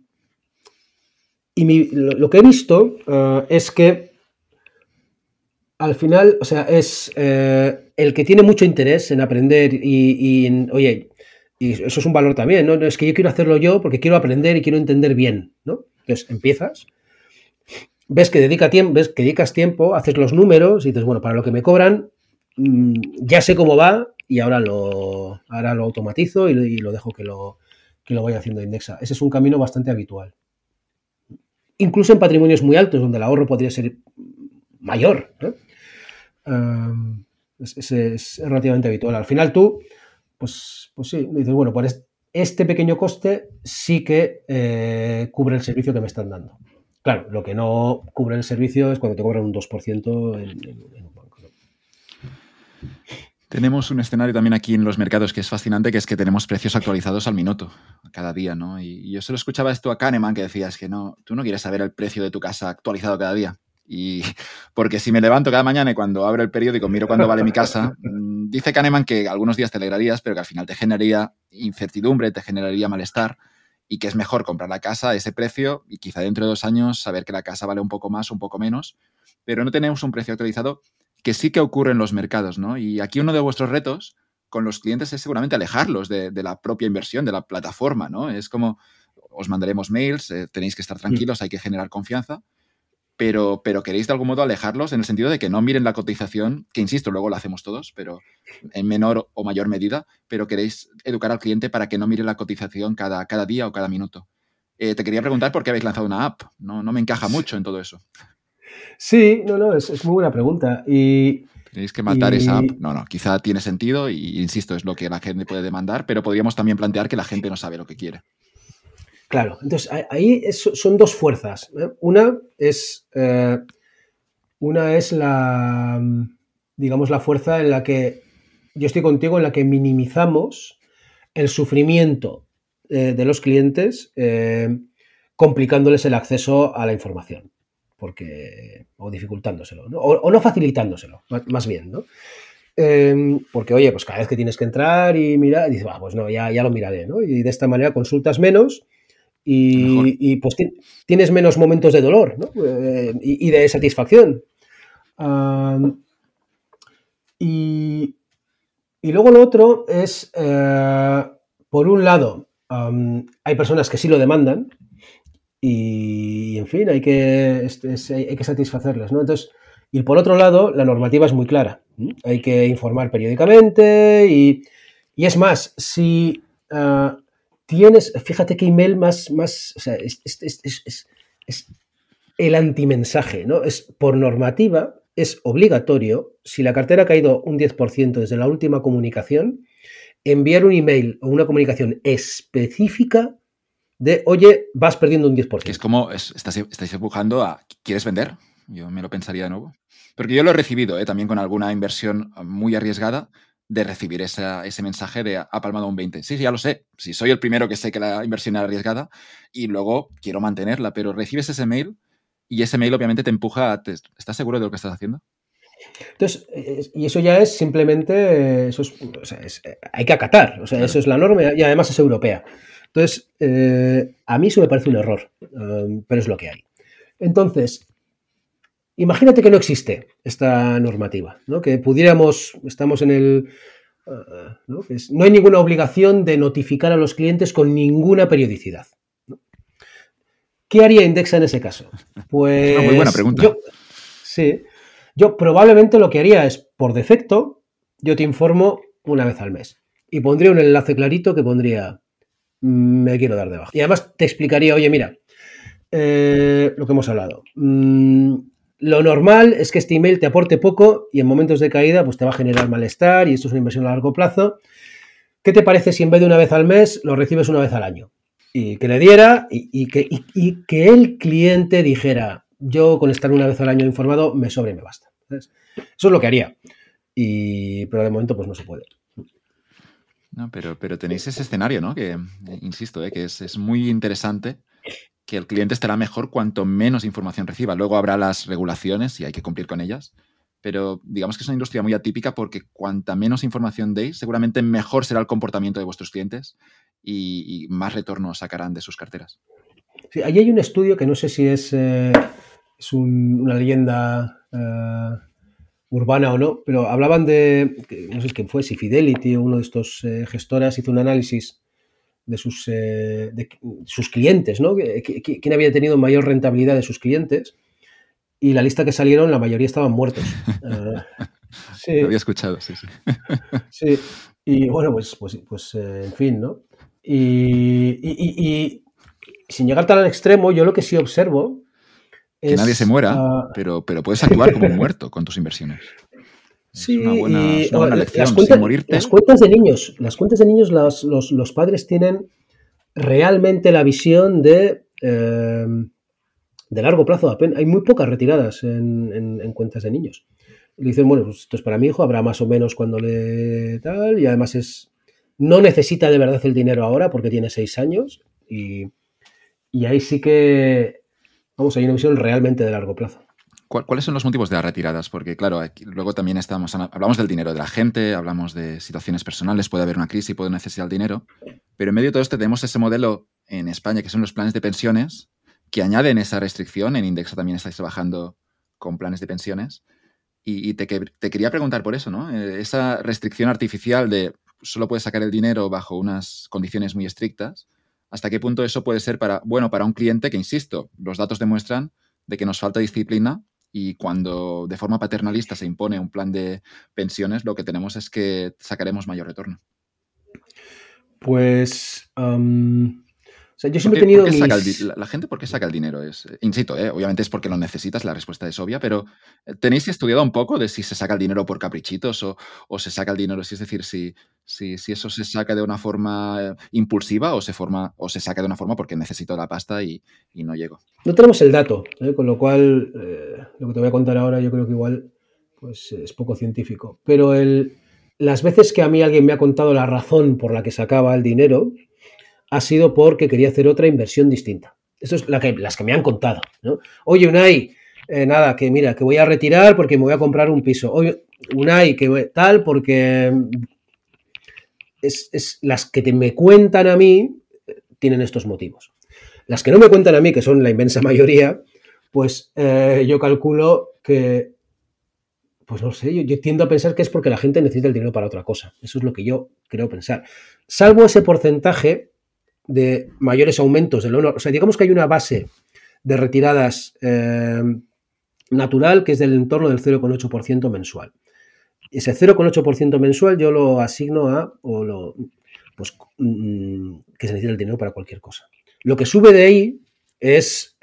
lo que he visto es que al final, o sea, es el que tiene mucho interés en aprender oye, y eso es un valor también, ¿no? Es que yo quiero hacerlo yo porque quiero aprender y quiero entender bien, ¿no? Entonces empiezas, ves que dedicas tiempo, haces los números y dices, bueno, para lo que me cobran, ya sé cómo va y ahora lo automatizo y lo dejo que lo vaya haciendo Indexa. Ese es un camino bastante habitual. Incluso en patrimonios muy altos, donde el ahorro podría ser mayor, ¿no? Es relativamente habitual. Al final tú, pues sí, dices, bueno, por este pequeño coste sí que cubre el servicio que me están dando. Claro, lo que no cubre el servicio es cuando te cobran un 2% en un banco, ¿no? Tenemos un escenario también aquí en los mercados que es fascinante, que es que tenemos precios actualizados al minuto, cada día, ¿no? Y yo se lo escuchaba esto a Kahneman, que decías que no, tú no quieres saber el precio de tu casa actualizado cada día. Y porque si me levanto cada mañana y cuando abro el periódico miro cuánto vale mi casa, dice Kahneman que algunos días te alegrarías, pero que al final te generaría incertidumbre, te generaría malestar y que es mejor comprar la casa a ese precio y quizá dentro de 2 años saber que la casa vale un poco más, un poco menos, pero no tenemos un precio actualizado que sí que ocurre en los mercados, ¿no? Y aquí uno de vuestros retos con los clientes es seguramente alejarlos de la propia inversión, de la plataforma, ¿no? Es como, os mandaremos mails, tenéis que estar tranquilos, hay que generar confianza, pero queréis de algún modo alejarlos en el sentido de que no miren la cotización, que insisto, luego lo hacemos todos, pero en menor o mayor medida, pero queréis educar al cliente para que no mire la cotización cada día o cada minuto. Te quería preguntar por qué habéis lanzado una app. No me encaja mucho en todo eso. Sí, no, es muy buena pregunta. ¿Tenéis que matar esa app? No, quizá tiene sentido y, insisto, es lo que la gente puede demandar, pero podríamos también plantear que la gente no sabe lo que quiere. Claro, entonces ahí son dos fuerzas, ¿eh? Una es la, digamos, la fuerza en la que yo estoy contigo en la que minimizamos el sufrimiento de los clientes complicándoles el acceso a la información o dificultándoselo, ¿no? O no facilitándoselo, más bien, ¿no? Porque, oye, pues cada vez que tienes que entrar y mirar, dices, pues no, ya lo miraré, ¿no? Y de esta manera consultas menos y pues tienes menos momentos de dolor, ¿no? Y de satisfacción. Y luego lo otro es, por un lado, hay personas que sí lo demandan y, en fin, hay que satisfacerles, ¿no? Entonces, y por otro lado, la normativa es muy clara. Hay que informar periódicamente y es más, si tienes, fíjate qué email más o sea, es el antimensaje, ¿no? Es por normativa, es obligatorio, si la cartera ha caído un 10% desde la última comunicación, enviar un email o una comunicación específica de, oye, vas perdiendo un 10%. Que es como, estáis empujando a, ¿quieres vender? Yo me lo pensaría de nuevo. Porque yo lo he recibido también con alguna inversión muy arriesgada, de recibir ese mensaje de ha palmado un 20. Sí, ya lo sé. Si soy el primero que sé que la inversión era arriesgada y luego quiero mantenerla, pero recibes ese mail y ese mail obviamente te empuja a, ¿estás seguro de lo que estás haciendo? Entonces, y eso ya es simplemente, hay que acatar, o sea, claro. Eso es la norma y además es europea. Entonces, a mí eso me parece un error, pero es lo que hay. Entonces, imagínate que no existe esta normativa, ¿no? Que estamos en el... ¿no? No hay ninguna obligación de notificar a los clientes con ninguna periodicidad, ¿no? ¿Qué haría Indexa en ese caso? Pues... Es una muy buena pregunta. Yo probablemente lo que haría es, por defecto, yo te informo una vez al mes. Y pondría un enlace clarito que pondría, me quiero dar de baja. Y además te explicaría, oye, mira, lo que hemos hablado. Lo normal es que este email te aporte poco y en momentos de caída pues te va a generar malestar y esto es una inversión a largo plazo. ¿Qué te parece si en vez de una vez al mes lo recibes una vez al año? Y que le diera y que el cliente dijera, yo con estar una vez al año informado me sobra y me basta. ¿Sabes? Eso es lo que haría. Pero de momento pues no se puede. No, pero tenéis ese escenario, ¿no? Que, insisto, que es muy interesante, que el cliente estará mejor cuanto menos información reciba. Luego habrá las regulaciones y hay que cumplir con ellas. Pero digamos que es una industria muy atípica porque cuanta menos información deis, seguramente mejor será el comportamiento de vuestros clientes y más retorno sacarán de sus carteras. Sí, ahí hay un estudio que no sé si es una leyenda urbana o no, pero hablaban de, no sé quién fue, si Fidelity o uno de estos gestoras hizo un análisis de sus clientes, ¿no? ¿Quién había tenido mayor rentabilidad de sus clientes? Y la lista que salieron, la mayoría estaban muertos. Sí. Lo había escuchado, sí. Sí, y bueno, pues en fin, ¿no? Y sin llegar tan al extremo, yo lo que sí observo es... Que nadie se muera, pero puedes actuar como un muerto con tus inversiones. Sí, es una buena lección, sin morirte. Las cuentas de niños, los padres tienen realmente la visión de largo plazo. Hay muy pocas retiradas en cuentas de niños. Y dicen, bueno, pues esto es para mi hijo, habrá más o menos cuando le tal, y además no necesita de verdad el dinero ahora porque tiene 6 años y ahí sí que, hay una visión realmente de largo plazo. ¿Cuáles son los motivos de las retiradas? Porque, claro, aquí, luego también hablamos del dinero de la gente, hablamos de situaciones personales, puede haber una crisis, puede necesitar el dinero, pero en medio de todo esto tenemos ese modelo en España que son los planes de pensiones que añaden esa restricción. En Indexa también estáis trabajando con planes de pensiones y te quería preguntar por eso, ¿no? Esa restricción artificial de solo puedes sacar el dinero bajo unas condiciones muy estrictas, ¿hasta qué punto eso puede ser para un cliente que, insisto, los datos demuestran de que nos falta disciplina? Y cuando de forma paternalista se impone un plan de pensiones, lo que tenemos es que sacaremos mayor retorno. Pues, yo siempre he tenido la gente, ¿por qué saca el dinero? Insisto, obviamente es porque lo necesitas, la respuesta es obvia, pero ¿tenéis estudiado un poco de si se saca el dinero por caprichitos o se saca el dinero, es decir, si eso se saca de una forma impulsiva o se saca de una forma porque necesito la pasta y no llego? No tenemos el dato, con lo cual lo que te voy a contar ahora yo creo que igual pues, es poco científico, pero las veces que a mí alguien me ha contado la razón por la que sacaba el dinero, ha sido porque quería hacer otra inversión distinta. Esto es las que me han contado, ¿no? Oye, Unai, nada, que mira, que voy a retirar porque me voy a comprar un piso. Oye, Unai, que tal, porque es las que me cuentan a mí tienen estos motivos. Las que no me cuentan a mí, que son la inmensa mayoría, pues yo calculo que, pues no sé, yo tiendo a pensar que es porque la gente necesita el dinero para otra cosa. Eso es lo que yo creo pensar. Salvo ese porcentaje de mayores aumentos del honor. O sea, digamos que hay una base de retiradas natural que es del entorno del 0,8% mensual. Ese 0,8% mensual yo lo asigno a, pues, que se necesita el dinero para cualquier cosa. Lo que sube de ahí es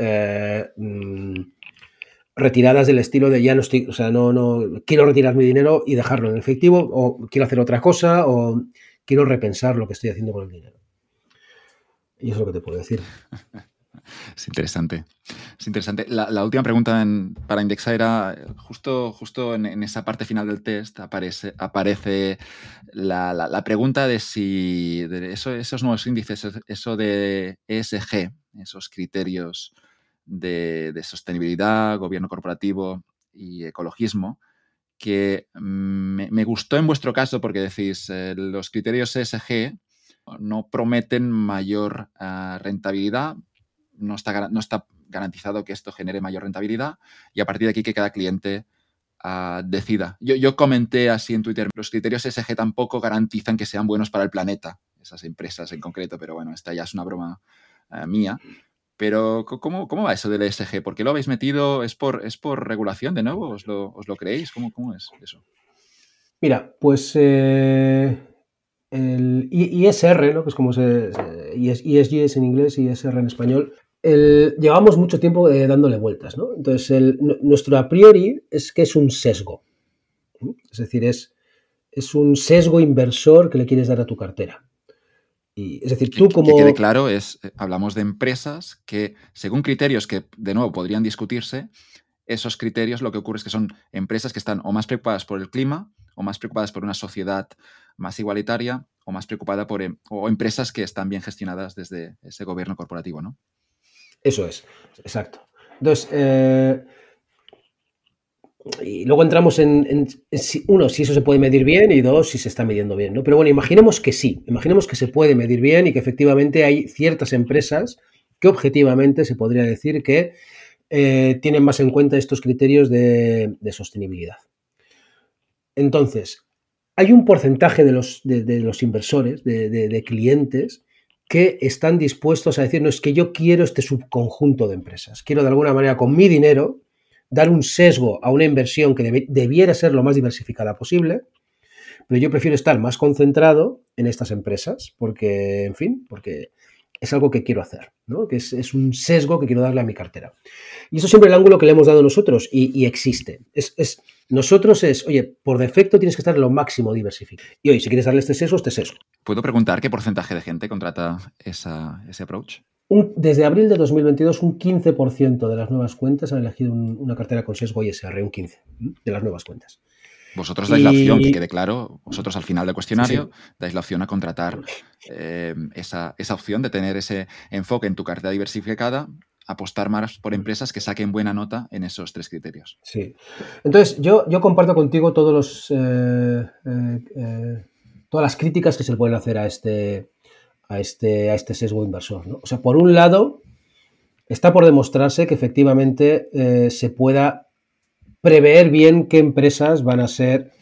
retiradas del estilo de ya no estoy, o sea, no quiero retirar mi dinero y dejarlo en efectivo, o quiero hacer otra cosa, o quiero repensar lo que estoy haciendo con el dinero. Y eso es lo que te puedo decir. Es interesante. Es interesante. La última pregunta para Indexa era justo en esa parte final del test aparece la pregunta de si esos nuevos índices, eso de ESG, esos criterios de sostenibilidad, gobierno corporativo y ecologismo, que me gustó en vuestro caso porque decís los criterios ESG no prometen mayor rentabilidad, no está garantizado que esto genere mayor rentabilidad y a partir de aquí que cada cliente decida. Yo comenté así en Twitter, los criterios ESG tampoco garantizan que sean buenos para el planeta, esas empresas en concreto, pero bueno, esta ya es una broma mía. Pero ¿cómo va eso del ESG? ¿Por qué lo habéis metido? ¿Es por regulación de nuevo? ¿Os lo creéis? ¿Cómo es eso? Mira, pues el ISR, ¿no? Que es como ESG es en inglés y ISR en español. Llevamos mucho tiempo dándole vueltas, ¿no? Entonces, nuestro a priori es que es un sesgo. Es decir, es un sesgo inversor que le quieres dar a tu cartera. Y, es decir, tú como... Que quede claro, hablamos de empresas que, según criterios que, de nuevo, podrían discutirse, esos criterios lo que ocurre es que son empresas que están o más preocupadas por el clima, o más preocupadas por una sociedad más igualitaria, o más preocupada o empresas que están bien gestionadas desde ese gobierno corporativo, ¿no? Eso es, exacto. Entonces, y luego entramos en uno, si eso se puede medir bien, y dos, si se está midiendo bien, ¿no? Pero bueno, imaginemos que sí, imaginemos que se puede medir bien y que efectivamente hay ciertas empresas que objetivamente se podría decir que tienen más en cuenta estos criterios de sostenibilidad. Entonces, hay un porcentaje de los inversores, de clientes, que están dispuestos a decir, no, es que yo quiero este subconjunto de empresas, quiero de alguna manera con mi dinero dar un sesgo a una inversión que debiera ser lo más diversificada posible, pero yo prefiero estar más concentrado en estas empresas porque, en fin, porque es algo que quiero hacer, ¿no? Que es un sesgo que quiero darle a mi cartera. Y eso es siempre el ángulo que le hemos dado nosotros y existe. Nosotros oye, por defecto tienes que estar lo máximo diversificado. Y oye, si quieres darle este sesgo, este sesgo. ¿Puedo preguntar qué porcentaje de gente contrata ese approach? Desde abril de 2022, un 15% de las nuevas cuentas han elegido una cartera con sesgo ISR, un 15% de las nuevas cuentas. Vosotros dais la opción, que quede claro, vosotros al final del cuestionario dais la opción a contratar esa opción de tener ese enfoque en tu cartera diversificada, apostar más por empresas que saquen buena nota en esos 3 criterios. Sí. Entonces, yo comparto contigo todas las críticas que se le pueden hacer a este sesgo inversor, ¿no? O sea, por un lado, está por demostrarse que efectivamente se pueda prever bien qué empresas van a ser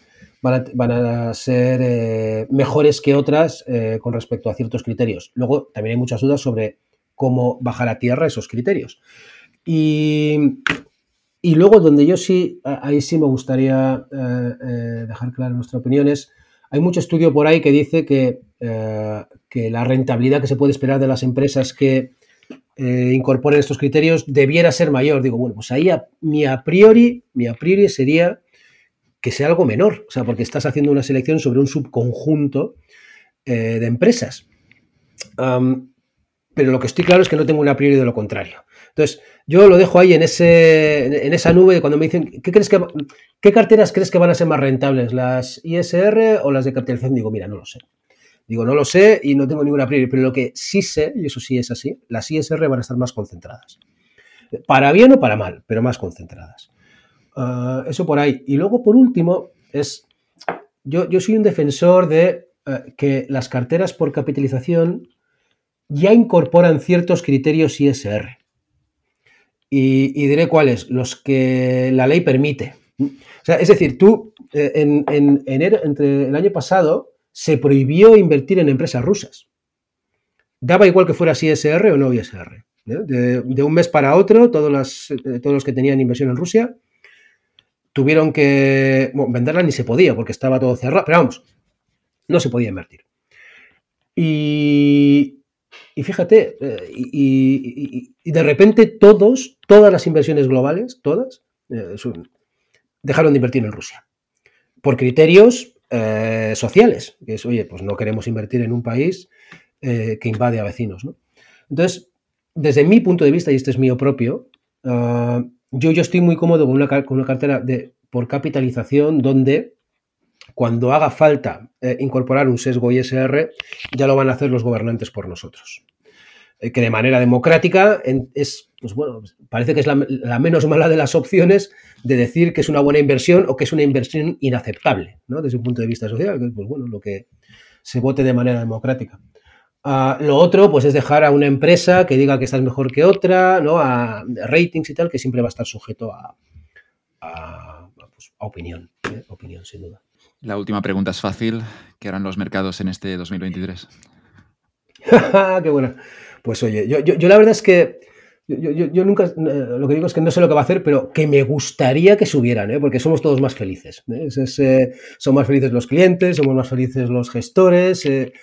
mejores que otras con respecto a ciertos criterios. Luego, también hay muchas dudas sobre cómo bajar a tierra esos criterios. Y luego, donde yo sí, ahí sí me gustaría dejar claras nuestras opiniones, hay mucho estudio por ahí que dice que la rentabilidad que se puede esperar de las empresas que incorporen estos criterios debiera ser mayor. Digo, bueno, pues ahí mi a priori sería que sea algo menor, o sea, porque estás haciendo una selección sobre un subconjunto de empresas. pero lo que estoy claro es que no tengo un a priori de lo contrario. Entonces, yo lo dejo ahí en esa nube de cuando me dicen, ¿qué carteras crees que van a ser más rentables? ¿Las ISR o las de capitalización? Digo, mira, no lo sé. Digo, no lo sé y no tengo ninguna a priori, pero lo que sí sé, y eso sí es así, las ISR van a estar más concentradas. Para bien o para mal, pero más concentradas. Eso por ahí. Y luego, por último, yo soy un defensor de que las carteras por capitalización ya incorporan ciertos criterios ISR. Y diré cuáles, los que la ley permite. O sea, es decir, tú, en enero, entre el año pasado, se prohibió invertir en empresas rusas. Daba igual que fueras ISR o no ISR. De un mes para otro, todos los que tenían inversión en Rusia tuvieron que... Bueno, venderla ni se podía porque estaba todo cerrado, pero vamos, no se podía invertir. Y fíjate, y de repente todas las inversiones globales, dejaron de invertir en Rusia. Por criterios sociales, que es, oye, pues no queremos invertir en un país que invade a vecinos, ¿no? Entonces, desde mi punto de vista, y este es mío propio, yo estoy muy cómodo con una cartera por capitalización donde cuando haga falta incorporar un sesgo ISR, ya lo van a hacer los gobernantes por nosotros. Que de manera democrática pues bueno, parece que es la menos mala de las opciones de decir que es una buena inversión o que es una inversión inaceptable, ¿no? Desde un punto de vista social, que es, pues bueno, lo que se vote de manera democrática. Lo otro, pues es dejar a una empresa que diga que esta es mejor que otra, ¿no? A ratings y tal, que siempre va a estar sujeto a opinión, opinión, sin duda. La última pregunta es fácil. ¿Qué harán los mercados en este 2023? ¡Qué buena! Pues oye, yo la verdad es que yo nunca, lo que digo es que no sé lo que va a hacer, pero que me gustaría que subieran, porque somos todos más felices. Son más felices los clientes, somos más felices los gestores.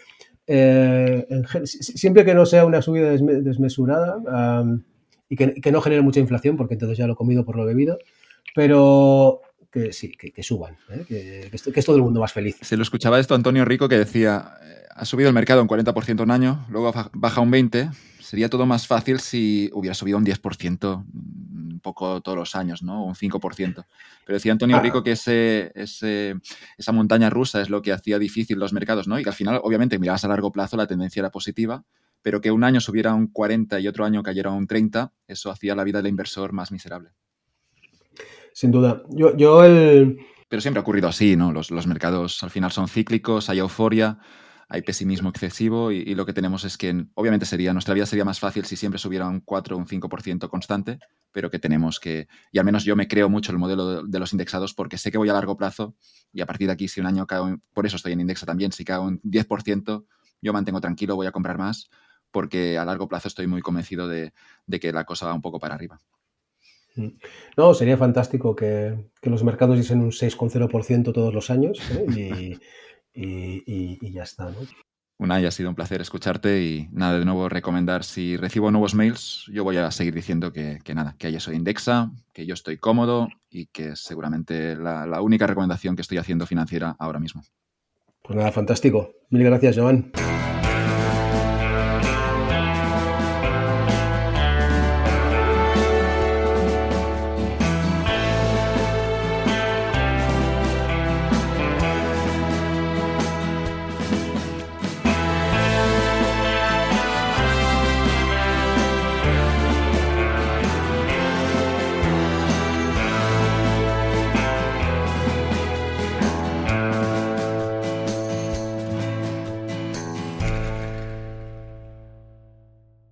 Siempre que no sea una subida desmesurada y que no genere mucha inflación, porque entonces ya lo he comido por lo bebido, pero que sí, que suban, que es todo el mundo más feliz. Se lo escuchaba esto a Antonio Rico, que decía, ha subido el mercado un 40% un año, luego baja un 20%, sería todo más fácil si hubiera subido un 10% un poco todos los años, ¿no? Un 5%. Pero decía Antonio Rico que esa montaña rusa es lo que hacía difícil los mercados, ¿no? Y que al final, obviamente, mirabas a largo plazo, la tendencia era positiva, pero que un año subiera un 40% y otro año cayera un 30%, eso hacía la vida del inversor más miserable. Sin duda. Pero siempre ha ocurrido así, ¿no? Los mercados al final son cíclicos, hay euforia, hay pesimismo excesivo y lo que tenemos es que, obviamente, nuestra vida sería más fácil si siempre subiera un 4 o un 5% constante, pero que tenemos que, y al menos yo me creo mucho el modelo de los indexados porque sé que voy a largo plazo y a partir de aquí, si un año cae, por eso estoy en Indexa también, si cae un 10%, yo mantengo tranquilo, voy a comprar más porque a largo plazo estoy muy convencido de que la cosa va un poco para arriba. No, sería fantástico que los mercados diesen un 6,0% todos los años y ya está, ¿no? Unai, ha sido un placer escucharte y nada, de nuevo recomendar, si recibo nuevos mails, yo voy a seguir diciendo que hay eso de Indexa, que yo estoy cómodo y que es seguramente la única recomendación que estoy haciendo financiera ahora mismo. Pues nada, fantástico. Mil gracias, Joan.